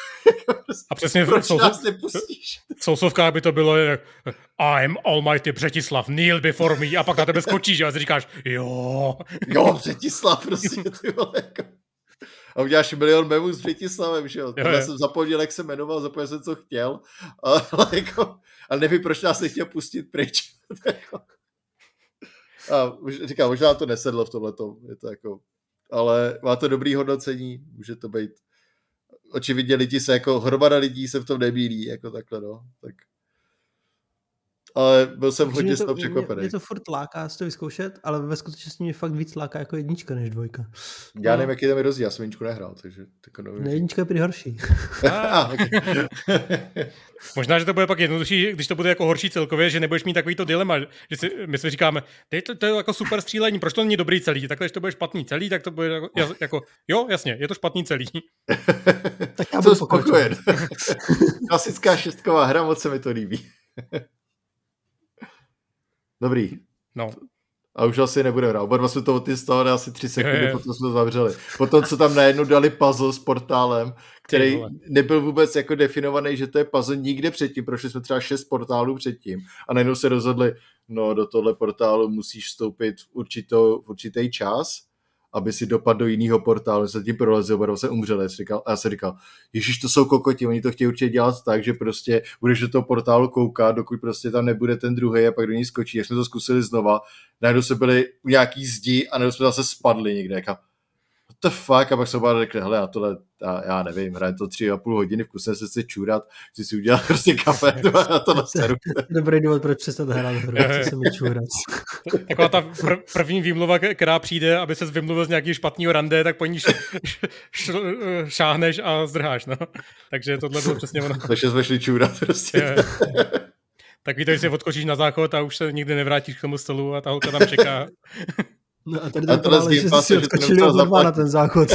A přesně proč v, nás nepustíš? V sousovkách by to bylo jak I'm almighty Břetislav, kneel before me, a pak na tebe skočíš a si říkáš, jo. Jo, Břetislav, prostě, ty vole, jako. A uděláš milion memů s Břetislavem, že jo? jo já jsem zapomněl, jak se jmenoval, zapomněl jsem, co chtěl, ale, jako, ale nevím, proč nás nechtěl pustit pryč. A říkám, možná to nesedlo v tomhletom, je to jako, ale má to dobrý hodnocení, může to být, očividně lidi se jako, hromada lidí se v tom nebílí, jako takhle, no, tak. Ale byl jsem hodně z toho překvapený. Mě to furt láká si to vyzkoušet, ale ve skutečnosti mě fakt víc láká jako jednička než dvojka. Já nevím, jaký tam je rozdíl, já jsem jedničku nehrál, takže... Ne, jednička je prý horší. Ah, okay. Možná, že to bude pak jednodušší, když to bude jako horší celkově, že nebudeš mít takový to dilema, že si, my si říkáme, to, to je jako super střílení, proč to není dobrý celý, takhle, když to bude špatný celý, tak to bude jako, jako jo, jasně, je to špatný celý. Tak já budu spokojen. Klasická šestková hra, moc se mi to líbí. Dobrý. No. A už asi nebude hrát. Oba dva jsme to odtistovali asi tři sekundy, je, je. Potom jsme to zavřeli. Potom, co tam najednou dali puzzle s portálem, který nebyl vůbec jako definovaný, že to je puzzle nikde předtím, prošli jsme třeba šest portálů předtím a najednou se rozhodli, no do tohle portálu musíš vstoupit v, určitou, v určitý čas, aby si dopadl do jiného portálu, se tím prolezl, oba se umřeli. A já jsem říkal, ježiš, to jsou kokoti, oni to chtějí určitě dělat tak, že prostě budeš do toho portálu koukat, dokud prostě tam nebude ten druhý a pak do ní skočí. Jak jsme to zkusili znova, najednou se byli u nějaký zdi a najednou jsme zase spadli někde. Jaká, what the fuck? A pak jsem oba řekli, hele, já tohle, já, já nevím, hrajem to tři a půl hodiny, v kuse se chci čůrat, chci si udělat prostě kafe a to naseru. Dobrý důvod, proč přestat hrát hru, chci se mi čůrat. Taková ta pr- první výmluva, která přijde, aby ses vymluvil z nějakého špatného rande, tak po ní š- š- šáhneš a zdrháš, no. Takže tohle bylo přesně ono. Takže jsme šli čůrat prostě. Takový to, když si odskočíš na záchod a už se nikdy nevrátíš k tomu stolu a ta holka tam čeká. No a tady to vypadalo, že jsi si odskočili oba na ten záchod.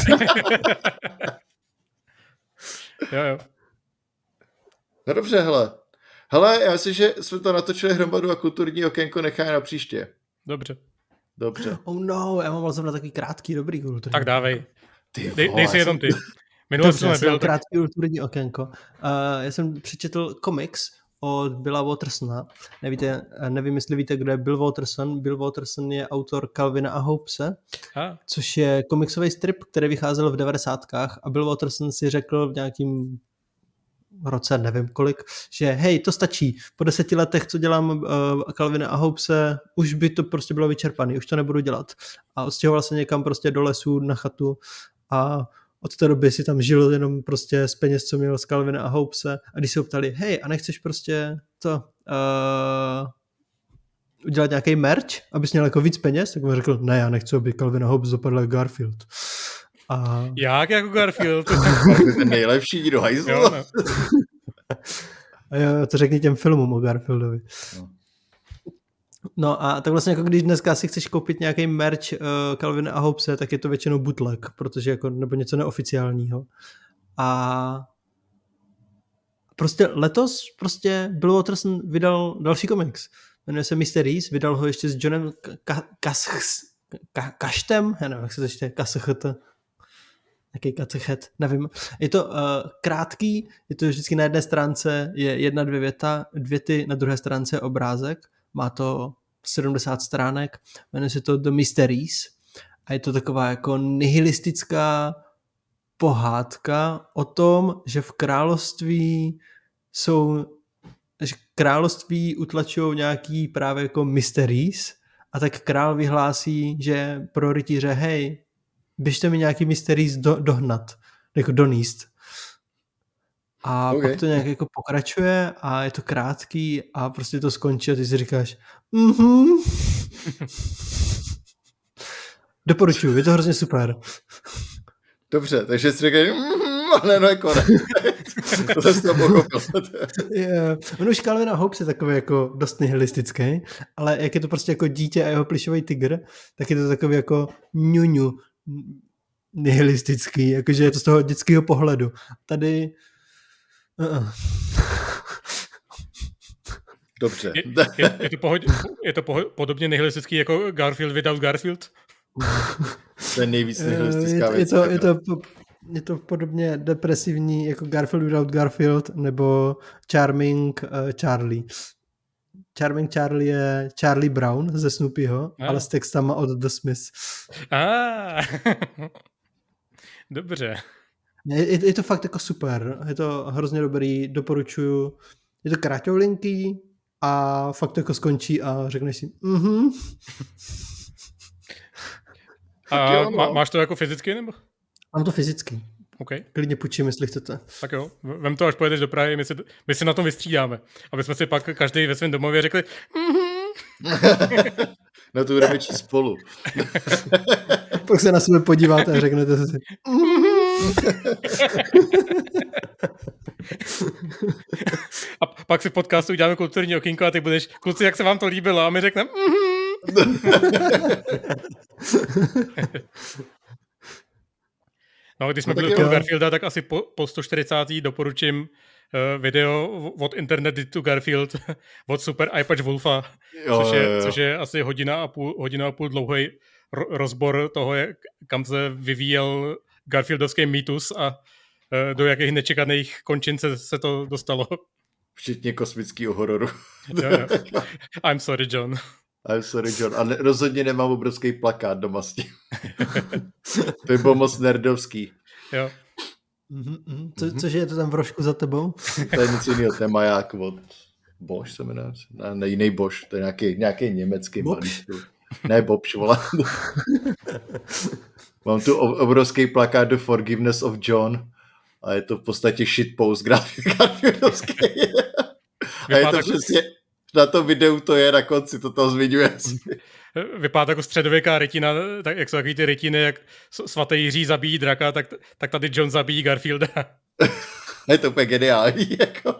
jo, jo. No dobře, hele. Hele, já myslím, že jsme to natočili hromadu a kulturní okénko necháme na příště. Dobře. Dobře. Oh no, já mám zrovna takový krátký, dobrý kulturní. Tak dávej. Ty Dej, dej si jenom ty. Minule Dobře, jsem nebyl. Krátký kulturní okénko. Uh, já jsem přečetl komiks od Billa Wattersona. Nevíte, nevím, jestli víte, kdo je Bill Watterson. Bill Watterson je autor Calvina a Hobbese, ah. což je komiksový strip, který vycházel v devadesátkách a Bill Watterson si řekl v nějakým roce, nevím kolik, že hej, to stačí. Po deseti letech, co dělám uh, Calvina a Hobbese, už by to prostě bylo vyčerpaný, už to nebudu dělat. A odstěhoval se někam prostě do lesů na chatu a od té doby si tam žil jenom prostě z peněz, co měl z Calvina a Hobbese. A když se ho ptali, hej, a nechceš prostě to uh, udělat nějaký merch, abys měl jako víc peněz? Tak mu řekl, ne, já nechci, aby Calvin a Hobbes dopadl jako Garfield. A... Jak jako Garfield? To je ten nejlepší do hajzlu. Jo, no. A jo, to řekni těm filmům o Garfieldovi. No. No a tak vlastně jako když dneska si chceš koupit nějaký merch uh, Calvina a Hobbese, tak je to většinou bootleg, protože jako, nebo něco neoficiálního. A prostě letos prostě Bill Watterson vydal další komiks. Jmenuje se mister Reese, vydal ho ještě s Johnem Kaštem, já nevím, jak se to čte, Kasechet, jaký Kasechet, nevím. Je to uh, krátký, je to vždycky na jedné stránce je jedna, dvě věta, dvě ty, na druhé stránce je obrázek, má to sedmdesát stránek, jmenuje se to The Mysteries a je to taková jako nihilistická pohádka o tom, že v království jsou, že království utlačují nějaký právě jako mysteries a tak král vyhlásí, že pro rytíře, hej, běžte mi nějaký mysteries do, dohnat, jako doníst. A okay. Pak to nějak jako pokračuje a je to krátký a prostě to skončí a ty si říkáš mhm. Doporučuju, je to hrozně super. Dobře, takže si říkáš mm, ale no je konec. To jsem to pochopil. Yeah. On už Calvin a Hobbes je takový jako dost nihilistický, ale jak je to prostě jako dítě a jeho plišový tygr, tak je to takový jako ňuňu nihilistický, jakože je to z toho dětského pohledu. Tady Uh-uh. Dobře. Je, je, je to, pohod, je to pohod, podobně nihilistický jako Garfield without Garfield? To je nejvíc nihilistická věc. Je to, je, to, je, to, je to podobně depresivní jako Garfield without Garfield nebo Charming uh, Charlie. Charming Charlie je Charlie Brown ze Snoopyho, ah. ale s textama od The Smiths. Ah. Dobře. Je, je to fakt jako super. Je to hrozně dobrý, doporučuju. Je to kráťoulinký a fakt jako skončí a řekneš si mhm. A jo, no. má, máš to jako fyzicky, nebo? Mám to fyzicky. Okay. Klidně půjčím, jestli chcete. Tak jo, vem to, až pojedeš do Prahy, my si, my si na tom vystřídáme. Aby jsme si pak každý ve svém domově řekli mhm. No to budeme číst spolu. Pak se na sebe podíváte a řeknete si a pak si v podcastu uděláme kulturní okýnko a ty budeš, kluci, jak se vám to líbilo? A my řekneme No, když jsme no, byli u Garfielda, tak asi po, po sto čtyřicáté doporučím uh, video od Internet to Garfield od Super iPatch Wolfa, jo, což, je, jo, jo. což je asi hodina a půl, hodina a půl dlouhý ro- rozbor toho, jak, kam se vyvíjel Garfieldovský mýtus a uh, do jakých nečekaných končin se, se to dostalo. Včetně kosmického hororu. jo, jo. I'm sorry, John. I'm sorry, John. A ne, rozhodně nemám obrovský plakát doma s tím. To je bylo moc nerdovský. Jo. Mm-hmm. Co, cože je to tam v rožku za tebou? To je nic jiného, to je maják od Bosch se jmenuje. Ne, ne jiný Bosch, to je nějaký, nějaký německý malík. Ne Bobš, volá. Mám tu obrovský plakát The Forgiveness of John a je to v podstatě shitpost Garfieldovský. A je to přesně... Na tom videu to je na konci, to tam zmiňuje. Vypadá jako středověká rytina, tak jak jsou takový ty rytiny, jak svatý Jiří zabíjí draka, tak, tak tady John zabíjí Garfielda. Je to úplně geniální. Jako.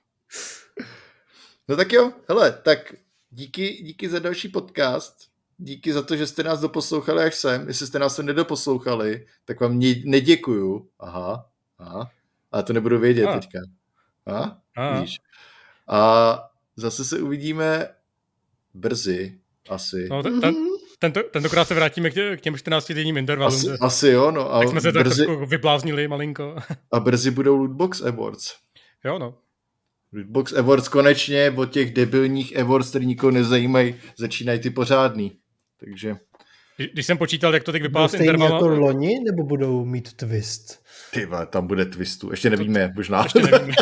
No tak jo, hele, tak díky, díky za další podcast. Díky za to, že jste nás doposlouchali až sem. Jestli jste nás sem nedoposlouchali, tak vám neděkuju. Aha, aha. Ale to nebudu vědět a. teďka. Aha, a. víš. A zase se uvidíme brzy, asi. No, ten, ten, tento, tentokrát se vrátíme k těm čtrnáctidenním intervalům. Asi, asi jo, no. A tak jsme se brzy, tak vybláznili malinko. A brzy budou Lootbox Awards. Jo, no. Lootbox Awards konečně, od těch debilních awards, který nikoho nezajímají, začínají ty pořádný. Takže... Když jsem počítal, jak to teď vypadá s intervalem... Budou jako loni, nebo budou mít twist? Ty vole, tam bude twistu. Ještě nevíme, to, možná. Ještě nevíme.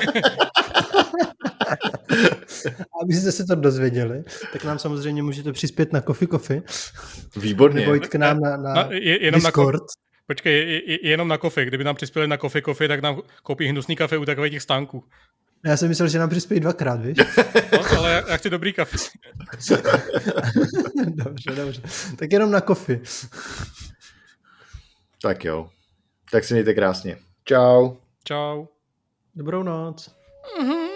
Abyste se to dozvěděli, tak nám samozřejmě můžete přispět na Coffee Coffee. Výborně. Nebo jít k nám na, na, na je, jenom Discord. Na, počkej, je, je, jenom na Coffee. Kdyby nám přispěli na Coffee Coffee, tak nám koupí hnusný kafe u takových těch stánků. Já jsem myslel, že nám přispějí dvakrát, víš? No, ale já, já chci dobrý kafe. Dobře, dobře. Tak jenom na Coffee. Tak jo. Tak se mějte krásně. Čau. Čau. Dobrou noc. Mhm.